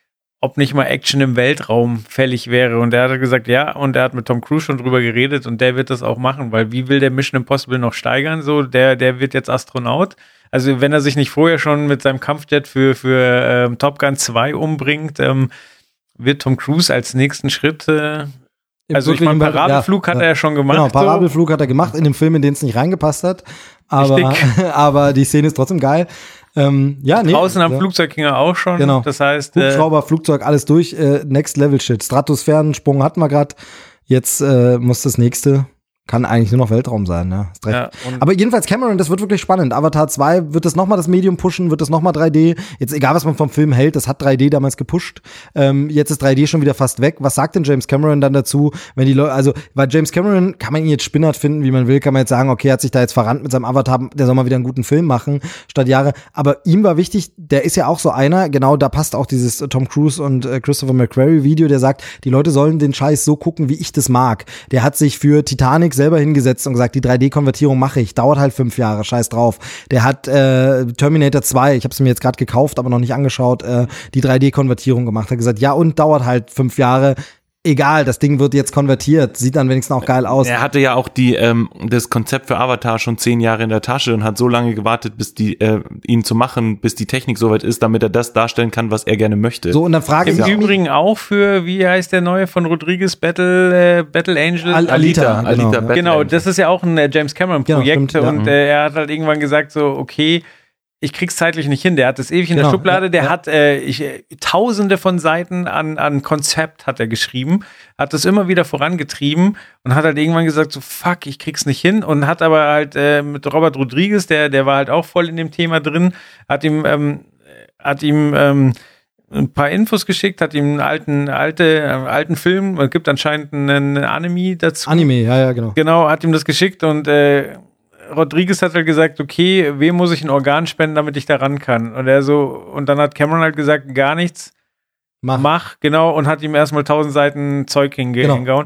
ob nicht mal Action im Weltraum fällig wäre und er hat gesagt, ja, und er hat mit Tom Cruise schon drüber geredet und der wird das auch machen, weil wie will der Mission Impossible noch steigern, so, der, der wird jetzt Astronaut. Also wenn er sich nicht vorher schon mit seinem Kampfjet für, für ähm, Top Gun zwei umbringt, ähm, wird Tom Cruise als nächsten Schritt, äh, also ich meine, Parabelflug ja, hat er ja schon gemacht. Genau, Parabelflug so. Hat er gemacht in dem Film, in den es nicht reingepasst hat. Aber, aber die Szene ist trotzdem geil. Ähm, ja, nee, draußen am ja. Flugzeug ging er auch schon. Genau. Das heißt, Hubschrauber, äh, Flugzeug, alles durch. Äh, Next Level Shit. Stratosphärensprung hatten wir gerade. Jetzt äh, muss das nächste. Kann eigentlich nur noch Weltraum sein, ne? Hast recht. Ja, aber jedenfalls Cameron, das wird wirklich spannend. Avatar zwei, wird das nochmal das Medium pushen? Wird das nochmal drei D? Jetzt egal, was man vom Film hält, das hat drei D damals gepusht. Ähm, jetzt ist drei D schon wieder fast weg. Was sagt denn James Cameron dann dazu, wenn die Leute, also, weil James Cameron, kann man ihn jetzt spinnert finden, wie man will, kann man jetzt sagen, okay, er hat sich da jetzt verrannt mit seinem Avatar, der soll mal wieder einen guten Film machen, statt Jahre. Aber ihm war wichtig, der ist ja auch so einer, genau, da passt auch dieses Tom Cruise und äh, Christopher McQuarrie Video, der sagt, die Leute sollen den Scheiß so gucken, wie ich das mag. Der hat sich für Titanic selber hingesetzt und gesagt, die drei D-Konvertierung mache ich, dauert halt fünf Jahre, scheiß drauf. Der hat äh, Terminator zwei, ich habe es mir jetzt gerade gekauft, aber noch nicht angeschaut, äh, die drei D-Konvertierung gemacht, hat gesagt, ja und dauert halt fünf Jahre. Egal, das Ding wird jetzt konvertiert, sieht dann wenigstens auch geil aus. Er hatte ja auch die ähm, das Konzept für Avatar schon zehn Jahre in der Tasche und hat so lange gewartet, bis die äh, ihn zu machen, bis die Technik soweit ist, damit er das darstellen kann, was er gerne möchte. So, und dann frage ich Im mich Übrigen auch für, wie heißt der neue von Rodriguez, Battle äh, Battle Angel? Al Alita, Alita, Alita genau, Battle genau, Angel. Das ist ja auch ein äh, James Cameron Projekt genau, stimmt, und ja. äh, er hat halt irgendwann gesagt so, okay, ich krieg's zeitlich nicht hin. Der hat das ewig in Genau, der Schublade. Der ja, hat äh, ich, äh, tausende von Seiten an, an Konzept hat er geschrieben, hat das immer wieder vorangetrieben und hat halt irgendwann gesagt so, fuck, ich krieg's nicht hin und hat aber halt äh, mit Robert Rodriguez, der der war halt auch voll in dem Thema drin, hat ihm ähm, hat ihm ähm, ein paar Infos geschickt, hat ihm einen alten alte äh, alten Film, es gibt anscheinend einen Anime dazu. Anime, ja, ja, genau. Genau, hat ihm das geschickt und äh, Rodriguez hat halt gesagt, okay, wem muss ich ein Organ spenden, damit ich da ran kann? Und er so, und dann hat Cameron halt gesagt, gar nichts, Mach. mach, genau, und hat ihm erstmal tausend Seiten Zeug hinge- Genau. hingehauen.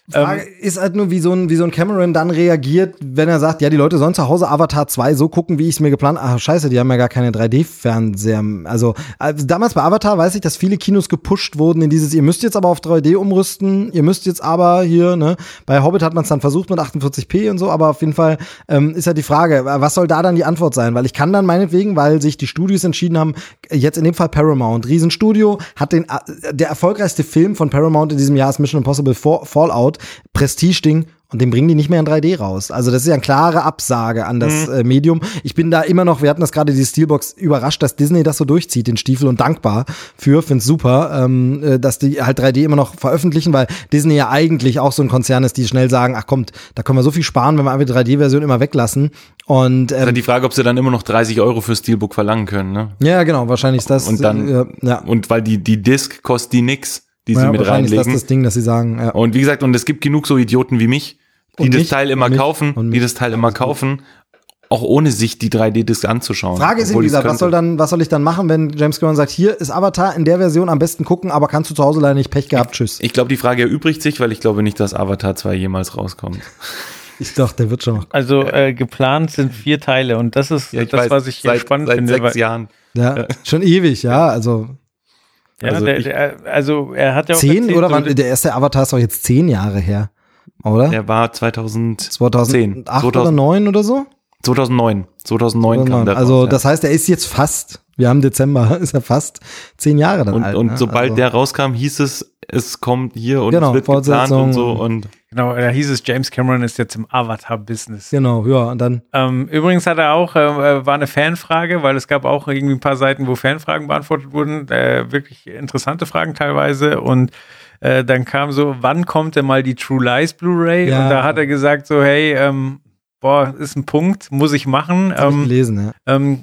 Frage ähm, ist halt nur, wie so, ein, wie so ein Cameron dann reagiert, wenn er sagt, ja, die Leute sollen zu Hause Avatar zwei so gucken, wie ich es mir geplant habe. Ach, scheiße, die haben ja gar keine drei D-Fernseher. Also, also damals bei Avatar weiß ich, dass viele Kinos gepusht wurden in dieses, ihr müsst jetzt aber auf drei D umrüsten, ihr müsst jetzt aber hier, ne, bei Hobbit hat man es dann versucht mit achtundvierzig p und so, aber auf jeden Fall ähm, ist ja die Frage, was soll da dann die Antwort sein? Weil ich kann dann meinetwegen, weil sich die Studios entschieden haben, jetzt in dem Fall Paramount, Riesenstudio, hat den, der erfolgreichste Film von Paramount in diesem Jahr ist Mission Impossible Fallout, Prestige-Ding, und den bringen die nicht mehr in drei D raus. Also das ist ja eine klare Absage an das mhm. äh, Medium. Ich bin da immer noch, wir hatten das gerade, die Steelbox, überrascht, dass Disney das so durchzieht, den Stiefel, und dankbar für, find's super, ähm, äh, dass die halt drei D immer noch veröffentlichen, weil Disney ja eigentlich auch so ein Konzern ist, die schnell sagen, ach kommt, da können wir so viel sparen, wenn wir einfach die drei D-Version immer weglassen. Und ähm, ist halt die Frage, ob sie dann immer noch dreißig Euro für Steelbook verlangen können, ne? Ja, genau, wahrscheinlich ist das. Und dann, äh, ja. und weil die, die Disc kostet die nix, die ja, sie mit wahrscheinlich reinlegen. Ist das das Ding, dass sie sagen, ja. Und wie gesagt, und es gibt genug so Idioten wie mich, die und das mich, Teil immer mich, kaufen, die das Teil immer kaufen, auch ohne sich die drei D-Disc anzuschauen. Frage ist, wie gesagt, was soll dann, was soll ich dann machen, wenn James Cameron sagt, hier ist Avatar in der Version am besten gucken, aber kannst du zu Hause leider nicht, Pech gehabt, tschüss. Ich glaube, die Frage erübrigt sich, weil ich glaube nicht, dass Avatar zwei jemals rauskommt. Ich dachte, der wird schon noch. Also äh, geplant sind vier Teile und das ist ja, das, weiß, was ich hier seit, spannend seit finde. Seit sechs weil, Jahren. Ja, ja, schon ewig, ja, also. Ja, also, der, ich, der, also er hat ja auch zehn erzählt, oder so, wann, der erste Avatar ist doch jetzt zehn Jahre her, oder? Der war zweitausendzehn. zweitausendacht oder neun oder so? zweitausendneun. zweitausendneun kam der Also raus, das ja. heißt, er ist jetzt fast, wir haben Dezember, ist er fast zehn Jahre dann und, alt. Und ne? sobald also. der rauskam, hieß es, es kommt hier und genau, es wird geplant und so. Und genau, da hieß es, James Cameron ist jetzt im Avatar-Business. Genau, ja, und dann. Ähm, übrigens hat er auch, äh, war eine Fanfrage, weil es gab auch irgendwie ein paar Seiten, wo Fanfragen beantwortet wurden, äh, wirklich interessante Fragen teilweise, und äh, dann kam so, wann kommt denn mal die True Lies Blu-ray? Ja. Und da hat er gesagt so, hey, ähm, boah, ist ein Punkt, muss ich machen. Das hab ähm, ich gelesen, ja. Ähm,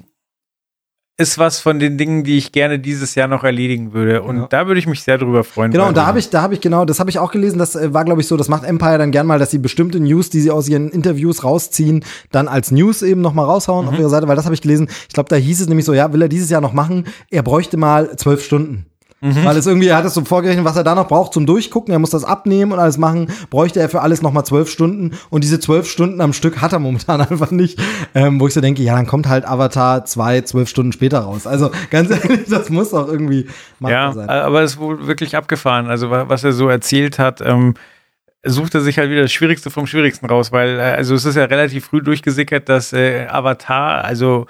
ist was von den Dingen, die ich gerne dieses Jahr noch erledigen würde. Und ja. da würde ich mich sehr drüber freuen. Genau, und da habe ich, da habe ich genau, das habe ich auch gelesen, das äh, war, glaube ich, so, das macht Empire dann gern mal, dass sie bestimmte News, die sie aus ihren Interviews rausziehen, dann als News eben noch mal raushauen mhm. auf ihrer Seite, weil das habe ich gelesen. Ich glaube, da hieß es nämlich so, ja, will er dieses Jahr noch machen? Er bräuchte mal zwölf Stunden. Mhm. Weil es irgendwie, er hat es so vorgerechnet, was er da noch braucht zum Durchgucken, er muss das abnehmen und alles machen, bräuchte er für alles nochmal zwölf Stunden, und diese zwölf Stunden am Stück hat er momentan einfach nicht, ähm, wo ich so denke, ja, dann kommt halt Avatar zwei, zwölf Stunden später raus. Also ganz ehrlich, das muss auch irgendwie machbar ja, sein. Aber es ist wohl wirklich abgefahren, also was er so erzählt hat, ähm, sucht er sich halt wieder das Schwierigste vom Schwierigsten raus, weil, äh, also es ist ja relativ früh durchgesickert, dass äh, Avatar, also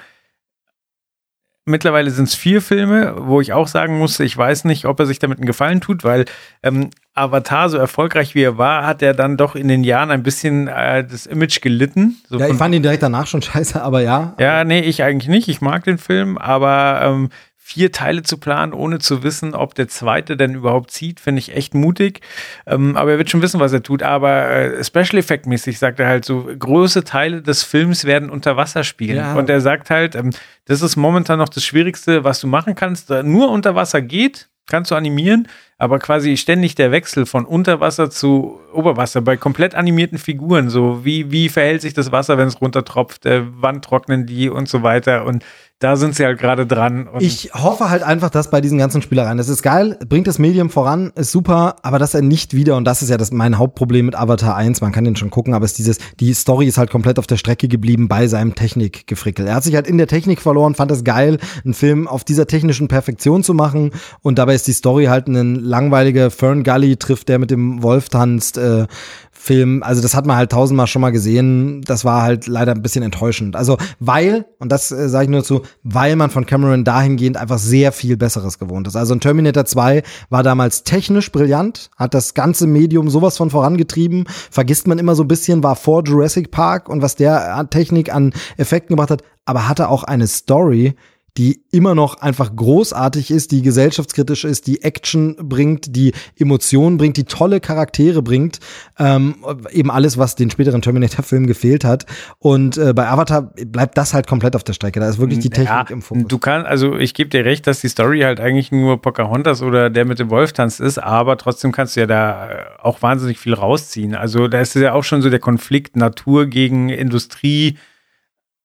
mittlerweile sind es vier Filme, wo ich auch sagen musste, ich weiß nicht, ob er sich damit einen Gefallen tut, weil ähm, Avatar, so erfolgreich wie er war, hat er dann doch in den Jahren ein bisschen äh, das Image gelitten. So ja, ich fand ihn direkt danach schon scheiße, aber ja. Ja, nee, ich eigentlich nicht. Ich mag den Film, aber ähm, vier Teile zu planen, ohne zu wissen, ob der zweite denn überhaupt zieht, finde ich echt mutig. Ähm, aber er wird schon wissen, was er tut. Aber äh, Special Effect mäßig sagt er halt so, große Teile des Films werden unter Wasser spielen. Ja. Und er sagt halt, ähm, das ist momentan noch das Schwierigste, was du machen kannst. Nur unter Wasser geht, kannst du animieren, aber quasi ständig der Wechsel von Unterwasser zu Oberwasser bei komplett animierten Figuren, so wie, wie verhält sich das Wasser, wenn es runtertropft, äh, wann trocknen die und so weiter, und da sind sie halt gerade dran. Und ich hoffe halt einfach, dass bei diesen ganzen Spielereien, das ist geil, bringt das Medium voran, ist super, aber dass er nicht wieder, und das ist ja das mein Hauptproblem mit Avatar eins, man kann den schon gucken, aber es ist dieses, die Story ist halt komplett auf der Strecke geblieben bei seinem Technikgefrickel. Er hat sich halt in der Technik verloren, fand es geil, einen Film auf dieser technischen Perfektion zu machen, und dabei ist die Story halt ein langweiliger Fern Gully trifft, der mit dem Wolf tanzt, äh, Film, also das hat man halt tausendmal schon mal gesehen, das war halt leider ein bisschen enttäuschend. Also weil, und das äh, sage ich nur dazu, weil man von Cameron dahingehend einfach sehr viel Besseres gewohnt ist. Also ein Terminator zwei war damals technisch brillant, hat das ganze Medium sowas von vorangetrieben, vergisst man immer so ein bisschen, war vor Jurassic Park und was der an Technik, an Effekten gebracht hat, aber hatte auch eine Story, die immer noch einfach großartig ist, die gesellschaftskritisch ist, die Action bringt, die Emotionen bringt, die tolle Charaktere bringt, ähm, eben alles, was den späteren Terminator-Film gefehlt hat. Und äh, bei Avatar bleibt das halt komplett auf der Strecke. Da ist wirklich die Technik ja, im Fokus. Du kannst, also ich gebe dir recht, dass die Story halt eigentlich nur Pocahontas oder der mit dem Wolf tanzt ist, aber trotzdem kannst du ja da auch wahnsinnig viel rausziehen. Also da ist ja auch schon so der Konflikt Natur gegen Industrie.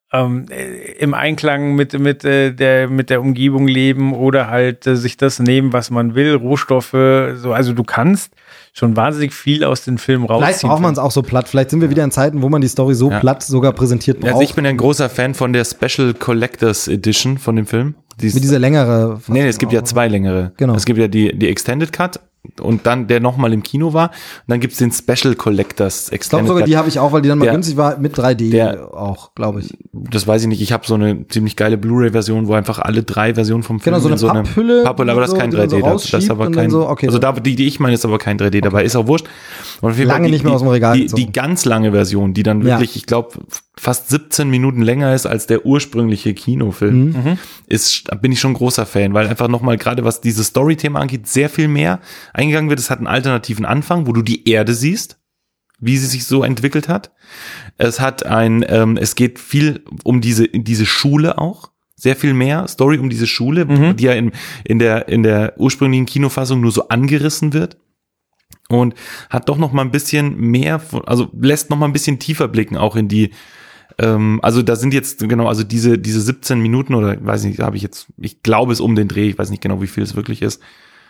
ähm, im Einklang mit mit äh, der mit der Umgebung leben oder halt äh, sich das nehmen, was man will, Rohstoffe, so, also du kannst schon wahnsinnig viel aus den Filmen rausziehen. Vielleicht braucht man es auch so platt. Vielleicht sind wir wieder in Zeiten, wo man die Story so ja. platt sogar präsentiert braucht. Also ich bin ein großer Fan von der Special Collectors Edition von dem Film. Dies, Mit dieser längere. Nee, nee, es gibt ja zwei längere. Genau. Es gibt ja die, die Extended Cut und dann der nochmal im Kino war. Und dann gibt's den Special Collectors Extended Cut. Ich glaube sogar, Cut. die habe ich auch, weil die dann mal der, günstig war, mit drei D der, auch, glaube ich. Das weiß ich nicht. Ich habe so eine ziemlich geile Blu-ray-Version, wo einfach alle drei Versionen vom Film genau, so eine in so eine Papphülle. Papphülle, aber das ist kein drei D. So das ist aber kein, so, okay, also so. da, die, die ich meine, ist aber kein drei D okay. dabei. Ist auch wurscht. Und auf jeden lange Fall die, nicht mehr aus dem Regal Die, die, die ganz lange Version, die dann wirklich, ja. ich glaube, fast siebzehn Minuten länger ist als der ursprüngliche Kinofilm, mhm. ist, bin ich schon großer Fan, weil einfach nochmal gerade was dieses Story-Thema angeht, sehr viel mehr eingegangen wird. Es hat einen alternativen Anfang, wo du die Erde siehst, wie sie sich so entwickelt hat. Es hat ein, ähm, es geht viel um diese, diese Schule auch. Sehr viel mehr Story um diese Schule, mhm. die ja in, in der, in der ursprünglichen Kinofassung nur so angerissen wird. Und hat doch noch mal ein bisschen mehr, also lässt noch mal ein bisschen tiefer blicken, auch in die, ähm, also da sind jetzt, genau, also diese diese siebzehn Minuten oder, weiß nicht, habe ich jetzt, ich glaube es um den Dreh, ich weiß nicht genau, wie viel es wirklich ist,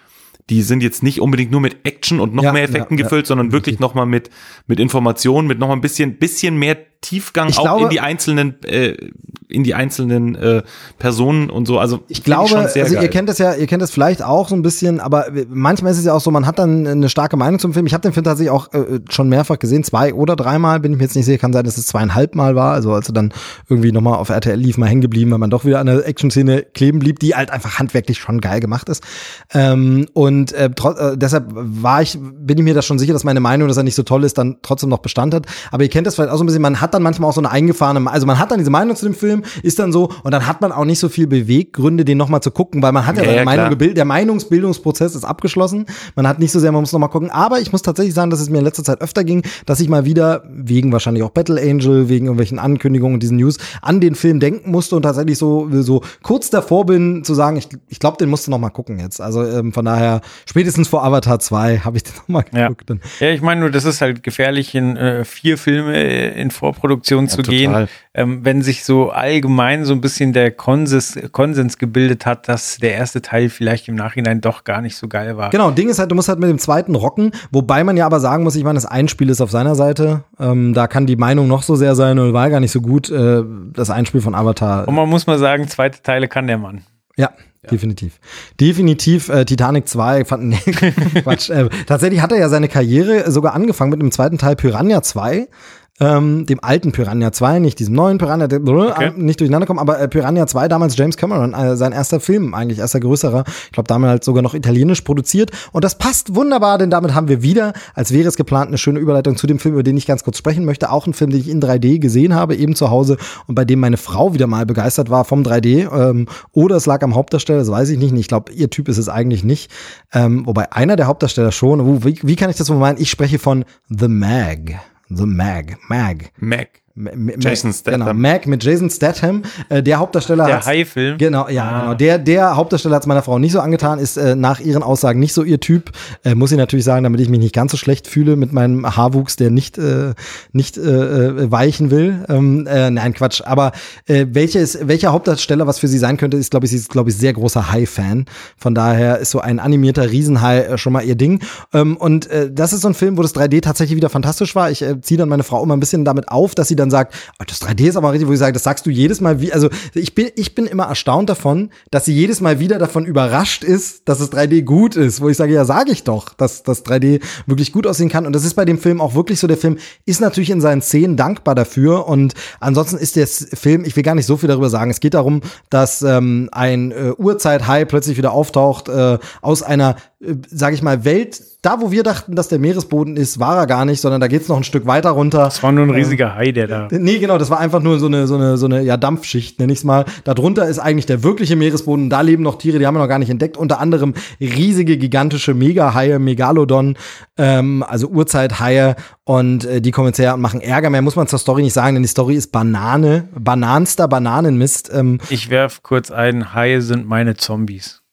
die sind jetzt nicht unbedingt nur mit Action und noch ja, mehr Effekten ja, gefüllt, ja, sondern wirklich noch mal mit mit Informationen, mit noch mal ein bisschen bisschen mehr Tiefgang ich auch glaube, in die einzelnen äh, in die einzelnen äh, Personen und so. Also ich glaube, ich also geil. ihr kennt das ja, ihr kennt das vielleicht auch so ein bisschen, aber manchmal ist es ja auch so, man hat dann eine starke Meinung zum Film. Ich habe den Film tatsächlich auch äh, schon mehrfach gesehen, zwei oder dreimal, bin ich mir jetzt nicht sicher, kann sein, dass es zweieinhalb Mal war, also als er dann irgendwie nochmal auf R T L lief, mal hängen geblieben, weil man doch wieder an der Action-Szene kleben blieb, die halt einfach handwerklich schon geil gemacht ist. Ähm, und äh, tro- äh, deshalb war ich, bin ich mir da schon sicher, dass meine Meinung, dass er nicht so toll ist, dann trotzdem noch Bestand hat. Aber ihr kennt das vielleicht auch so ein bisschen, man hat dann manchmal auch so eine eingefahrene, also man hat dann diese Meinung zu dem Film, ist dann so, und dann hat man auch nicht so viel Beweggründe, den nochmal zu gucken, weil man hat ja, ja, ja Meinung gebildet, der Meinungsbildungsprozess ist abgeschlossen, man hat nicht so sehr, man muss nochmal gucken, aber ich muss tatsächlich sagen, dass es mir in letzter Zeit öfter ging, dass ich mal wieder, wegen wahrscheinlich auch Battle Angel, wegen irgendwelchen Ankündigungen und diesen News, an den Film denken musste und tatsächlich so, so kurz davor bin, zu sagen, ich, ich glaube, den musst du nochmal gucken jetzt, also ähm, von daher, spätestens vor Avatar zwei habe ich den nochmal geguckt. Ja, ja ich meine nur, das ist halt gefährlich, in äh, vier Filme in Vorproduktion ja, zu total. gehen, ähm, wenn sich so allgemein so ein bisschen der Konsens, Konsens gebildet hat, dass der erste Teil vielleicht im Nachhinein doch gar nicht so geil war. Genau, Ding ist halt, du musst halt mit dem zweiten rocken, wobei man ja aber sagen muss, ich meine, das Einspiel ist auf seiner Seite, ähm, da kann die Meinung noch so sehr sein und war gar nicht so gut, äh, das Einspiel von Avatar. Und man muss mal sagen, zweite Teile kann der Mann. Ja. Ja. Definitiv. Definitiv, äh, Titanic zwei fanden, nee, Quatsch. Äh, tatsächlich hat er ja seine Karriere sogar angefangen mit dem zweiten Teil Piranha zwei. Ähm, dem alten Piranha zwei, nicht diesem neuen Piranha, der, okay. nicht durcheinander kommen, aber äh, Piranha zwei, damals James Cameron, äh, sein erster Film, eigentlich erster größerer, ich glaube damals sogar noch italienisch produziert und das passt wunderbar, denn damit haben wir wieder, als wäre es geplant, eine schöne Überleitung zu dem Film, über den ich ganz kurz sprechen möchte, auch ein Film, den ich in drei D gesehen habe, eben zu Hause und bei dem meine Frau wieder mal begeistert war vom drei D, ähm, oder es lag am Hauptdarsteller, das weiß ich nicht, ich glaube, ihr Typ ist es eigentlich nicht, ähm, wobei einer der Hauptdarsteller schon, wie, wie kann ich das wohl meinen? Ich spreche von The Meg. The Meg, Meg. Meg. M- Jason Statham. Genau, Meg mit Jason Statham. Äh, der Hauptdarsteller Der Hai-Film. Genau, ja, ah. genau. Der, der Hauptdarsteller hat es meiner Frau nicht so angetan, ist äh, nach ihren Aussagen nicht so ihr Typ. Äh, muss ich natürlich sagen, damit ich mich nicht ganz so schlecht fühle mit meinem Haarwuchs, der nicht, äh, nicht äh, weichen will. Ähm, äh, nein, Quatsch. Aber äh, welches, welcher Hauptdarsteller, was für sie sein könnte, ist, glaube ich, sie ist, glaube ich, sehr großer Hai-Fan. Von daher ist so ein animierter Riesenhai äh, schon mal ihr Ding. Ähm, und äh, das ist so ein Film, wo das drei D tatsächlich wieder fantastisch war. Ich äh, ziehe dann meine Frau immer ein bisschen damit auf, dass sie dann sagt, oh, das drei D ist aber richtig, wo ich sage, das sagst du jedes Mal, wie, also ich bin, ich bin immer erstaunt davon, dass sie jedes Mal wieder davon überrascht ist, dass das drei D gut ist, wo ich sage, ja, sage ich doch, dass das drei D wirklich gut aussehen kann und das ist bei dem Film auch wirklich so, der Film ist natürlich in seinen Szenen dankbar dafür und ansonsten ist der Film, ich will gar nicht so viel darüber sagen, es geht darum, dass ähm, ein äh, Urzeit-Hai plötzlich wieder auftaucht äh, aus einer, äh, sage ich mal, Welt, da wo wir dachten, dass der Meeresboden ist, war er gar nicht, sondern da geht's noch ein Stück weiter runter. Das war nur ein riesiger Hai, der da... Nee, genau, das war einfach nur so eine, so eine, so eine, ja, Dampfschicht, nenn ich's mal. Darunter ist eigentlich der wirkliche Meeresboden. Da leben noch Tiere, die haben wir noch gar nicht entdeckt. Unter anderem riesige, gigantische Megahaie, Megalodon, ähm, also Urzeithaie. Und äh, die kommen jetzt her und machen Ärger. Mehr muss man zur Story nicht sagen, denn die Story ist Banane, bananster Bananenmist. Ähm. Ich werf kurz ein, Haie sind meine Zombies.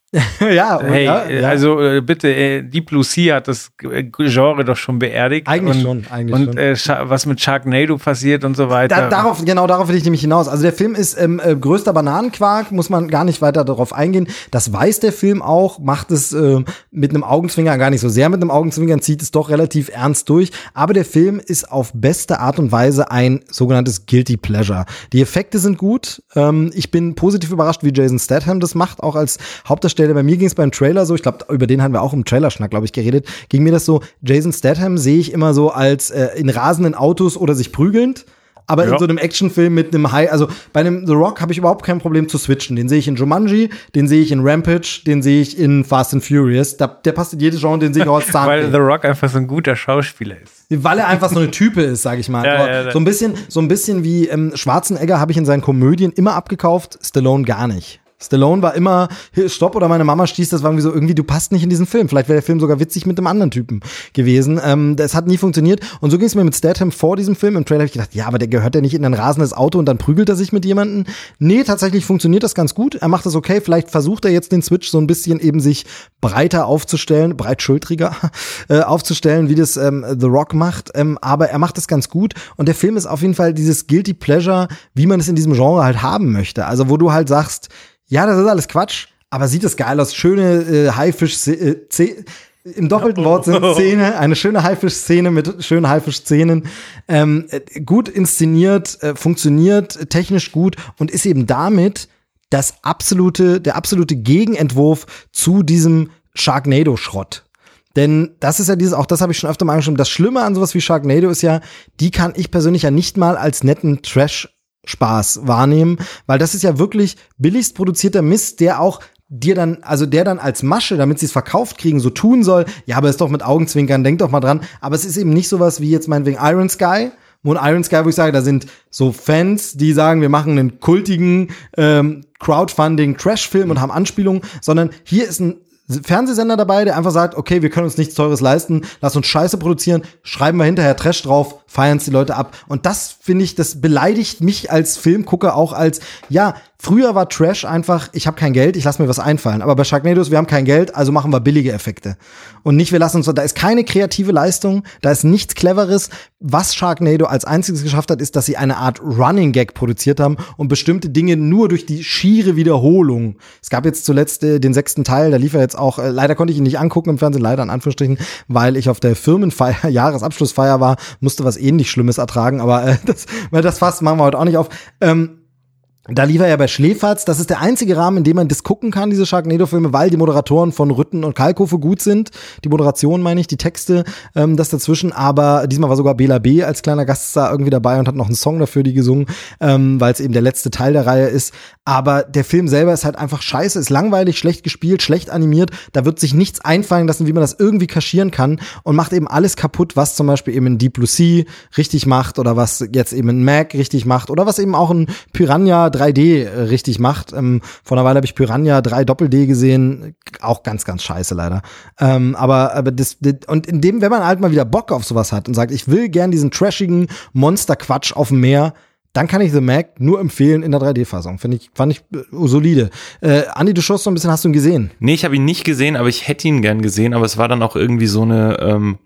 ja, hey, ja, ja, also äh, bitte, äh, Deep Blue Sea hat das Genre doch schon beerdigt. Eigentlich und, schon, eigentlich und, schon. Und äh, was mit Sharknado passiert und so weiter. Da, darauf, genau darauf will ich nämlich hinaus. Also der Film ist ähm, äh, größter Bananenquark, muss man gar nicht weiter darauf eingehen. Das weiß der Film auch, macht es äh, mit einem Augenzwinkern, gar nicht so sehr mit einem Augenzwinkern, zieht es doch relativ ernst durch. Aber der Film ist auf beste Art und Weise ein sogenanntes Guilty Pleasure. Die Effekte sind gut. Ähm, ich bin positiv überrascht, wie Jason Statham das macht, auch als Hauptdarsteller. Bei mir ging es beim Trailer so, ich glaube, über den haben wir auch im Trailerschnack, glaube ich, geredet, ging mir das so, Jason Statham sehe ich immer so als äh, in rasenden Autos oder sich prügelnd, aber ja. in so einem Actionfilm mit einem High, also bei einem The Rock habe ich überhaupt kein Problem zu switchen. Den sehe ich in Jumanji, den sehe ich in Rampage, den sehe ich in Fast and Furious. Da, der passt in jedes Genre, den sehe ich auch als Zahnfee. Weil The Rock einfach so ein guter Schauspieler ist. Weil er einfach so eine Type ist, sage ich mal. ja, ja, so ein bisschen, so ein bisschen wie ähm, Schwarzenegger habe ich in seinen Komödien immer abgekauft, Stallone gar nicht. Stallone war immer, stopp, oder meine Mama stieß, das war irgendwie so, irgendwie, du passt nicht in diesen Film. Vielleicht wäre der Film sogar witzig mit einem anderen Typen gewesen. Ähm, das hat nie funktioniert. Und so ging es mir mit Statham vor diesem Film. Im Trailer habe ich gedacht, ja, aber der gehört ja nicht in ein rasendes Auto und dann prügelt er sich mit jemandem. Nee, tatsächlich funktioniert das ganz gut. Er macht das okay. Vielleicht versucht er jetzt den Switch so ein bisschen eben sich breiter aufzustellen, breitschultriger äh, aufzustellen, wie das ähm, The Rock macht. Ähm, aber er macht das ganz gut. Und der Film ist auf jeden Fall dieses Guilty Pleasure, wie man es in diesem Genre halt haben möchte. Also wo du halt sagst, ja, das ist alles Quatsch, aber sieht das geil aus. Schöne äh, Haifisch-Szene, äh, im doppelten Wort sind Szene, eine schöne Haifisch-Szene mit schönen Haifisch-Szenen. Ähm, äh, gut inszeniert, äh, funktioniert, äh, technisch gut und ist eben damit das absolute, der absolute Gegenentwurf zu diesem Sharknado-Schrott. Denn das ist ja dieses, auch das habe ich schon öfter mal angesprochen, das Schlimme an sowas wie Sharknado ist ja, die kann ich persönlich ja nicht mal als netten Trash Spaß wahrnehmen, weil das ist ja wirklich billigst produzierter Mist, der auch dir dann, also der dann als Masche, damit sie es verkauft kriegen, so tun soll, ja, aber ist doch mit Augenzwinkern, denk doch mal dran, aber es ist eben nicht sowas wie jetzt meinetwegen Iron Sky, wo ein Iron Sky, wo ich sage, da sind so Fans, die sagen, wir machen einen kultigen ähm, Crowdfunding-Trash-Film und haben Anspielungen, sondern hier ist ein Fernsehsender dabei, der einfach sagt, okay, wir können uns nichts Teures leisten, lass uns Scheiße produzieren, schreiben wir hinterher Trash drauf, feiern es die Leute ab. Und das, finde ich, das beleidigt mich als Filmgucker auch als, ja, früher war Trash einfach, ich habe kein Geld, ich lass mir was einfallen. Aber bei Sharknados, wir haben kein Geld, also machen wir billige Effekte. Und nicht, wir lassen uns, da ist keine kreative Leistung, da ist nichts Cleveres. Was Sharknado als einziges geschafft hat, ist, dass sie eine Art Running Gag produziert haben und bestimmte Dinge nur durch die schiere Wiederholung. Es gab jetzt zuletzt äh, den sechsten Teil, da lief er jetzt auch, äh, leider konnte ich ihn nicht angucken im Fernsehen, leider in Anführungsstrichen, weil ich auf der Firmenfeier, Jahresabschlussfeier war, musste was ähnlich Schlimmes ertragen, aber äh, das, das Fass machen wir heute auch nicht auf. Ähm, Da lief er ja bei Schläferz. Das ist der einzige Rahmen, in dem man das gucken kann, diese Sharknado-Filme, weil die Moderatoren von Rütten und Kalkofe gut sind. Die Moderation meine ich, die Texte, ähm, das dazwischen. Aber diesmal war sogar Bela B. als kleiner Gaststar irgendwie dabei und hat noch einen Song dafür, die gesungen, ähm, weil es eben der letzte Teil der Reihe ist. Aber der Film selber ist halt einfach scheiße, ist langweilig, schlecht gespielt, schlecht animiert. Da wird sich nichts einfallen lassen, wie man das irgendwie kaschieren kann und macht eben alles kaputt, was zum Beispiel eben ein Deep Blue Sea richtig macht oder was jetzt eben ein Mac richtig macht oder was eben auch ein Piranha drei D richtig macht. Ähm, vor einer Weile habe ich Piranha drei Doppel D gesehen. Auch ganz, ganz scheiße leider. Ähm, aber, aber das, das, und in dem, wenn man halt mal wieder Bock auf sowas hat und sagt, ich will gern diesen trashigen Monster-Quatsch auf dem Meer, dann kann ich The Mac nur empfehlen in der drei D-Fassung. Finde ich, fand ich äh, solide. Äh, Andi, du schaust so ein bisschen, hast du ihn gesehen? Nee, ich habe ihn nicht gesehen, aber ich hätte ihn gern gesehen, aber es war dann auch irgendwie so eine, ähm,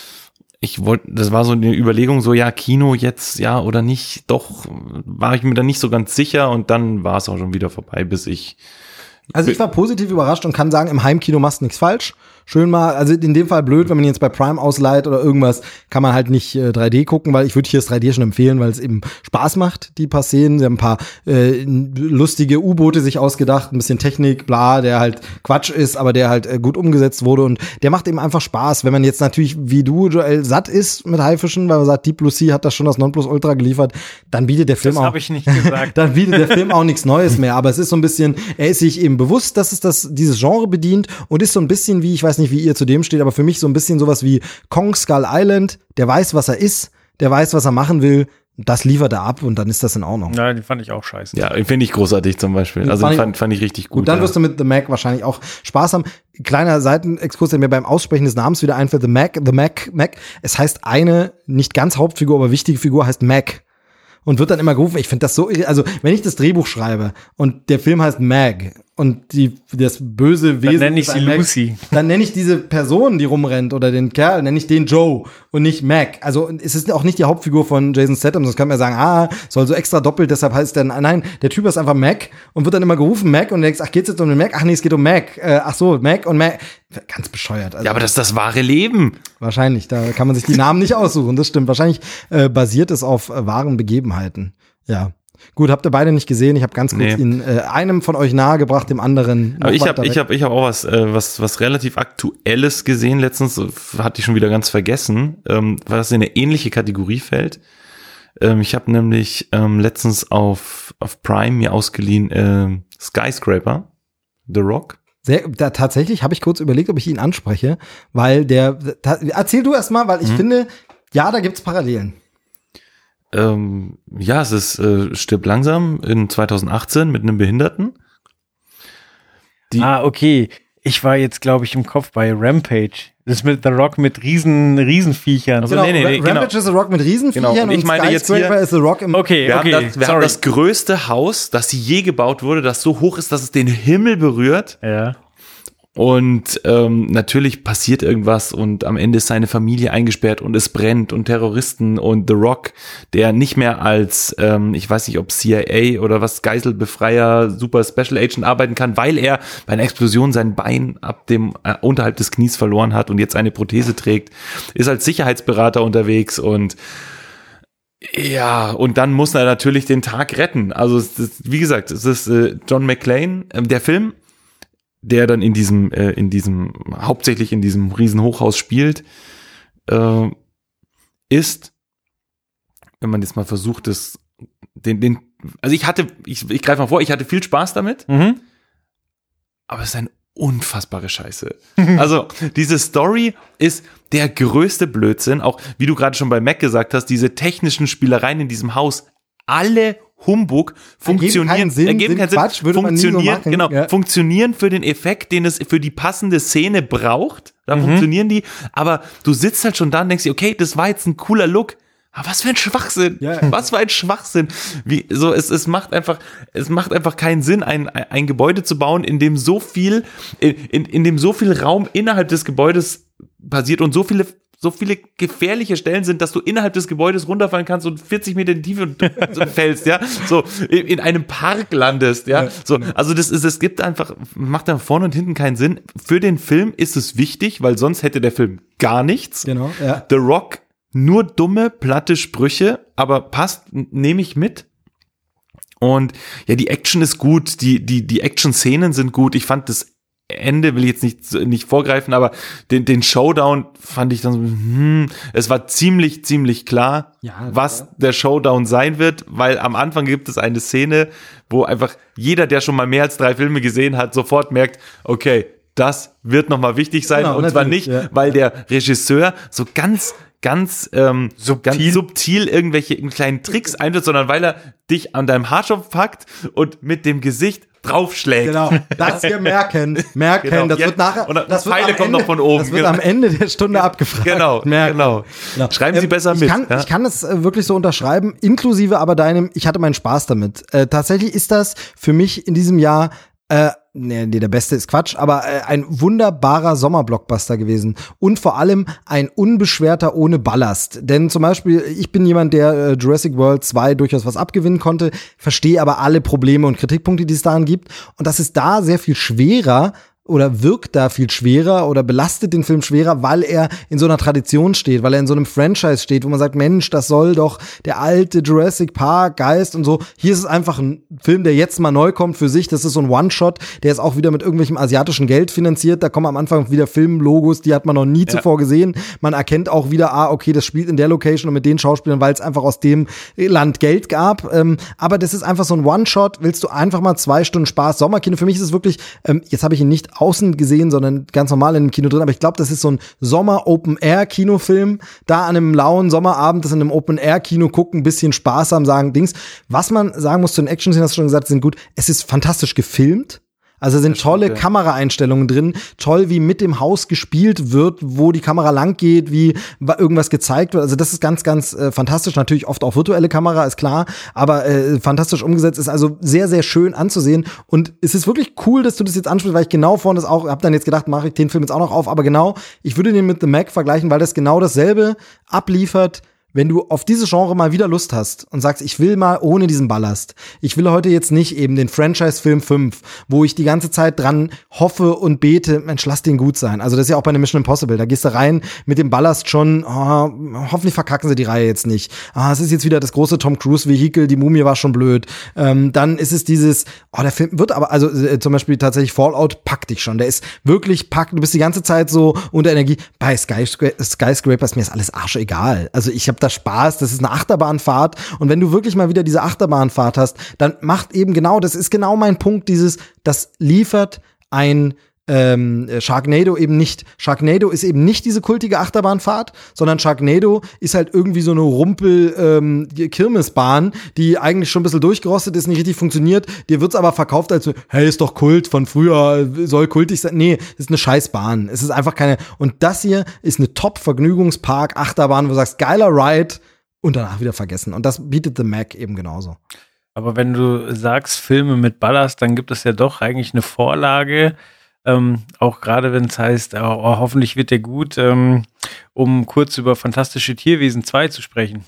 ich wollte, das war so eine Überlegung, so ja, Kino jetzt, ja oder nicht, doch, war ich mir dann nicht so ganz sicher und dann war es auch schon wieder vorbei, bis ich Also ich war positiv überrascht und kann sagen, im Heimkino machst du nichts falsch. Schön mal, also in dem Fall blöd, wenn man ihn jetzt bei Prime ausleiht oder irgendwas, kann man halt nicht äh, drei D gucken, weil ich würde hier das drei D schon empfehlen, weil es eben Spaß macht, die paar Szenen. Sie haben ein paar äh, lustige U-Boote sich ausgedacht, ein bisschen Technik, bla, der halt Quatsch ist, aber der halt äh, gut umgesetzt wurde und der macht eben einfach Spaß. Wenn man jetzt natürlich, wie du, Joel, satt ist mit Haifischen, weil man sagt, Deep Blue Sea hat das schon das Nonplusultra geliefert, dann bietet der Film das auch. Das habe ich nicht gesagt. Dann bietet der Film auch nichts Neues mehr, aber es ist so ein bisschen, er ist sich eben bewusst, dass es das, dieses Genre bedient und ist so ein bisschen wie, ich weiß nicht, wie ihr zu dem steht, aber für mich so ein bisschen sowas wie Kong Skull Island, der weiß, was er ist, der weiß, was er machen will, das liefert er ab und dann ist das in Ordnung. Ja, den fand ich auch scheiße. Ja, finde ich großartig zum Beispiel. Also fand, fand, fand ich richtig gut. Und dann ja. wirst du mit The Mac wahrscheinlich auch Spaß haben. Kleiner Seitenexkurs, der mir beim Aussprechen des Namens wieder einfällt, The Mac, The Mac, Mac. Es heißt eine, nicht ganz Hauptfigur, aber wichtige Figur heißt Mac. Und wird dann immer gerufen, ich finde das so, also wenn ich das Drehbuch schreibe und der Film heißt Mag und die das böse Wesen. Dann nenne ich sie Mac, Lucy. Dann nenne ich diese Person, die rumrennt, oder den Kerl, nenne ich den Joe und nicht Mac. Also es ist auch nicht die Hauptfigur von Jason Statham, sonst kann man ja sagen, ah, soll so extra doppelt, deshalb heißt der, nein, der Typ ist einfach Mac und wird dann immer gerufen Mac und du denkst, ach, geht's jetzt um den Mac? Ach nee, es geht um Mac. Äh, ach so, Mac und Mac. Ganz bescheuert. Also, ja, aber das ist das wahre Leben. Wahrscheinlich, da kann man sich die Namen nicht aussuchen, das stimmt. Wahrscheinlich äh, basiert es auf äh, wahren Begebenheiten. Ja. Gut, habt ihr beide nicht gesehen. Ich habe ganz kurz Nee. ihn äh, einem von euch nahegebracht, dem anderen. Aber ich weiter habe ich weg. hab, ich hab auch was, äh, was, was relativ Aktuelles gesehen letztens, äh, hatte ich schon wieder ganz vergessen, ähm, weil das in eine ähnliche Kategorie fällt. Ähm, ich habe nämlich ähm, letztens auf, auf Prime mir ausgeliehen äh, Skyscraper, The Rock. Sehr, da, tatsächlich habe ich kurz überlegt, ob ich ihn anspreche, weil der, ta, erzähl du erst mal, weil ich Mhm. finde, ja, da gibt's Parallelen. Ähm, ja, es ist äh, Stirb langsam in zweitausendachtzehn mit einem Behinderten. Die- Ah, okay. Ich war jetzt, glaube ich, im Kopf bei Rampage. Das ist mit The Rock mit riesen, Riesenviechern. Also, Genau, nee, nee, nee, Ra- Rampage genau. ist The Rock mit Riesenviechern Genau, und ich meine jetzt Skyscraper hier- ist The Rock im Okay, Wir, okay, haben, das, wir haben sorry. das größte Haus, das je gebaut wurde, das so hoch ist, dass es den Himmel berührt. Ja. Und ähm, natürlich passiert irgendwas und am Ende ist seine Familie eingesperrt und es brennt und Terroristen und The Rock, der nicht mehr als, ähm, ich weiß nicht, ob C I A oder was, Geiselbefreier, Super Special Agent arbeiten kann, weil er bei einer Explosion sein Bein ab dem äh, unterhalb des Knies verloren hat und jetzt eine Prothese trägt, ist als Sicherheitsberater unterwegs und ja, und dann muss er natürlich den Tag retten. Also es ist, wie gesagt, es ist äh, John McClane, äh, der Film, der dann in diesem, äh, in diesem, hauptsächlich in diesem riesen Hochhaus spielt, äh, ist, wenn man jetzt mal versucht, das, den, den, also ich hatte, ich, ich greife mal vor, ich hatte viel Spaß damit, Mhm. aber es ist eine unfassbare Scheiße. Also diese Story ist der größte Blödsinn, auch wie du gerade schon bei Mac gesagt hast, diese technischen Spielereien in diesem Haus, alle Humbug funktionieren, keinen Sinn, ergeben sind keinen Sinn, Quatsch, würde man nie so funktionieren, machen. genau, Ja. funktionieren für den Effekt, den es für die passende Szene braucht, da funktionieren die, aber du sitzt halt schon da und denkst dir, okay, das war jetzt ein cooler Look, aber was für ein Schwachsinn, Ja. was für ein Schwachsinn, wie, so, es, es macht einfach, es macht einfach keinen Sinn, ein, ein Gebäude zu bauen, in dem so viel, in, in, in dem so viel Raum innerhalb des Gebäudes passiert und so viele so viele gefährliche Stellen sind, dass du innerhalb des Gebäudes runterfallen kannst und vierzig Meter in die Tiefe so fällst, ja, so in, in einem Park landest, ja, so, also das ist, es gibt einfach, macht da vorne und hinten keinen Sinn. Für den Film ist es wichtig, weil sonst hätte der Film gar nichts. Genau, ja. The Rock, nur dumme, platte Sprüche, aber passt, nehme ich mit. Und ja, die Action ist gut, die, die, die Action-Szenen sind gut. Ich fand das Ende, will ich jetzt nicht, nicht vorgreifen, aber den, den Showdown fand ich dann so, hm, es war ziemlich, ziemlich klar, Ja, was ja. der Showdown sein wird, weil am Anfang gibt es eine Szene, wo einfach jeder, der schon mal mehr als drei Filme gesehen hat, sofort merkt, okay, das wird nochmal wichtig sein, Genau, und zwar natürlich, nicht, ja. weil der Regisseur so ganz ganz ähm, subtil. ganz subtil irgendwelche kleinen Tricks einsetzt, sondern weil er dich an deinem Haarschopf packt und mit dem Gesicht draufschlägt. Genau, das wir merken, merken, Genau, das jetzt- wird nachher, und das wird Pfeile am kommen Ende, noch von oben, das wird genau. am Ende der Stunde abgefragt. Genau, merken. genau. Ja. Schreiben Sie Ähm, besser ich mit. Kann, ja? Ich kann es äh, wirklich so unterschreiben, inklusive aber deinem, ich hatte meinen Spaß damit. Äh, tatsächlich ist das für mich in diesem Jahr äh, nee, nee, der beste ist Quatsch, aber äh, ein wunderbarer Sommerblockbuster gewesen. Und vor allem ein unbeschwerter ohne Ballast. Denn zum Beispiel, ich bin jemand, der äh, Jurassic World zwei durchaus was abgewinnen konnte, verstehe aber alle Probleme und Kritikpunkte, die es daran gibt. Und das ist da sehr viel schwerer, oder wirkt da viel schwerer oder belastet den Film schwerer, weil er in so einer Tradition steht, weil er in so einem Franchise steht, wo man sagt, Mensch, das soll doch der alte Jurassic Park Geist und so. Hier ist es einfach ein Film, der jetzt mal neu kommt für sich. Das ist so ein One-Shot, der ist auch wieder mit irgendwelchem asiatischen Geld finanziert. Da kommen am Anfang wieder Filmlogos, die hat man noch nie Ja. zuvor gesehen. Man erkennt auch wieder, ah, okay, das spielt in der Location und mit den Schauspielern, weil es einfach aus dem Land Geld gab. Ähm, aber das ist einfach so ein One-Shot. Willst du einfach mal zwei Stunden Spaß, Sommerkino? Für mich ist es wirklich, ähm, jetzt habe ich ihn nicht außen gesehen, sondern ganz normal in dem Kino drin. Aber ich glaube, das ist so ein Sommer-Open-Air-Kinofilm. Da an einem lauen Sommerabend, das in einem Open-Air-Kino gucken, ein bisschen sparsam sagen, Dings. Was man sagen muss zu den Action-Szenen, hast du schon gesagt, sind gut. Es ist fantastisch gefilmt. Also sind Das tolle stimmt, ja. Kameraeinstellungen drin, toll, wie mit dem Haus gespielt wird, wo die Kamera lang geht, wie irgendwas gezeigt wird. Also das ist ganz, ganz äh, fantastisch. Natürlich oft auch virtuelle Kamera, ist klar, aber äh, fantastisch umgesetzt, ist also sehr, sehr schön anzusehen. Und es ist wirklich cool, dass du das jetzt ansprichst, weil ich genau vorhin das auch, hab dann jetzt gedacht, mache ich den Film jetzt auch noch auf, aber genau, ich würde den mit The Meg vergleichen, weil das genau dasselbe abliefert. Wenn du auf dieses Genre mal wieder Lust hast und sagst, ich will mal ohne diesen Ballast. Ich will heute jetzt nicht eben den Franchise-Film fünf, wo ich die ganze Zeit dran hoffe und bete, Mensch, lass den gut sein. Also das ist ja auch bei einer Mission Impossible. Da gehst du rein mit dem Ballast schon, oh, hoffentlich verkacken sie die Reihe jetzt nicht. Ah, es ist jetzt wieder das große Tom Cruise-Vehikel, die Mumie war schon blöd. Ähm, dann ist es dieses, oh, der Film wird aber, also äh, zum Beispiel tatsächlich Fallout packt dich schon. Der ist wirklich packt, du bist die ganze Zeit so unter Energie. Bei Skyscra- Skyscrapers, mir ist alles arschegal. Also ich habe da Spaß, das ist eine Achterbahnfahrt und wenn du wirklich mal wieder diese Achterbahnfahrt hast, dann macht eben genau, das ist genau mein Punkt, dieses, das liefert ein ähm, Sharknado eben nicht. Sharknado ist eben nicht diese kultige Achterbahnfahrt, sondern Sharknado ist halt irgendwie so eine Rumpel-Kirmesbahn, ähm, die eigentlich schon ein bisschen durchgerostet ist, nicht richtig funktioniert. Dir wird's aber verkauft als so, hey, ist doch Kult von früher, soll kultig sein. Nee, ist eine Scheißbahn. Es ist einfach keine. Und das hier ist eine Top-Vergnügungspark-Achterbahn, wo du sagst, geiler Ride und danach wieder vergessen. Und das bietet The Meg eben genauso. Aber wenn du sagst, Filme mit Ballast, dann gibt es ja doch eigentlich eine Vorlage, Ähm, auch gerade wenn es heißt, oh, oh, hoffentlich wird der gut, ähm, um kurz über Fantastische Tierwesen zwei zu sprechen.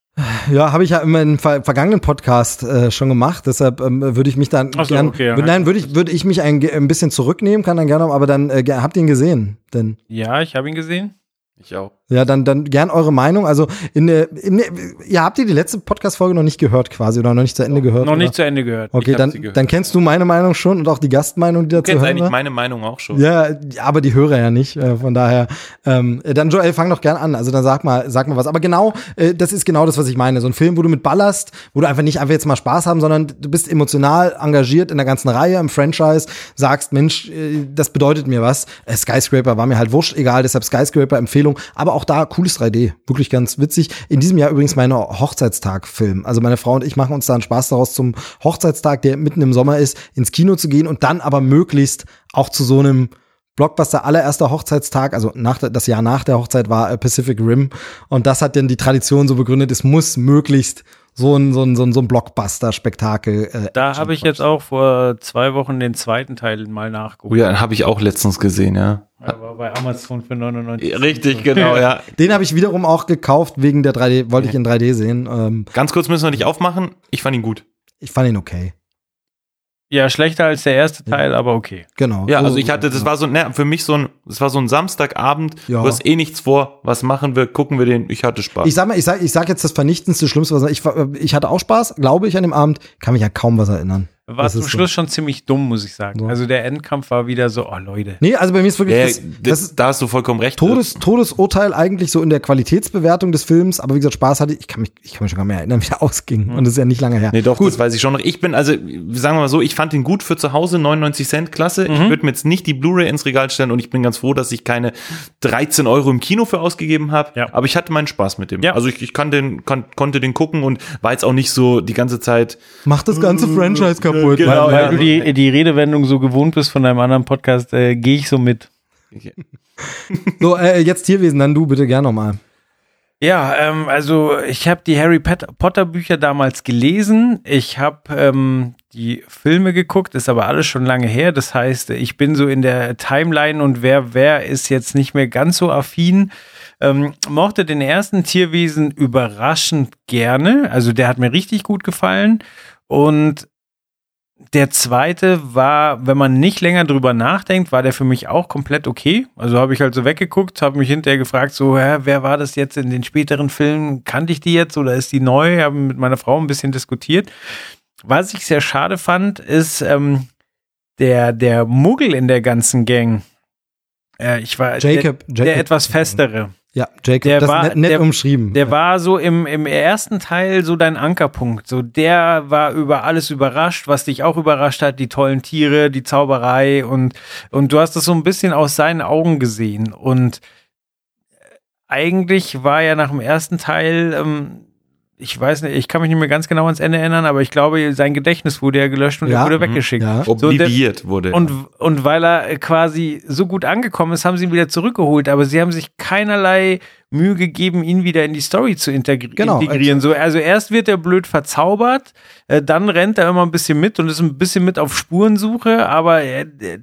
Ja, habe ich ja immer im ver- vergangenen Podcast äh, schon gemacht, deshalb ähm, würde ich mich dann Ach so, gern, okay, ja. würd, nein, würde ich, würde ich mich ein, ein bisschen zurücknehmen, kann dann gerne, aber dann äh, habt ihr ihn gesehen, denn Ja, ich habe ihn gesehen. Ich auch. ja, dann, dann gern eure Meinung. Also, in der, in der, ihr habt ihr die letzte Podcast-Folge noch nicht gehört quasi oder noch nicht zu Ende gehört? Noch oder? nicht zu Ende gehört. Okay, Ich hab dann, sie gehört. dann kennst du meine Meinung schon und auch die Gastmeinung, die Du dazu kennst hören eigentlich war. meine Meinung auch schon. Ja, aber die Hörer ja nicht. Äh, von daher, ähm, dann Joel, fang doch gern an. Also dann sag mal, sag mal was. Aber genau, äh, das ist genau das, was ich meine. So ein Film, wo du mit Ballast, wo du einfach nicht einfach jetzt mal Spaß haben, sondern du bist emotional engagiert in der ganzen Reihe, im Franchise, sagst, Mensch, äh, das bedeutet mir was. Äh, Skyscraper war mir halt wurscht, egal, deshalb Skyscraper-Empfehlung. Aber auch da cooles drei D, wirklich ganz witzig. In diesem Jahr übrigens mein Hochzeitstag-Film. Also meine Frau und ich machen uns da einen Spaß daraus, zum Hochzeitstag, der mitten im Sommer ist, ins Kino zu gehen und dann aber möglichst auch zu so einem Blockbuster allererster Hochzeitstag, also nach der, das Jahr nach der Hochzeit war äh, Pacific Rim und das hat dann die Tradition so begründet, es muss möglichst so ein, so ein, so ein, so ein Blockbuster-Spektakel. Äh, Da habe ich jetzt auch vor zwei Wochen den zweiten Teil mal nachgeholt. Oh ja, habe ich auch letztens gesehen, ja. Er war bei Amazon für neunundneunzig. Richtig, genau, ja. Den habe ich wiederum auch gekauft wegen der drei D, wollte ich in drei D sehen. Ähm, Ganz kurz müssen wir nicht aufmachen. Ich fand ihn gut. ich fand ihn okay. Ja, schlechter als der erste Teil, aber okay. Genau. Ja, So- also ich hatte, das war so, ne, für mich so ein, das war so ein Samstagabend, Ja. du hast eh nichts vor, was machen wir, gucken wir den, ich hatte Spaß. Ich sag mal, ich sag, ich sag jetzt das vernichtendste, schlimmste, was ich, ich hatte auch Spaß, glaube ich, an dem Abend, kann mich ja kaum was erinnern. War Das zum ist so. Schluss schon ziemlich dumm, muss ich sagen. So. Also der Endkampf war wieder so, oh Leute. Nee, also bei mir ist wirklich, ja, das, das, das ist da hast du vollkommen recht. Todes, Todesurteil eigentlich so in der Qualitätsbewertung des Films, aber wie gesagt, Spaß hatte ich, ich kann mich, ich kann mich schon gar nicht mehr erinnern, wie der ausging. Und das ist ja nicht lange her. Nee, doch, das weiß ich schon noch. Ich bin, also, sagen wir mal so, ich fand ihn gut für zu Hause, neunundneunzig Cent, klasse. Ich würde mir jetzt nicht die Blu-ray ins Regal stellen und ich bin ganz froh, dass ich keine dreizehn Euro im Kino für ausgegeben habe. Ja. Aber ich hatte meinen Spaß mit dem. Ja. Also ich, ich kann den, kann, konnte den gucken und war jetzt auch nicht so die ganze Zeit. Macht das ganze Franchise kaputt. Genau, weil ja. du die, die Redewendung so gewohnt bist von deinem anderen Podcast, äh, gehe ich so mit. So, äh, jetzt Tierwesen, dann du bitte gern nochmal. Ja, ähm, also ich habe die Harry Potter Bücher damals gelesen. Ich habe ähm, die Filme geguckt, ist aber alles schon lange her. Das heißt, ich bin so in der Timeline und wer wer ist jetzt nicht mehr ganz so affin. Ähm, mochte den ersten Tierwesen überraschend gerne. Also der hat mir richtig gut gefallen. Und der zweite war, wenn man nicht länger drüber nachdenkt, war der für mich auch komplett okay. Also habe ich halt so weggeguckt, habe mich hinterher gefragt, so, hä, wer war das jetzt in den späteren Filmen? Kannte ich die jetzt oder ist die neu? Habe mit meiner Frau ein bisschen diskutiert. Was ich sehr schade fand, ist ähm, der, der Muggel in der ganzen Gang. Äh, ich war Jacob, der, der Jacob. etwas festere. Ja, Jacob, Der das war- ist nett, nett der- umschrieben. Der war so im, im ersten Teil so dein Ankerpunkt. So, der war über alles überrascht, was dich auch überrascht hat, die tollen Tiere, die Zauberei und, und du hast das so ein bisschen aus seinen Augen gesehen. Und eigentlich war ja nach dem ersten Teil, ähm, ich weiß nicht, ich kann mich nicht mehr ganz genau ans Ende erinnern, aber ich glaube, sein Gedächtnis wurde ja gelöscht und ja, er wurde weggeschickt. Ja. Obliviert so, wurde. Und, und weil er quasi so gut angekommen ist, haben sie ihn wieder zurückgeholt, aber sie haben sich keinerlei Mühe gegeben, ihn wieder in die Story zu integri- genau, integrieren. So, also erst wird er blöd verzaubert, äh, dann rennt er immer ein bisschen mit und ist ein bisschen mit auf Spurensuche, aber er, er,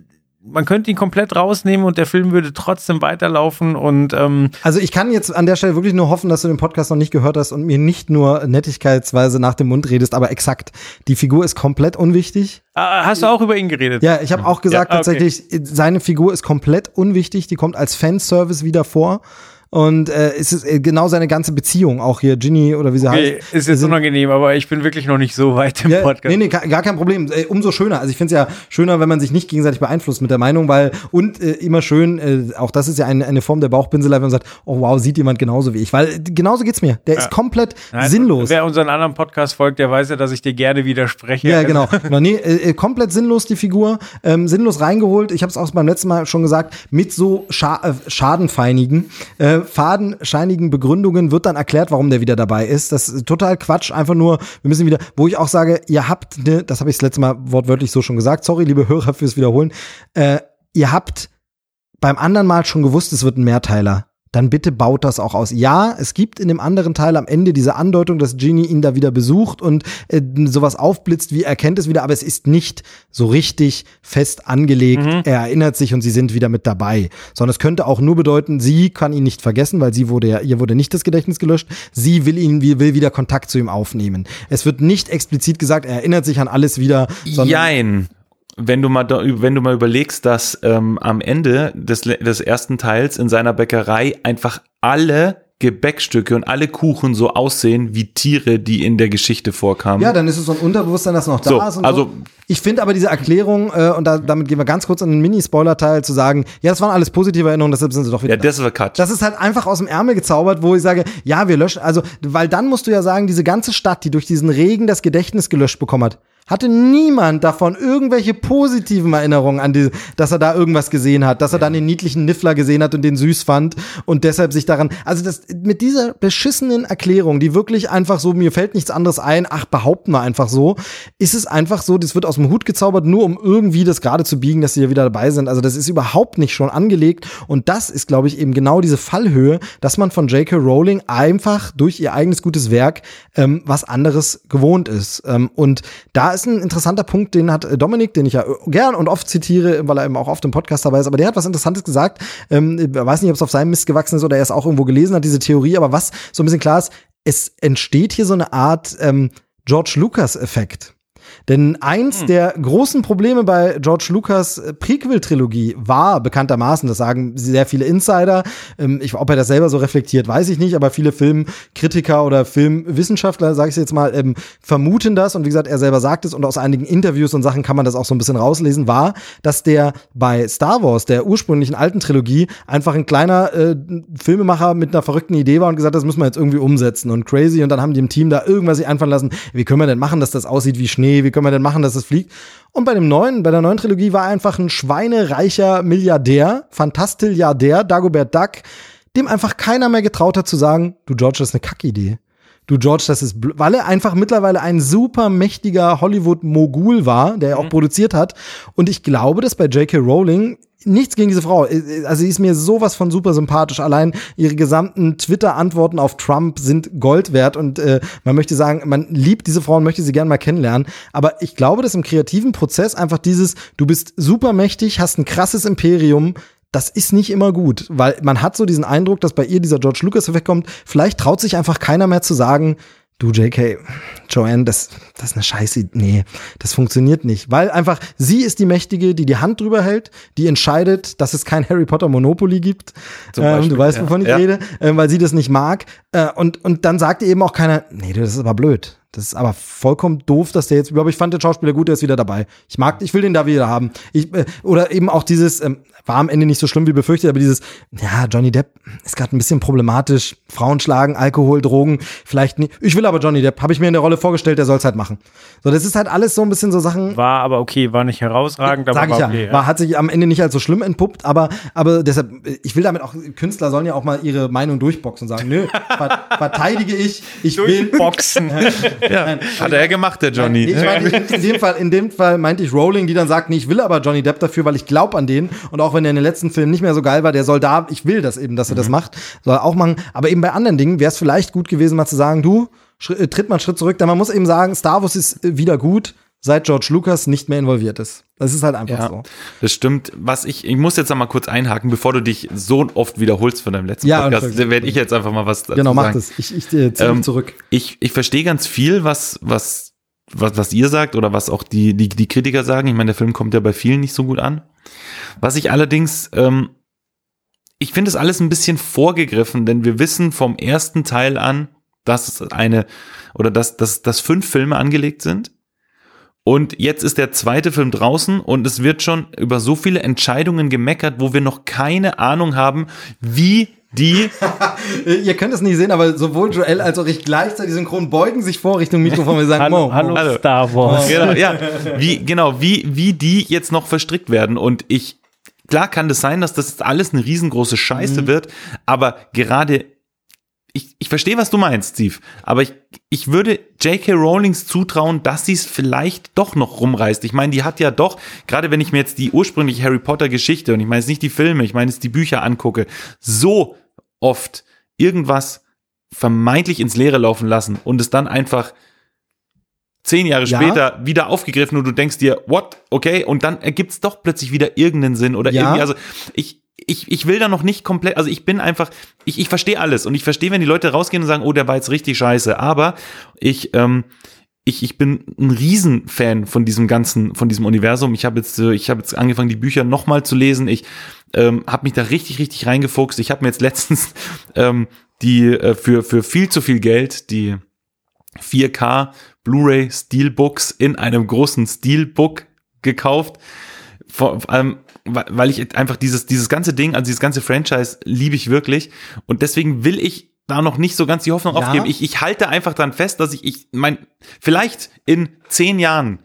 man könnte ihn komplett rausnehmen und der Film würde trotzdem weiterlaufen und ähm also ich kann jetzt an der Stelle wirklich nur hoffen, dass du den Podcast noch nicht gehört hast und mir nicht nur nettigkeitsweise nach dem Mund redest, aber exakt, die Figur ist komplett unwichtig. Ah, hast du auch über ihn geredet? Ja, ich habe auch gesagt, ja, okay. tatsächlich, seine Figur ist komplett unwichtig, die kommt als Fanservice wieder vor. Und äh, es ist äh, genau seine ganze Beziehung, auch hier Ginny oder wie sie okay, heißt. Ist jetzt unangenehm, aber ich bin wirklich noch nicht so weit im ja, Podcast. Nee, nee, gar kein Problem. Äh, umso schöner. Also ich finde es ja schöner, wenn man sich nicht gegenseitig beeinflusst mit der Meinung, weil, und äh, immer schön, äh, auch das ist ja eine, eine Form der Bauchpinselei, wenn man sagt, oh wow, sieht jemand genauso wie ich. Weil äh, genauso geht's mir. Der ja. ist komplett Nein, sinnlos. Wer unseren anderen Podcast folgt, der weiß ja, dass ich dir gerne widerspreche. Ja, genau. genau nee, äh, komplett sinnlos die Figur. Ähm, sinnlos reingeholt. Ich habe es auch beim letzten Mal schon gesagt, mit so scha- äh, schadenfeinigen, äh, faden Begründungen wird dann erklärt, warum der wieder dabei ist. Das ist total Quatsch, einfach nur, wir müssen wieder, wo ich auch sage, ihr habt, ne, das habe ich das letzte Mal wortwörtlich so schon gesagt, sorry, liebe Hörer fürs Wiederholen, äh, ihr habt beim anderen Mal schon gewusst, es wird ein Mehrteiler. Dann bitte baut das auch aus. Ja, es gibt in dem anderen Teil am Ende diese Andeutung, dass Ginny ihn da wieder besucht und äh, sowas aufblitzt, wie er kennt es wieder, aber es ist nicht so richtig fest angelegt. Mhm. Er erinnert sich und sie sind wieder mit dabei. Sondern es könnte auch nur bedeuten, sie kann ihn nicht vergessen, weil sie wurde ja, ihr wurde nicht das Gedächtnis gelöscht. Sie will ihn, will wieder Kontakt zu ihm aufnehmen. Es wird nicht explizit gesagt, er erinnert sich an alles wieder. Jein. Wenn du mal, wenn du mal überlegst, dass ähm, am Ende des, des ersten Teils in seiner Bäckerei einfach alle Gebäckstücke und alle Kuchen so aussehen wie Tiere, die in der Geschichte vorkamen. Ja, dann ist es so ein Unterbewusstsein, das noch da so, ist. Und also so. Ich finde aber diese Erklärung, äh, und da, damit gehen wir ganz kurz in den Mini-Spoiler-Teil, zu sagen, ja, das waren alles positive Erinnerungen, deshalb sind sie doch wieder. Ja, das war Cut. Das ist halt einfach aus dem Ärmel gezaubert, wo ich sage, ja, wir löschen, also, weil dann musst du ja sagen, diese ganze Stadt, die durch diesen Regen das Gedächtnis gelöscht bekommen hat, hatte niemand davon irgendwelche positiven Erinnerungen an die, dass er da irgendwas gesehen hat, dass er dann den niedlichen Niffler gesehen hat und den süß fand und deshalb sich daran, also das, mit dieser beschissenen Erklärung, die wirklich einfach so, mir fällt nichts anderes ein, ach, behaupten wir einfach so, ist es einfach so, das wird aus dem Hut gezaubert, nur um irgendwie das gerade zu biegen, dass sie ja wieder dabei sind. Also das ist überhaupt nicht schon angelegt und das ist, glaube ich, eben genau diese Fallhöhe, dass man von J K. Rowling einfach durch ihr eigenes gutes Werk ähm, was anderes gewohnt ist. Ähm, und da ist ein interessanter Punkt, den hat Dominik, den ich ja gern und oft zitiere, weil er eben auch oft im Podcast dabei ist, aber der hat was Interessantes gesagt. Ähm, ich weiß nicht, ob es auf seinem Mist gewachsen ist oder er es auch irgendwo gelesen hat, diese Theorie, aber was so ein bisschen klar ist, es entsteht hier so eine Art ähm, George Lucas-Effekt. Denn eins hm. der großen Probleme bei George Lucas Prequel-Trilogie war bekanntermaßen, das sagen sehr viele Insider, ähm, ich, ob er das selber so reflektiert, weiß ich nicht, aber viele Filmkritiker oder Filmwissenschaftler, sage ich jetzt mal, ähm, vermuten das und wie gesagt, er selber sagt es und aus einigen Interviews und Sachen kann man das auch so ein bisschen rauslesen, war, dass der bei Star Wars, der ursprünglichen alten Trilogie, einfach ein kleiner äh, Filmemacher mit einer verrückten Idee war und gesagt, das müssen wir jetzt irgendwie umsetzen und crazy und dann haben die im Team da irgendwas sich einfallen lassen, wie können wir denn machen, dass das aussieht wie Schnee, wie können wir denn machen, dass es fliegt? Und bei dem neuen, bei der neuen Trilogie war er einfach ein schweinereicher Milliardär, Fantastilliardär, Dagobert Duck, dem einfach keiner mehr getraut hat zu sagen, du George, das ist eine Kackidee. Du George, das ist, bl-, weil er einfach mittlerweile ein super mächtiger Hollywood-Mogul war, der er auch mhm. produziert hat. Und ich glaube, dass bei J K. Rowling nichts gegen diese Frau. Also sie ist mir sowas von super sympathisch. Allein ihre gesamten Twitter-Antworten auf Trump sind Gold wert. Und äh, man möchte sagen, man liebt diese Frau und möchte sie gerne mal kennenlernen. Aber ich glaube, dass im kreativen Prozess einfach dieses, du bist super mächtig, hast ein krasses Imperium, das ist nicht immer gut. Weil man hat so diesen Eindruck, dass bei ihr dieser George Lucas-Effekt kommt. Vielleicht traut sich einfach keiner mehr zu sagen, du J K, Joanne, das, das ist eine Scheiße. Nee, das funktioniert nicht. Weil einfach, sie ist die Mächtige, die die Hand drüber hält, die entscheidet, dass es kein Harry Potter Monopoly gibt. Ähm, du weißt, wovon ja. ich ja. rede. Ähm, weil sie das nicht mag. Äh, und, und dann sagt ihr eben auch keiner, nee, das ist aber blöd. Das ist aber vollkommen doof, dass der jetzt, aber ich fand den Schauspieler gut, der ist wieder dabei. Ich mag, ich will den da wieder haben. Ich, äh, oder eben auch dieses, ähm, war am Ende nicht so schlimm wie befürchtet, aber dieses, ja, Johnny Depp ist gerade ein bisschen problematisch. Frauen schlagen, Alkohol, Drogen, vielleicht nicht. Ich will aber Johnny Depp, habe ich mir in der Rolle vorgestellt, der soll's halt machen. So, das ist halt alles so ein bisschen so Sachen. War aber okay, war nicht herausragend, aber sag ich war ja, okay. Ja. War, hat sich am Ende nicht als so schlimm entpuppt, aber, aber deshalb, ich will damit auch, Künstler sollen ja auch mal ihre Meinung durchboxen und sagen, nö, ver- verteidige ich, ich will. Durchboxen. Ja, Nein, hat er gemacht, der Johnny. Ich meine, in, in, dem Fall, in dem Fall meinte ich Rowling, die dann sagt, nee, ich will aber Johnny Depp dafür, weil ich glaube an den. Und auch wenn der in den letzten Filmen nicht mehr so geil war, der soll da, ich will das eben, dass er mhm. das macht, soll er auch machen. Aber eben bei anderen Dingen wäre es vielleicht gut gewesen, mal zu sagen, du, schritt, tritt mal einen Schritt zurück. Denn man muss eben sagen, Star Wars ist wieder gut, seit George Lucas nicht mehr involviert ist. Das ist halt einfach ja, so. Das stimmt. Was ich, ich muss jetzt noch mal kurz einhaken, bevor du dich so oft wiederholst von deinem letzten ja, Podcast, werde ich jetzt einfach mal was dazu genau, sagen. Genau, mach das. Ich, ich äh, ziehe ähm, mich zurück. Ich, ich verstehe ganz viel, was, was, was, was ihr sagt oder was auch die, die, die Kritiker sagen. Ich meine, der Film kommt ja bei vielen nicht so gut an. Was ich allerdings, ähm, ich finde es alles ein bisschen vorgegriffen, denn wir wissen vom ersten Teil an, dass eine, oder dass, dass, dass fünf Filme angelegt sind. Und jetzt ist der zweite Film draußen und es wird schon über so viele Entscheidungen gemeckert, wo wir noch keine Ahnung haben, wie die... Ihr könnt es nicht sehen, aber sowohl Joel als auch ich gleichzeitig synchron beugen sich vor Richtung Mikrofon und sagen, hallo, oh, hallo, oh. Star Wars. Genau, ja, wie, genau, wie, wie die jetzt noch verstrickt werden. Und ich, klar kann das sein, dass das alles eine riesengroße Scheiße mhm. wird, aber gerade Ich, ich verstehe, was du meinst, Steve, aber ich, ich würde J K. Rowlings zutrauen, dass sie es vielleicht doch noch rumreißt. Ich meine, die hat ja doch, gerade wenn ich mir jetzt die ursprüngliche Harry Potter Geschichte, und ich meine jetzt nicht die Filme, ich meine jetzt die Bücher angucke, so oft irgendwas vermeintlich ins Leere laufen lassen und es dann einfach zehn Jahre ja. später wieder aufgegriffen und du denkst dir, what, okay, und dann ergibt es doch plötzlich wieder irgendeinen Sinn oder ja. irgendwie, also ich Ich, ich will da noch nicht komplett, also ich bin einfach, ich, ich verstehe alles und ich verstehe, wenn die Leute rausgehen und sagen, oh, der war jetzt richtig scheiße, aber ich, ähm, ich, ich bin ein Riesenfan von diesem ganzen, von diesem Universum. Ich habe jetzt, ich habe jetzt angefangen, die Bücher nochmal zu lesen. Ich ähm, habe mich da richtig, richtig reingefuchst. Ich habe mir jetzt letztens ähm, die äh, für für viel zu viel Geld die vier K Blu-ray Steelbooks in einem großen Steelbook gekauft. Vor, vor allem weil ich einfach dieses dieses ganze Ding, also dieses ganze Franchise liebe ich wirklich und deswegen will ich da noch nicht so ganz die Hoffnung ja. aufgeben. Ich, ich halte einfach dran fest, dass ich, ich mein, vielleicht in zehn Jahren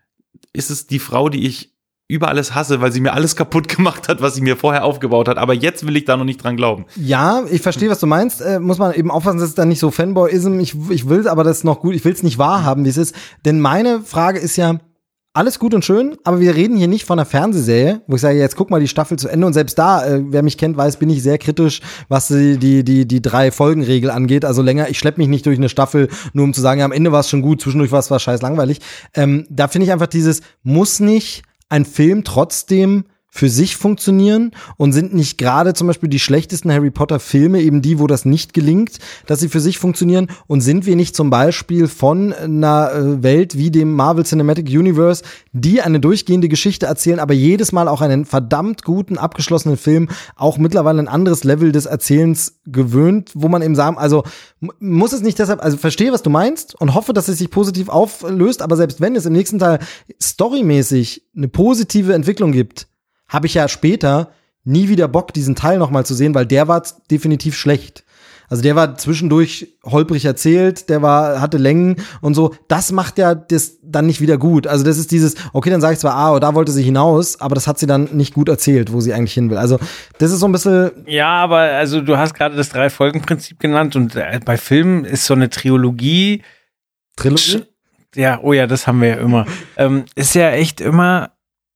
ist es die Frau, die ich über alles hasse, weil sie mir alles kaputt gemacht hat, was sie mir vorher aufgebaut hat. Aber jetzt will ich da noch nicht dran glauben. Ja, ich verstehe, was du meinst. Äh, muss man eben aufpassen, dass es dann nicht so Fanboyism. Ich, ich will aber das noch gut. Ich will es nicht wahrhaben, wie es ist. Denn meine Frage ist ja, alles gut und schön, aber wir reden hier nicht von einer Fernsehserie, wo ich sage, jetzt guck mal die Staffel zu Ende und selbst da, äh, wer mich kennt, weiß, bin ich sehr kritisch, was die die die, die drei Folgenregel angeht, also länger, ich schleppe mich nicht durch eine Staffel, nur um zu sagen, ja, am Ende war es schon gut, zwischendurch war es war scheiß langweilig. Ähm, da finde ich einfach dieses, muss nicht ein Film trotzdem für sich funktionieren und sind nicht gerade zum Beispiel die schlechtesten Harry Potter Filme eben die, wo das nicht gelingt, dass sie für sich funktionieren und sind wir nicht zum Beispiel von einer äh, Welt wie dem Marvel Cinematic Universe, die eine durchgehende Geschichte erzählen, aber jedes Mal auch einen verdammt guten, abgeschlossenen Film, auch mittlerweile ein anderes Level des Erzählens gewöhnt, wo man eben sagen, also m- muss es nicht deshalb, also verstehe, was du meinst und hoffe, dass es sich positiv auflöst, aber selbst wenn es im nächsten Teil storymäßig eine positive Entwicklung gibt, habe ich ja später nie wieder Bock, diesen Teil noch mal zu sehen, weil der war definitiv schlecht. Also der war zwischendurch holprig erzählt, der war hatte Längen und so. Das macht ja das dann nicht wieder gut. Also das ist dieses, okay, dann sage ich zwar, ah, oh, da wollte sie hinaus, aber das hat sie dann nicht gut erzählt, wo sie eigentlich hin will. Also das ist so ein bisschen. Ja, aber also du hast gerade das Drei-Folgen-Prinzip genannt und äh, bei Filmen ist so eine Trilogie. Trilogie? Ja, oh ja, das haben wir ja immer. ähm, ist ja echt immer.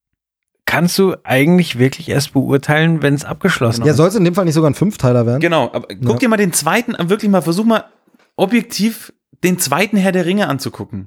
Kannst du eigentlich wirklich erst beurteilen, wenn es abgeschlossen ist? Ja, soll es in dem Fall nicht sogar ein Fünfteiler werden? Genau, aber guck ja. dir mal den zweiten, wirklich mal, versuch mal objektiv den zweiten Herr der Ringe anzugucken.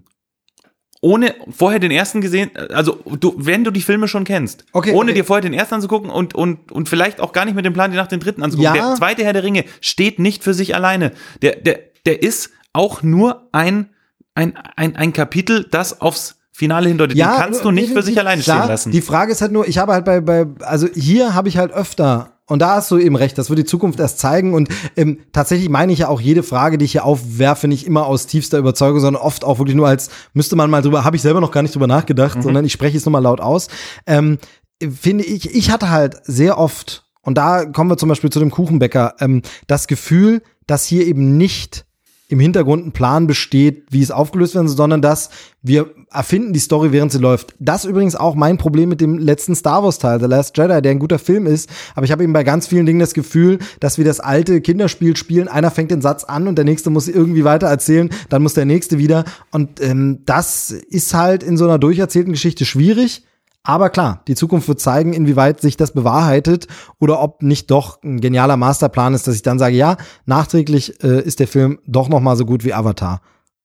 Ohne vorher den ersten gesehen, also du, wenn du die Filme schon kennst, okay, ohne okay. dir vorher den ersten anzugucken und, und, und vielleicht auch gar nicht mit dem Plan, dir nach den dritten anzugucken. Ja. Der zweite Herr der Ringe steht nicht für sich alleine. Der, der, der ist auch nur ein, ein, ein, ein Kapitel, das aufs Finale hindeutet, ja, den kannst du nicht für sich alleine klar, stehen lassen. Die Frage ist halt nur, ich habe halt bei, bei also hier habe ich halt öfter Und da hast du eben recht, das wird die Zukunft erst zeigen. Und ähm, tatsächlich meine ich ja auch jede Frage, die ich hier aufwerfe, nicht immer aus tiefster Überzeugung, sondern oft auch wirklich nur als, müsste man mal drüber, habe ich selber noch gar nicht drüber nachgedacht, mhm. sondern ich spreche es nochmal laut aus. Ähm, finde ich, ich hatte halt sehr oft, und da kommen wir zum Beispiel zu dem Kuchenbäcker, ähm, das Gefühl, dass hier eben nicht im Hintergrund ein Plan besteht, wie es aufgelöst werden soll, sondern dass wir erfinden die Story, während sie läuft. Das ist übrigens auch mein Problem mit dem letzten Star Wars Teil, The Last Jedi, der ein guter Film ist, aber ich habe eben bei ganz vielen Dingen das Gefühl, dass wir das alte Kinderspiel spielen, einer fängt den Satz an und der nächste muss irgendwie weiter erzählen, dann muss der nächste wieder und ähm, das ist halt in so einer durcherzählten Geschichte schwierig. Aber klar, die Zukunft wird zeigen, inwieweit sich das bewahrheitet oder ob nicht doch ein genialer Masterplan ist, dass ich dann sage, ja, nachträglich äh, ist der Film doch noch mal so gut wie Avatar.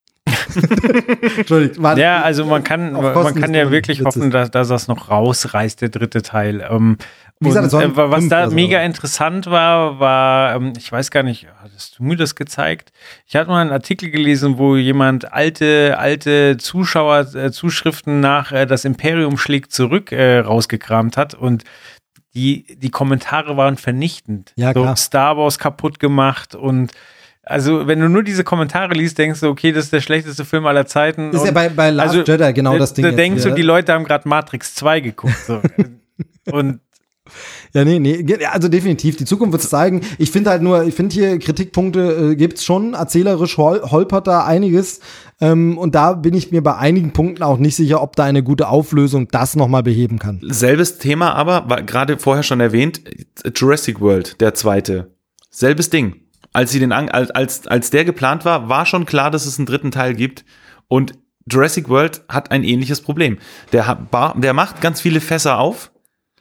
Entschuldigung. Ja, also man kann, man kann ja wirklich hoffen, dass, dass das noch rausreißt, der dritte Teil. Ähm, Wie gesagt, und, äh, was da mega so. interessant war, war, ähm, ich weiß gar nicht, hast du mir das gezeigt? Ich hatte mal einen Artikel gelesen, wo jemand alte, alte Zuschauer, äh, Zuschriften nach äh, Das Imperium schlägt zurück äh, rausgekramt hat und die, die Kommentare waren vernichtend. Ja, klar. So Star Wars kaputt gemacht und also, wenn du nur diese Kommentare liest, denkst du, okay, das ist der schlechteste Film aller Zeiten. Ist und ja bei, bei Last also, Jedi genau das Ding. Da denkst du, die Leute haben gerade Matrix zwei geguckt. So. Und ja, nee, nee, also definitiv, die Zukunft wird es zeigen. Ich finde halt nur, ich finde hier Kritikpunkte äh, gibt's schon, erzählerisch hol- holpert da einiges. Ähm, und da bin ich mir bei einigen Punkten auch nicht sicher, ob da eine gute Auflösung das nochmal beheben kann. Selbes Thema aber, war gerade vorher schon erwähnt, Jurassic World, der zweite. Selbes Ding. Als sie den als als als der geplant war, war schon klar, dass es einen dritten Teil gibt und Jurassic World hat ein ähnliches Problem. Der hat, der macht ganz viele Fässer auf,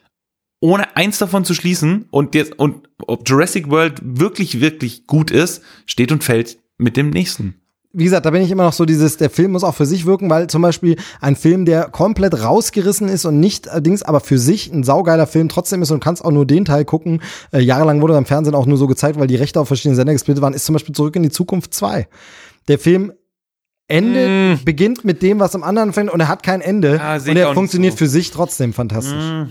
ohne eins davon zu schließen und jetzt und ob Jurassic World wirklich wirklich gut ist, steht und fällt mit dem nächsten. Wie gesagt, da bin ich immer noch so dieses, der Film muss auch für sich wirken, weil zum Beispiel ein Film, der komplett rausgerissen ist und nicht allerdings aber für sich ein saugeiler Film trotzdem ist und kannst auch nur den Teil gucken. Äh, jahrelang wurde er im Fernsehen auch nur so gezeigt, weil die Rechte auf verschiedene Sender gesplittet waren, ist zum Beispiel Zurück in die Zukunft zwei. Der Film endet, mm. beginnt mit dem, was am anderen fängt und er hat kein Ende ja, und er funktioniert so. Für sich trotzdem fantastisch. Mm.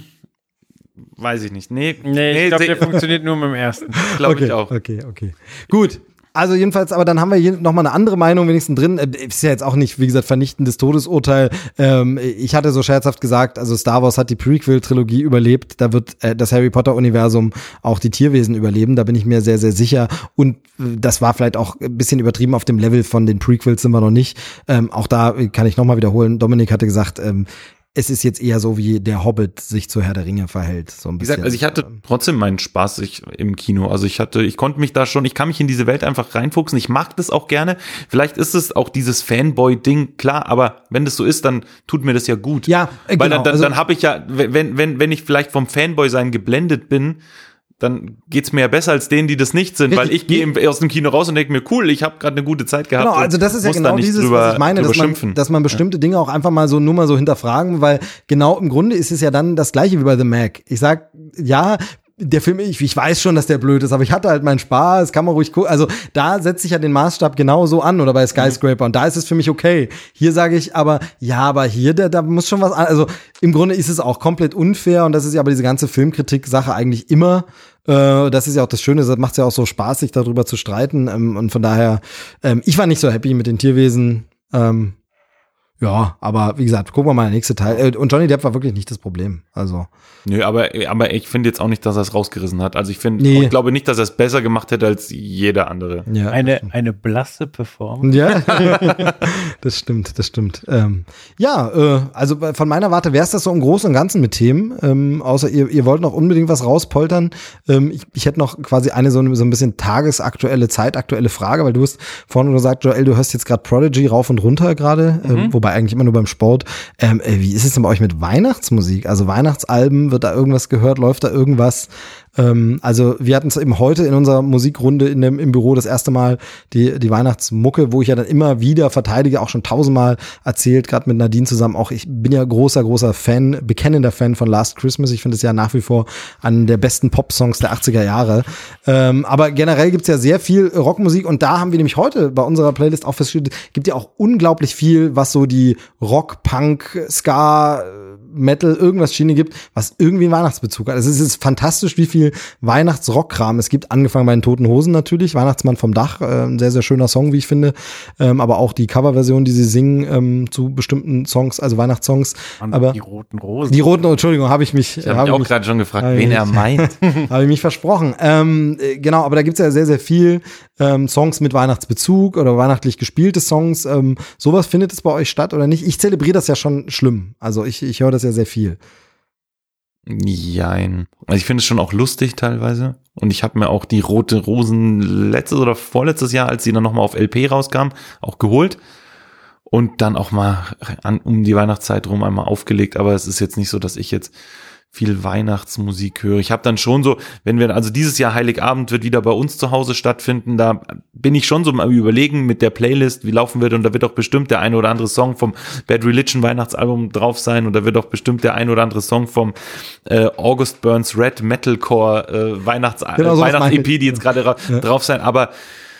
Weiß ich nicht. Nee, nee, nee ich glaube, der funktioniert nur mit dem ersten. Glaube okay, ich auch. Okay, okay. Gut. Also jedenfalls, aber dann haben wir hier nochmal eine andere Meinung wenigstens drin. Ist ja jetzt auch nicht, wie gesagt, vernichtendes Todesurteil. Ähm, ich hatte so scherzhaft gesagt, also Star Wars hat die Prequel-Trilogie überlebt. Da wird äh, das Harry Potter-Universum auch die Tierwesen überleben. Da bin ich mir sehr, sehr sicher. Und äh, das war vielleicht auch ein bisschen übertrieben. Auf dem Level von den Prequels sind wir noch nicht. Ähm, auch da kann ich nochmal wiederholen. Dominik hatte gesagt, ähm, es ist jetzt eher so, wie der Hobbit sich zu Herr der Ringe verhält. So ein bisschen. Wie gesagt, also ich hatte trotzdem meinen Spaß ich, im Kino. Also ich hatte, ich konnte mich da schon, ich kann mich in diese Welt einfach reinfuchsen. Ich mag das auch gerne. Vielleicht ist es auch dieses Fanboy-Ding, klar, aber wenn das so ist, dann tut mir das ja gut. Ja, äh, Weil genau. dann, dann, also, dann habe ich ja, wenn, wenn, wenn ich vielleicht vom Fanboy-Sein geblendet bin, dann geht's mir ja besser als denen, die das nicht sind, richtig, weil ich gehe aus dem Kino raus und denke mir, cool, ich habe gerade eine gute Zeit gehabt. Genau, also das ist ja genau dieses, drüber, was ich meine, dass man, dass man bestimmte ja. Dinge auch einfach mal so nur mal so hinterfragen, weil genau im Grunde ist es ja dann das Gleiche wie bei The Mac. Ich sag, ja, der Film, ich, ich weiß schon, dass der blöd ist, aber ich hatte halt meinen Spaß, kann man ruhig gucken. Also da setze ich ja den Maßstab genau so an oder bei Skyscraper und da ist es für mich okay. Hier sage ich aber, ja, aber hier, da, da muss schon was an. Also im Grunde ist es auch komplett unfair und das ist ja aber diese ganze Filmkritik-Sache eigentlich immer. Äh, das ist ja auch das Schöne, das macht es ja auch so Spaß, sich darüber zu streiten. Ähm, und von daher, ähm, ich war nicht so happy mit den Tierwesen. Ähm, ja, aber wie gesagt, gucken wir mal der nächste Teil. Und Johnny Depp war wirklich nicht das Problem. Also nö, aber aber ich finde jetzt auch nicht, dass er es rausgerissen hat. Also ich finde, nee. ich glaube nicht, dass er es besser gemacht hätte als jeder andere. Ja, eine eine blasse Performance. Ja, das stimmt, das stimmt. Ähm, ja, äh, also von meiner Warte wäre es das so im Großen und Ganzen mit Themen. Ähm, außer ihr ihr wollt noch unbedingt was rauspoltern. Ähm, ich, ich hätte noch quasi eine so, so ein bisschen tagesaktuelle, zeitaktuelle Frage, weil du hast vorhin gesagt, Joel, du hörst jetzt gerade Prodigy rauf und runter gerade, mhm. ähm, wobei eigentlich immer nur beim Sport. Ähm, wie ist es denn bei euch mit Weihnachtsmusik? Also Weihnachtsalben, wird da irgendwas gehört? Läuft da irgendwas? Ähm, also wir hatten es eben heute in unserer Musikrunde in dem, im Büro das erste Mal die, die Weihnachtsmucke, wo ich ja dann immer wieder verteidige, auch schon tausendmal erzählt, gerade mit Nadine zusammen. Auch ich bin ja großer, großer Fan, bekennender Fan von Last Christmas. Ich finde es ja nach wie vor einen der besten Pop-Songs der achtziger Jahre. Ähm, aber generell gibt's ja sehr viel Rockmusik und da haben wir nämlich heute bei unserer Playlist auch festgestellt, gibt ja auch unglaublich viel, was so die Rock, Punk, Ska, Metal, irgendwas Schiene gibt, was irgendwie einen Weihnachtsbezug hat. Also es ist fantastisch, wie viel viel Weihnachtsrockkram es gibt, angefangen bei den Toten Hosen natürlich, Weihnachtsmann vom Dach, äh, ein sehr, sehr schöner Song, wie ich finde, ähm, aber auch die Coverversion, die sie singen ähm, zu bestimmten Songs, also Weihnachtssongs. Und aber die Roten Rosen. Die Roten, Entschuldigung, habe ich mich. Ich habe mich auch gerade schon gefragt, wen er meint. Habe ich mich versprochen. Ähm, genau, aber da gibt's ja sehr, sehr viel ähm, Songs mit Weihnachtsbezug oder weihnachtlich gespielte Songs. Ähm, sowas findet es bei euch statt oder nicht? Ich zelebriere das ja schon schlimm. Also ich, ich höre das ja sehr viel. Jein. Also ich finde es schon auch lustig teilweise. Und ich habe mir auch die Rote Rosen letztes oder vorletztes Jahr, als sie dann nochmal auf L P rauskam, auch geholt. Und dann auch mal an, um die Weihnachtszeit rum einmal aufgelegt. Aber es ist jetzt nicht so, dass ich jetzt viel Weihnachtsmusik höre. Ich habe dann schon so, wenn wir, also dieses Jahr Heiligabend wird wieder bei uns zu Hause stattfinden, da bin ich schon so mal überlegen mit der Playlist, wie laufen wird, und da wird auch bestimmt der eine oder andere Song vom Bad Religion Weihnachtsalbum drauf sein, und da wird auch bestimmt der eine oder andere Song vom äh, August Burns Red Metalcore äh, Weihnachts genau, so Weihnachts-E P, die jetzt gerade ra- ja. drauf sein, aber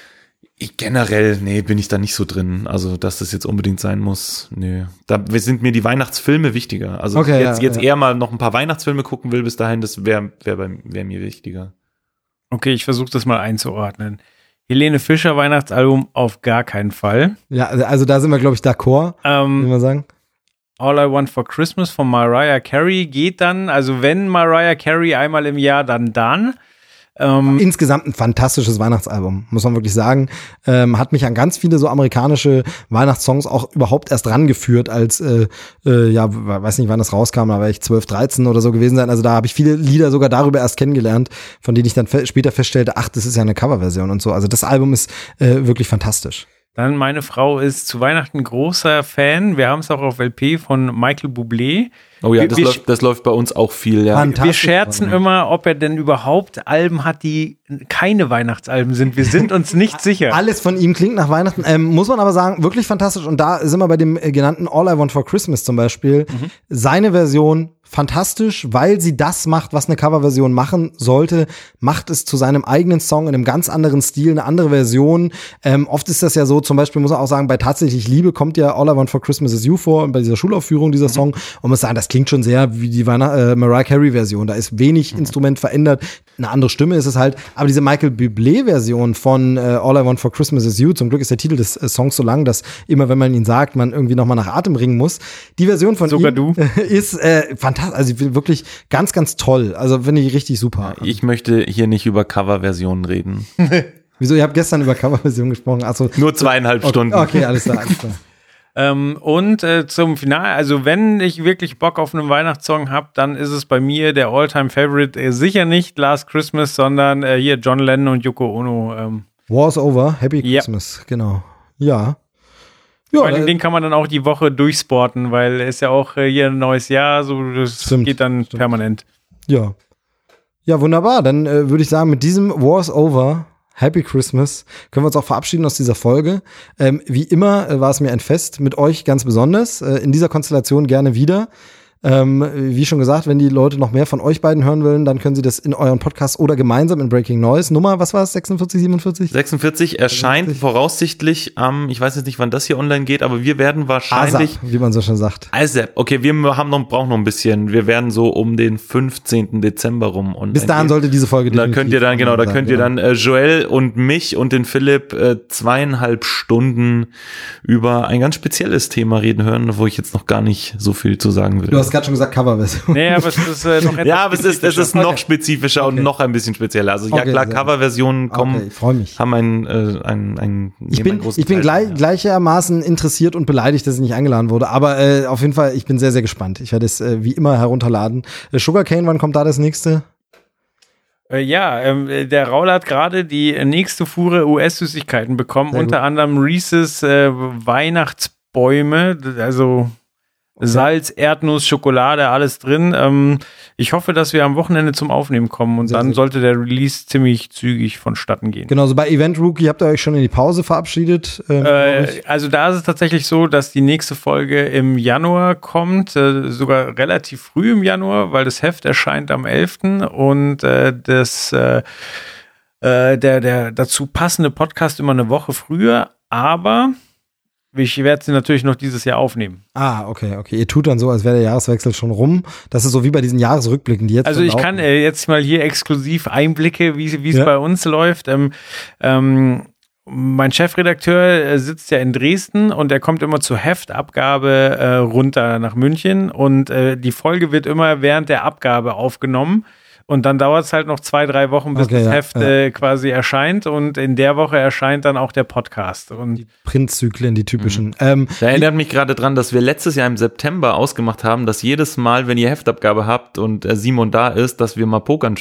ich generell, nee, bin ich da nicht so drin. Also, dass das jetzt unbedingt sein muss, nee. Da sind mir die Weihnachtsfilme wichtiger. Also, okay, jetzt, ja, jetzt ja. eher mal noch ein paar Weihnachtsfilme gucken will bis dahin, das wäre wär bei wär mir wichtiger. Okay, ich versuche das mal einzuordnen. Helene Fischer Weihnachtsalbum auf gar keinen Fall. Ja, also da sind wir, glaube ich, d'accord, Ähm, würde man sagen. All I Want for Christmas von Mariah Carey geht dann, also wenn Mariah Carey einmal im Jahr, dann dann. Ähm, Insgesamt ein fantastisches Weihnachtsalbum, muss man wirklich sagen. Ähm, hat mich an ganz viele so amerikanische Weihnachtssongs auch überhaupt erst rangeführt, als, äh, äh, ja, weiß nicht, wann das rauskam, da war ich zwölf, dreizehn oder so gewesen sein. Also da habe ich viele Lieder sogar darüber erst kennengelernt, von denen ich dann fe- später feststellte, ach, das ist ja eine Coverversion und so. Also das Album ist äh, wirklich fantastisch. Dann meine Frau ist zu Weihnachten großer Fan. Wir haben es auch auf L P von Michael Bublé. Oh ja, Wir- das, wir- läuft, das läuft bei uns auch viel, ja. Fantastisch. Wir scherzen immer, ob er denn überhaupt Alben hat, die keine Weihnachtsalben sind. Wir sind uns nicht sicher. Alles von ihm klingt nach Weihnachten. Ähm, muss man aber sagen, wirklich fantastisch. Und da sind wir bei dem äh, genannten All I Want for Christmas zum Beispiel. Mhm. Seine Version fantastisch, weil sie das macht, was eine Coverversion machen sollte, macht es zu seinem eigenen Song in einem ganz anderen Stil, eine andere Version. Ähm, oft ist das ja so, zum Beispiel muss man auch sagen, bei Tatsächlich Liebe kommt ja All I Want for Christmas is You vor, und bei dieser Schulaufführung dieser Song. Und muss sagen, das klingt schon sehr wie die Weihnacht- äh, Mariah Carey Version. Da ist wenig Instrument verändert. Eine andere Stimme ist es halt. Aber diese Michael Bublé Version von äh, All I Want for Christmas is You, zum Glück ist der Titel des äh, Songs so lang, dass immer, wenn man ihn sagt, man irgendwie nochmal nach Atem ringen muss. Die Version von Sogar ihm du. ist äh, fantastisch. Also ich will wirklich ganz, ganz toll. Also finde ich richtig super. Ich möchte hier nicht über Coverversionen reden. Wieso? Ihr habt gestern über Coverversion gesprochen. Achso. Nur zweieinhalb Okay, Stunden. okay, alles klar. Alles klar. Ähm, und äh, zum Finale, also wenn ich wirklich Bock auf einen Weihnachtssong habe, dann ist es bei mir der All-Time-Favorite äh, sicher nicht Last Christmas, sondern äh, hier John Lennon und Yoko Ono. Ähm. War's over. Happy Ja. Christmas. Genau. Ja. Vor Ja, allem äh, den kann man dann auch die Woche durchsporten, weil es ja auch äh, hier ein neues Jahr, so das Stimmt, geht dann stimmt. permanent. ja. Ja, wunderbar. Dann äh, würde ich sagen, mit diesem War's over. Happy Christmas. Können wir uns auch verabschieden aus dieser Folge. Ähm, wie immer äh, war es mir ein Fest mit euch ganz besonders. Äh, in dieser Konstellation gerne wieder. Ähm, wie schon gesagt, wenn die Leute noch mehr von euch beiden hören wollen, dann können sie das in euren Podcast oder gemeinsam in Breaking Noise. Nummer, was war es? sechsundvierzig, siebenundvierzig? sechsundvierzig erscheint sechsundvierzig. voraussichtlich am, ich weiß jetzt nicht, wann das hier online geht, aber wir werden wahrscheinlich. ASAP, wie man so schon sagt. Also, okay, wir haben noch, brauchen noch ein bisschen. Wir werden so um den fünfzehnten Dezember rum online Bis dahin gehen. sollte diese Folge Da könnt ihr dann, genau, da sein, könnt ihr dann äh, Joel und mich und den Philipp äh, zweieinhalb Stunden über ein ganz spezielles Thema reden hören, wo ich jetzt noch gar nicht so viel zu sagen will. Du hast gerade schon gesagt, Coverversion. Nee, aber es ist äh, noch etwas Ja, aber es ist, es ist noch Okay. spezifischer und Okay. noch ein bisschen spezieller. Also ja, Okay, klar, sehr gut. Coverversionen kommen, Okay, ich freue mich. haben einen, äh, einen, einen, Ich nehmen bin, einen großen ich bin Teil gleich, ein, ja. gleichermaßen interessiert und beleidigt, dass ich nicht eingeladen wurde. Aber äh, auf jeden Fall, ich bin sehr, sehr gespannt. Ich werde es äh, wie immer herunterladen. Äh, Sugarcane, wann kommt da das nächste? Äh, ja, ähm, äh, der Raul hat gerade die äh, nächste Fuhre U S-Süßigkeiten bekommen, Sehr gut. unter anderem Reese's äh, Weihnachtsbäume, d- also Salz, Erdnuss, Schokolade, alles drin. Ähm, ich hoffe, dass wir am Wochenende zum Aufnehmen kommen und Sehr, dann sehr sollte der Release ziemlich zügig vonstatten gehen. Genau, so bei Event Rookie habt ihr euch schon in die Pause verabschiedet. Ähm, glaub Äh, ich. also da ist es tatsächlich so, dass die nächste Folge im Januar kommt, äh, sogar relativ früh im Januar, weil das Heft erscheint am elften und äh, das äh, äh, der, der dazu passende Podcast immer eine Woche früher, aber Ich werde sie natürlich noch dieses Jahr aufnehmen. Ah, okay, okay. Ihr tut dann so, als wäre der Jahreswechsel schon rum. Das ist so wie bei diesen Jahresrückblicken, die jetzt Also ich laufen. kann äh, jetzt mal hier exklusiv Einblicke, wie es Ja. bei uns läuft. Ähm, ähm, mein Chefredakteur äh, sitzt ja in Dresden und er kommt immer zur Heftabgabe äh, runter nach München und äh, die Folge wird immer während der Abgabe aufgenommen. Und dann dauert es halt noch zwei, drei Wochen, bis Okay, das ja, Heft ja. äh, quasi erscheint. Und in der Woche erscheint dann auch der Podcast. Und Printzyklen, die typischen. Ähm, Da erinnert mich gerade dran, dass wir letztes Jahr im September ausgemacht haben, dass jedes Mal, wenn ihr Heftabgabe habt und äh, Simon da ist, dass wir mal pokern.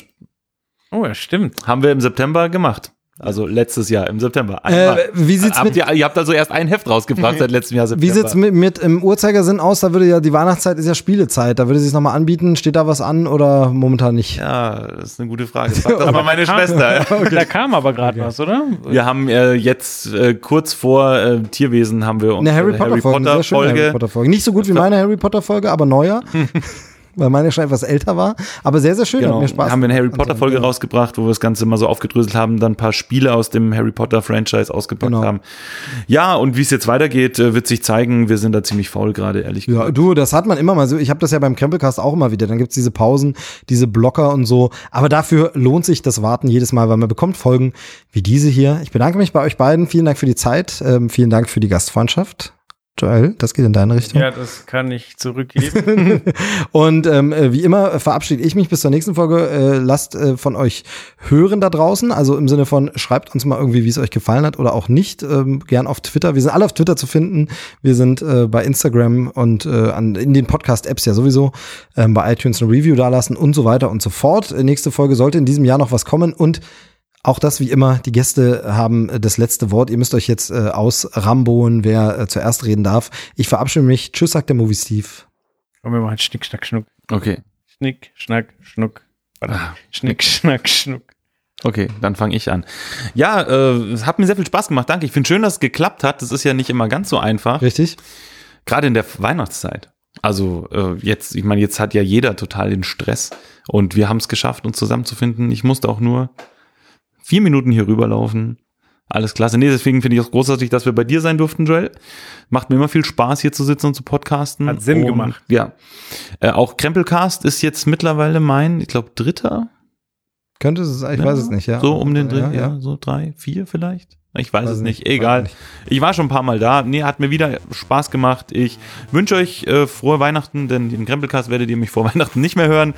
oh, ja, stimmt. Haben wir im September gemacht. Also letztes Jahr im September. Einmal. äh, wie sieht's Habt mit, ihr, ihr habt also erst ein Heft rausgebracht seit letztem Jahr September. wie sieht's mit, mit im Uhrzeigersinn aus? Da würde ja, die Weihnachtszeit ist ja Spielezeit. Da würde sie es nochmal anbieten. Steht da was an oder momentan nicht? Ja, das ist eine gute Frage. Frag das mal meine Schwester. Da kam aber gerade was, oder? Wir haben äh, jetzt äh, kurz vor äh, Tierwesen haben wir Eine Harry Potter Folge, eine sehr schöne Folge. Harry Potter Folge. Nicht so gut wie meine Harry Potter Folge, aber neuer. Weil meine schon etwas älter war, aber sehr, sehr schön, Genau, hat mir Spaß haben wir eine Harry gemacht. Potter Folge Ja. rausgebracht, wo wir das Ganze mal so aufgedröselt haben, dann ein paar Spiele aus dem Harry Potter Franchise ausgepackt Genau. haben. Ja, und wie es jetzt weitergeht, äh, wird sich zeigen. Wir sind da ziemlich faul gerade, ehrlich Ja, gesagt. du, das hat man immer mal so. Ich habe das ja beim Krempelcast auch immer wieder. Dann gibt's diese Pausen, diese Blocker und so. Aber dafür lohnt sich das Warten jedes Mal, weil man bekommt Folgen wie diese hier. Ich bedanke mich bei euch beiden. Vielen Dank für die Zeit. Ähm, vielen Dank für die Gastfreundschaft. Joel, das geht in deine Richtung. Ja, das kann ich zurückgeben. Und ähm, wie immer verabschiede ich mich bis zur nächsten Folge. Äh, lasst äh, von euch hören da draußen. Also im Sinne von, schreibt uns mal irgendwie, wie es euch gefallen hat oder auch nicht. Ähm, gern auf Twitter. Wir sind alle auf Twitter zu finden. Wir sind äh, bei Instagram und äh, an, in den Podcast-Apps ja sowieso. Ähm, bei iTunes eine Review dalassen und so weiter und so fort. Äh, nächste Folge sollte in diesem Jahr noch was kommen. Und auch das, wie immer, die Gäste haben äh, das letzte Wort. Ihr müsst euch jetzt äh, ausramboen, wer äh, zuerst reden darf. Ich verabschiede mich. Tschüss, sagt der Movie Steve. Komm, wir machen Schnick, Schnack, Schnuck. Okay, Schnick, Schnack, Schnuck. Warte. Ah. Schnick, Schnack, Schnuck. okay, dann fange ich an. Ja, äh, es hat mir sehr viel Spaß gemacht, danke. Ich finde schön, dass es geklappt hat. Das ist ja nicht immer ganz so einfach. Richtig? Gerade in der Weihnachtszeit. Also äh, jetzt, ich meine, jetzt hat ja jeder total den Stress. Und wir haben es geschafft, uns zusammenzufinden. Ich musste auch nur vier Minuten hier rüberlaufen. Alles klasse. Nee, deswegen finde ich auch großartig, dass wir bei dir sein durften, Joel. Macht mir immer viel Spaß, hier zu sitzen und zu podcasten. Hat Sinn und, gemacht. Ja. Äh, auch Krempelcast ist jetzt mittlerweile mein, ich glaube, dritter. Könnte es, ich Ja, weiß es nicht, ja. So um den dritten, ja, ja, so drei, vier vielleicht. Ich weiß, Weiß es nicht, nicht, egal. weiß nicht. Ich war schon ein paar Mal da. Nee, hat mir wieder Spaß gemacht. Ich wünsche euch äh, frohe Weihnachten, denn den Krempelcast werdet ihr mich vor Weihnachten nicht mehr hören.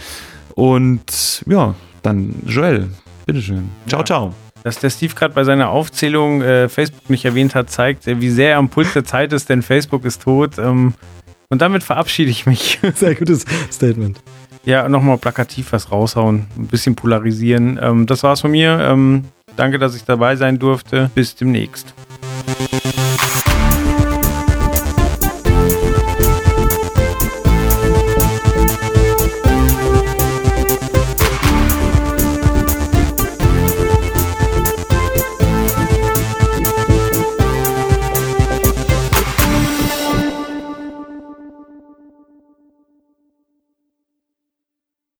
Und ja, dann Joel, bitteschön. Ciao, Ja. ciao. Dass der Steve gerade bei seiner Aufzählung äh, Facebook nicht erwähnt hat, zeigt, äh, wie sehr er am Puls der Zeit ist, denn Facebook ist tot. Ähm, und damit verabschiede ich mich. Sehr gutes Statement. Ja, nochmal plakativ was raushauen, ein bisschen polarisieren. Ähm, das war's von mir. Ähm, danke, dass ich dabei sein durfte. Bis demnächst.